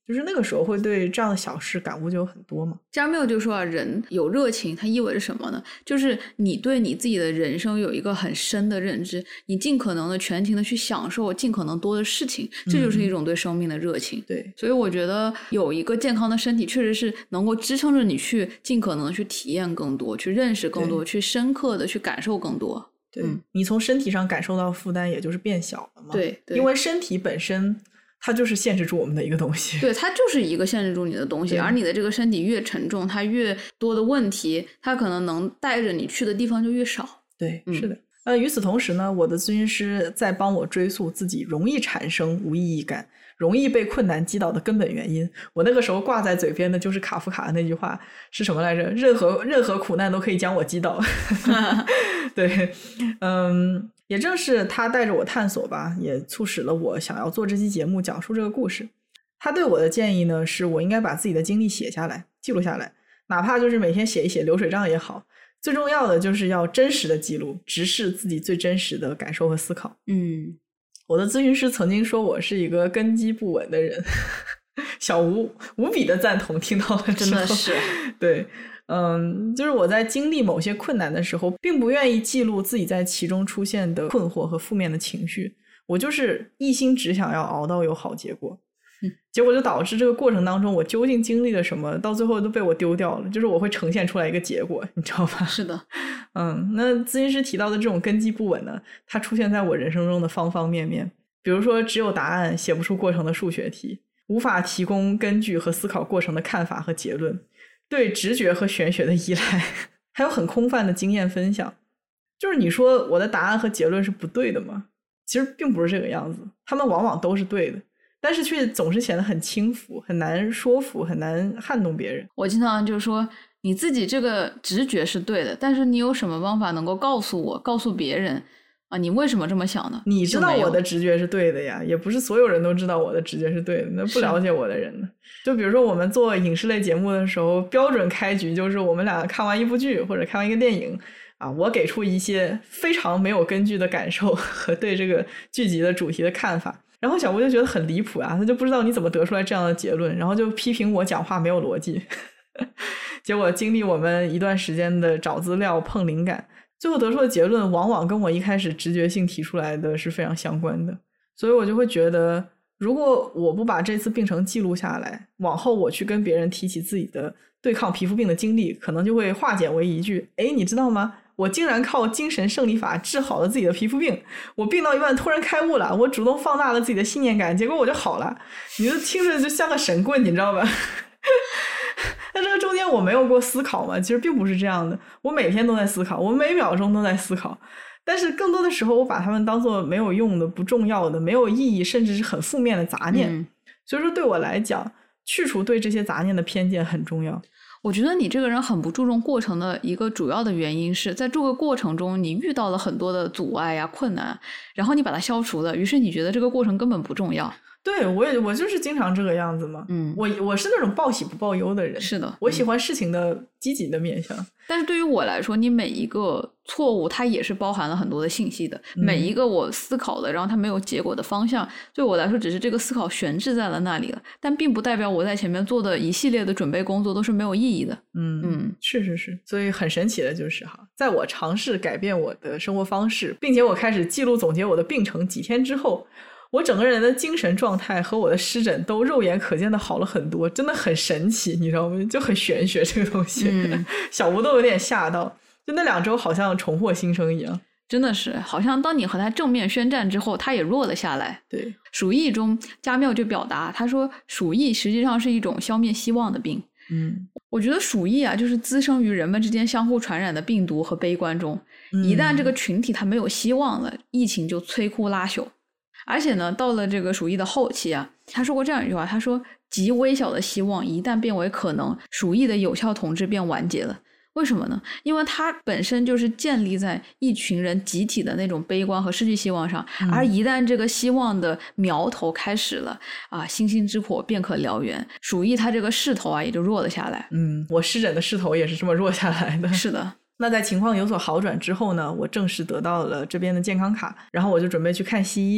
就是那个时候会对这样的小事感悟就有很多嘛。 加缪就说啊，人有热情它意味着什么呢？就是你对你自己的人生有一个很深的认知，你尽可能的全情的去享受尽可能多的事情，这就是一种对生命的热情。 对， 所以我觉得有一个健康的身体确实是能够支撑着你去尽可能的去体验更多，去认识更多，去深刻的去感受更多。 对，你从身体上感受到负担也就是变小了嘛。 对， 因为身体本身它就是限制住我们的一个东西。 对，它就是一个限制住你的东西，而你的这个身体越沉重，它越多的问题，它可能能带着你去的地方就越少。 对，是的。与此同时呢，我的咨询师在帮我追溯自己容易产生无意义感，容易被困难击倒的根本原因。我那个时候挂在嘴边的就是卡夫卡的那句话是什么来着？任何苦难都可以将我击倒。对，也正是他带着我探索吧，也促使了我想要做这期节目讲述这个故事。他对我的建议呢，是我应该把自己的经历写下来，记录下来，哪怕就是每天写一写流水账也好。最重要的就是要真实的记录，直视自己最真实的感受和思考。我的咨询师曾经说我是一个根基不稳的人，小吴无比的赞同，听到了之后真的是对，就是我在经历某些困难的时候，并不愿意记录自己在其中出现的困惑和负面的情绪，我就是一心只想要熬到有好结果。结果就导致这个过程当中我究竟经历了什么，到最后都被我丢掉了，就是我会呈现出来一个结果，你知道吧？ 是的。 那咨询师提到的这种根基不稳呢，它出现在我人生中的方方面面。比如说只有答案写不出过程的数学题，无法提供根据和思考过程的看法和结论，对直觉和玄学的依赖，还有很空泛的经验分享。就是你说我的答案和结论是不对的吗？其实并不是这个样子，他们往往都是对的，但是却总是显得很轻浮，很难说服，很难撼动别人。 我经常就说你自己这个直觉是对的，但是你有什么方法能够告诉我，告诉别人啊，你为什么这么想呢？ 你知道我的直觉是对的呀，也不是所有人都知道我的直觉是对的，那不了解我的人呢？就比如说我们做影视类节目的时候，标准开局就是我们俩看完一部剧或者看完一个电影啊，我给出一些非常没有根据的感受和对这个剧集的主题的看法，然后小吴就觉得很离谱啊，他就不知道你怎么得出来这样的结论，然后就批评我讲话没有逻辑。结果经历我们一段时间的找资料碰灵感，最后得出的结论往往跟我一开始直觉性提出来的是非常相关的。所以我就会觉得，如果我不把这次病程记录下来，往后我去跟别人提起自己的对抗皮肤病的经历，可能就会化简为一句，诶，你知道吗？我竟然靠精神胜利法治好了自己的皮肤病，我病到一半突然开悟了，我主动放大了自己的信念感，结果我就好了。你就听着就像个神棍，你知道吧？但这个中间我没有过思考嘛，其实并不是这样的，我每天都在思考，我每秒钟都在思考，但是更多的时候我把它们当作没有用的、不重要的、没有意义甚至是很负面的杂念。所以说对我来讲，去除对这些杂念的偏见很重要。 我觉得你这个人很不注重过程的一个主要的原因是在这个过程中你遇到了很多的阻碍呀、困难，然后你把它消除了，于是你觉得这个过程根本不重要。 对，我就是经常这个样子嘛。我是那种报喜不报忧的人。 是的， 我喜欢事情的积极的面向。 但是对于我来说，你每一个错误它也是包含了很多的信息的。每一个我思考的然后它没有结果的方向，对我来说只是这个思考悬置在了那里了，但并不代表我在前面做的一系列的准备工作都是没有意义的。 是。所以很神奇的就是在我尝试改变我的生活方式，并且我开始记录总结我的病程几天之后，我整个人的精神状态和我的湿疹都肉眼可见的好了很多，真的很神奇，你知道吗？就很玄学这个东西。小吴都有点吓到，就那2周好像重获新生一样。 真的是好像当你和他正面宣战之后，他也弱了下来。 对， 鼠疫中加缪就表达，他说鼠疫实际上是一种消灭希望的病。我觉得鼠疫啊，就是滋生于人们之间相互传染的病毒和悲观中。一旦这个群体它没有希望了，疫情就摧枯拉朽。而且呢，到了这个鼠疫的后期啊，他说过这样一句话，他说极微小的希望一旦变为可能，鼠疫的有效统治便完结了。为什么呢？因为它本身就是建立在一群人集体的那种悲观和失去希望上，而一旦这个希望的苗头开始了啊，星星之火便可燎原，鼠疫它这个势头啊也就弱了下来。 我湿疹的势头也是这么弱下来的。 是的。 那在情况有所好转之后呢，我正式得到了这边的健康卡，然后我就准备去看西医。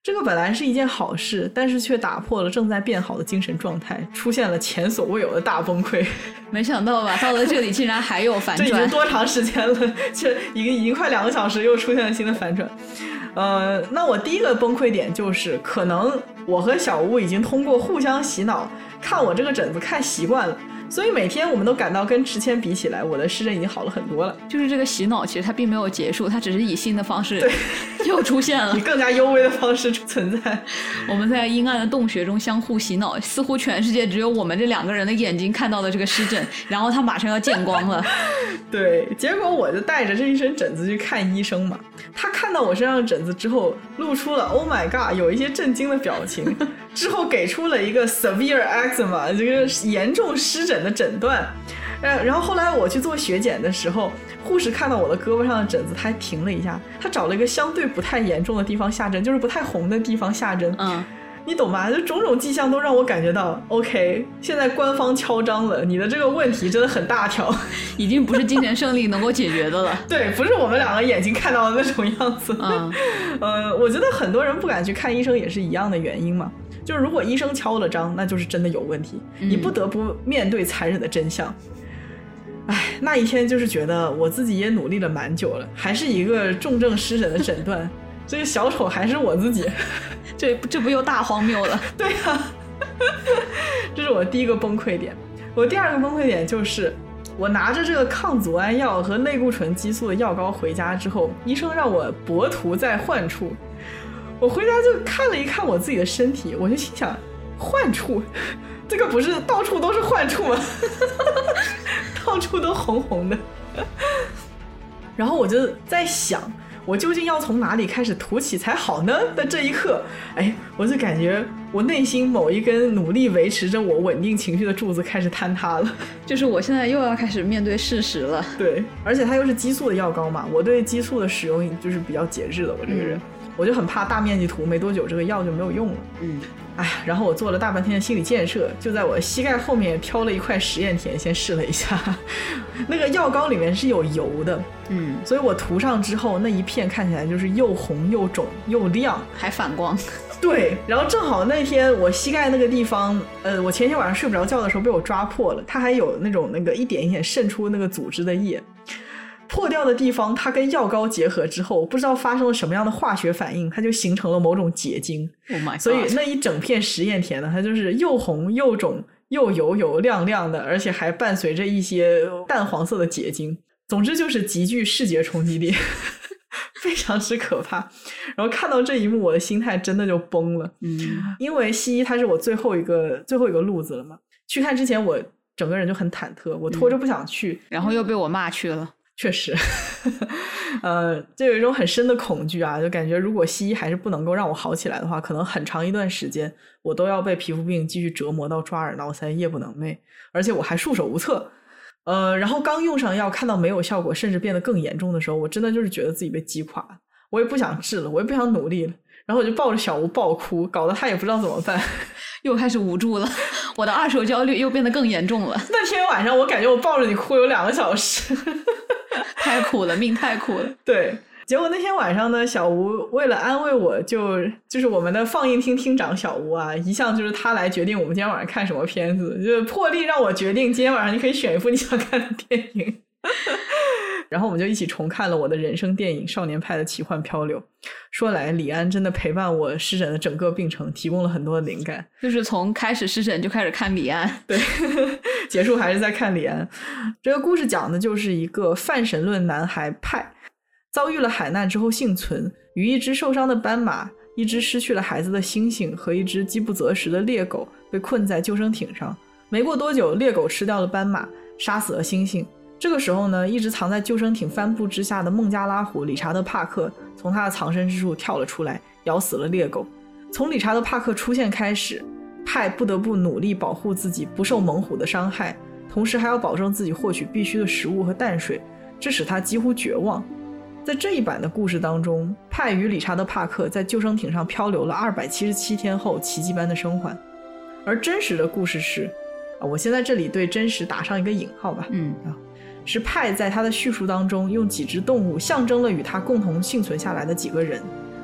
这个本来是一件好事，但是却打破了正在变好的精神状态，出现了前所未有的大崩溃。 没想到吧，到了这里竟然还有反转。 这已经多长时间了？这已经快2个小时，又出现了新的反转。那我第一个崩溃点就是，可能我和小吴已经通过互相洗脑，看我这个疹子看习惯了。所以每天我们都感到跟之前比起来，我的湿疹已经好了很多了。 就是这个洗脑其实它并没有结束，它只是以新的方式又出现了， 以更加幽微的方式存在。 我们在阴暗的洞穴中相互洗脑，似乎全世界只有我们这2个人的眼睛看到的这个湿疹，然后它马上要见光了。 对，结果我就带着这一身疹子去看医生嘛。他看到我身上的疹子之后，露出了 Oh my God 有一些震惊的表情，之后给出了一个 severe eczema 这个严重湿疹的诊断。然后后来我去做血检的时候，护士看到我的胳膊上的疹子，他还停了一下，他找了一个相对不太严重的地方下针，就是不太红的地方下针。你懂吗？就种种迹象都让我感觉到 OK， 现在官方敲章了，你的这个问题真的很大条， 已经不是精神胜利能够解决的了。 对，不是我们2个眼睛看到的那种样子。我觉得很多人不敢去看医生也是一样的原因嘛，就是如果医生敲了章，那就是真的有问题，你不得不面对残忍的真相。那一天就是觉得我自己也努力了蛮久了，还是一个重症湿疹的诊断，这个小丑还是我自己。 这不又大荒谬了？ 对啊，这是我第一个崩溃点。我第2个崩溃点就是我拿着这个抗组胺药和类固醇激素的药膏回家之后，医生让我踱图在患处。我回家就看了一看我自己的身体，我就心想，患处这个不是到处都是患处吗？到处都红红的。然后我就在想，我究竟要从哪里开始涂起才好呢？的这一刻，我就感觉我内心某一根努力维持着我稳定情绪的柱子开始坍塌了。 就是我现在又要开始面对事实了。 对，而且它又是激素的药膏嘛，我对激素的使用就是比较节制的，我这个人。我就很怕大面积涂，没多久这个药就没有用了。然后我做了大半天的心理建设，就在我膝盖后面挑了一块实验田，先试了一下。那个药膏里面是有油的，所以我涂上之后，那一片看起来就是又红又肿又亮， 还反光。 对，然后正好那天我膝盖那个地方，我前天晚上睡不着觉的时候被我抓破了，它还有那种一点一点渗出那个组织的液。破掉的地方它跟药膏结合之后，不知道发生了什么样的化学反应，它就形成了某种结晶。 Oh my God。 所以那一整片实验田呢，它就是又红又肿又油亮亮的，而且还伴随着一些淡黄色的结晶。总之就是极具视觉冲击力，非常之可怕。然后看到这一幕，我的心态真的就崩了。因为西医它是我最后一个路子了嘛，去看之前我整个人就很忐忑，我拖着不想去， 然后又被我骂去了。 确实。就有一种很深的恐惧啊，就感觉如果西医还是不能够让我好起来的话，可能很长一段时间我都要被皮肤病继续折磨到抓耳挠腮夜不能寐，而且我还束手无策。然后刚用上药看到没有效果，甚至变得更严重的时候，我真的就是觉得自己被击垮了，我也不想治了，我也不想努力了，然后我就抱着小吴爆哭，搞得他也不知道怎么办。 又开始无助了，我的二手焦虑又变得更严重了。 那天晚上我感觉我抱着你哭有2个小时。 太苦了，命太苦了。 对，结果那天晚上呢，小吴为了安慰我，就是我们的放映厅厅长小吴啊，一向就是他来决定我们今天晚上看什么片子，就是破例让我决定今天晚上你可以选一部你想看的电影。然后我们就一起重看了我的人生电影《少年派的奇幻漂流》。说来李安真的陪伴我湿疹的整个病程，提供了很多的灵感。 就是从开始湿疹就开始看李安。 对，结束还是在看李安。这个故事讲的就是一个泛神论男孩派遭遇了海难之后幸存，与一只受伤的斑马、一只失去了孩子的猩猩和一只饥不择食的猎狗被困在救生艇上。没过多久，猎狗吃掉了斑马，杀死了猩猩。这个时候呢，一直藏在救生艇帆布之下的孟加拉虎理查德·帕克从他的藏身之处跳了出来，咬死了猎狗。从理查德·帕克出现开始，派不得不努力保护自己不受猛虎的伤害，同时还要保证自己获取必须的食物和淡水，这使他几乎绝望。在这一版的故事当中，派与理查德·帕克在救生艇上漂流了277天后奇迹般的生还。而真实的故事是，我先在这里对真实打上一个引号吧。是派在他的叙述当中用几只动物象征了与他共同幸存下来的几个人，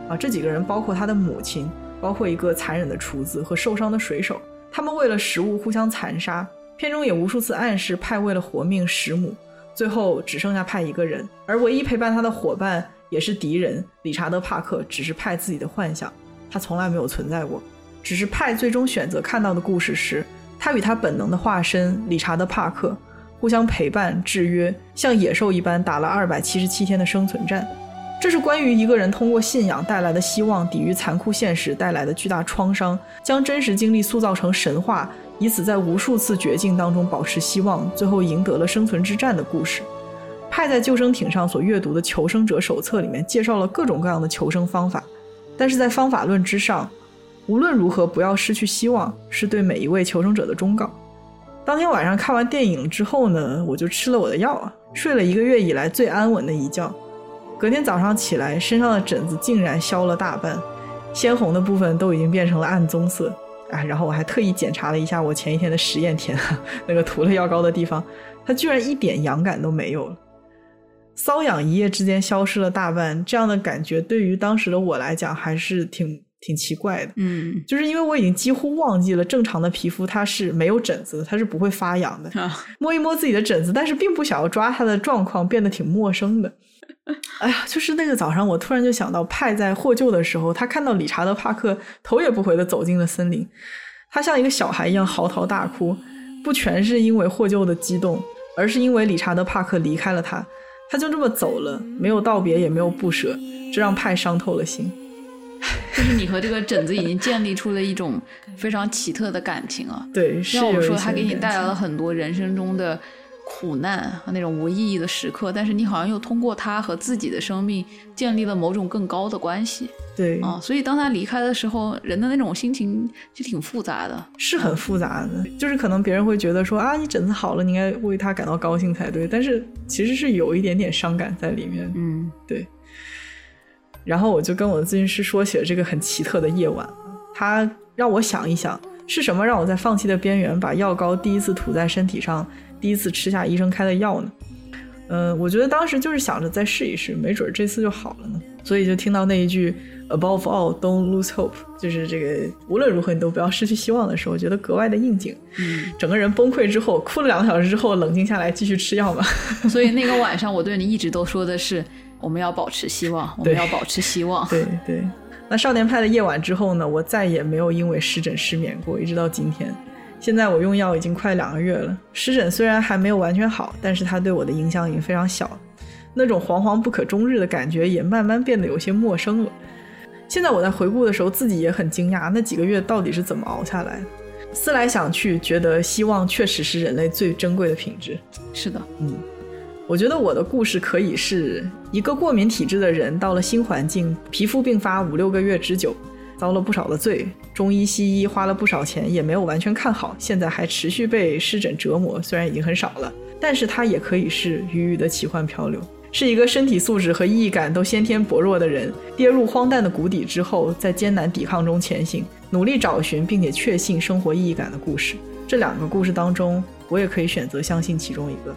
这几个人包括他的母亲，包括一个残忍的厨子和受伤的水手，他们为了食物互相残杀。片中也无数次暗示派为了活命弑母，最后只剩下派一个人，而唯一陪伴他的伙伴也是敌人理查德·帕克，只是派自己的幻想，他从来没有存在过。只是派最终选择看到的故事是，他与他本能的化身理查德·帕克互相陪伴制约，像野兽一般打了277天的生存战。这是关于一个人通过信仰带来的希望抵御残酷现实带来的巨大创伤，将真实经历塑造成神话，以此在无数次绝境当中保持希望，最后赢得了生存之战的故事。派在救生艇上所阅读的求生者手册里面介绍了各种各样的求生方法，但是在方法论之上，无论如何不要失去希望，是对每一位求生者的忠告。当天晚上看完电影之后呢，我就吃了我的药睡了1个月以来最安稳的一觉。隔天早上起来，身上的疹子竟然消了大半，鲜红的部分都已经变成了暗棕色。然后我还特意检查了一下我前一天的实验田，那个涂了药膏的地方，它居然一点痒感都没有了。瘙痒一夜之间消失了大半，这样的感觉对于当时的我来讲还是挺奇怪的。就是因为我已经几乎忘记了正常的皮肤它是没有疹子，它是不会发痒的。摸一摸自己的疹子，但是并不想要抓它的状况变得挺陌生的。就是那个早上我突然就想到，派在获救的时候，他看到理查德·帕克头也不回地走进了森林，他像一个小孩一样嚎啕大哭，不全是因为获救的激动，而是因为理查德·帕克离开了他，他就这么走了，没有道别也没有不舍，这让派伤透了心。 就是你和这个疹子已经建立出了一种非常奇特的感情啊。 对，是有一些让我说他给你带来了很多人生中的苦难和那种无意义的时刻，但是你好像又通过他和自己的生命建立了某种更高的关系。 对所以当他离开的时候，人的那种心情就挺复杂的， 是很复杂的。就是可能别人会觉得说你疹子好了，你应该为他感到高兴才对，但是其实是有一点点伤感在里面。对。然后我就跟我的咨询师说起了这个很奇特的夜晚，他让我想一想，是什么让我在放弃的边缘把药膏第一次涂在身体上，第一次吃下医生开的药呢？我觉得当时就是想着再试一试，没准这次就好了呢。所以就听到那一句 Above all, don't lose hope， 就是这个无论如何你都不要失去希望的时候，我觉得格外的应景。整个人崩溃之后，哭了2个小时之后冷静下来继续吃药嘛。 所以那个晚上我对你一直都说的是，我们要保持希望，我们要保持希望。 对对。那少年派的夜晚之后呢，我再也没有因为湿疹失眠过，一直到今天。现在我用药已经快2个月了，湿疹虽然还没有完全好，但是它对我的影响已经非常小了。那种惶惶不可终日的感觉也慢慢变得有些陌生了。现在我在回顾的时候，自己也很惊讶，那几个月到底是怎么熬下来的。思来想去，觉得希望确实是人类最珍贵的品质。 是的。 我觉得我的故事可以是一个过敏体质的人到了新环境，皮肤病发5-6个月之久，遭了不少的罪，中医西医花了不少钱也没有完全看好，现在还持续被湿疹折磨，虽然已经很少了，但是它也可以是鱼的奇幻漂流，是一个身体素质和意义感都先天薄弱的人，跌入荒诞的谷底之后，在艰难抵抗中前行，努力找寻并且确信生活意义感的故事。这2个故事当中，我也可以选择相信其中一个。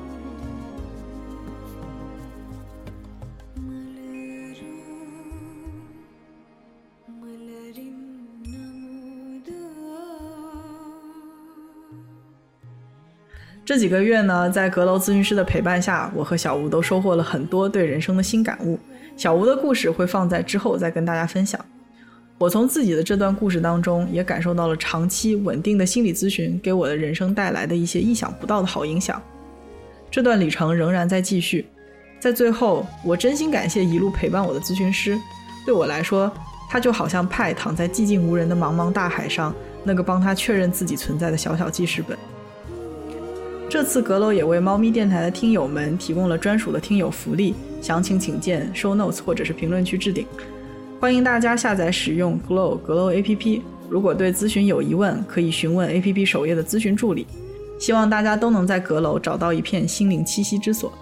这几个月呢，在阁楼咨询师的陪伴下，我和小吴都收获了很多对人生的新感悟。小吴的故事会放在之后再跟大家分享。我从自己的这段故事当中也感受到了长期稳定的心理咨询给我的人生带来的一些意想不到的好影响。这段旅程仍然在继续。在最后，我真心感谢一路陪伴我的咨询师，对我来说，他就好像派躺在寂静无人的茫茫大海上那个帮他确认自己存在的小小记事本。这次阁楼也为猫咪电台的听友们提供了专属的听友福利，详情请见 show notes 或者是评论区置顶。欢迎大家下载使用 阁楼 APP， 如果对咨询有疑问，可以询问 APP 首页的咨询助理。希望大家都能在阁楼找到一片心灵栖息之所。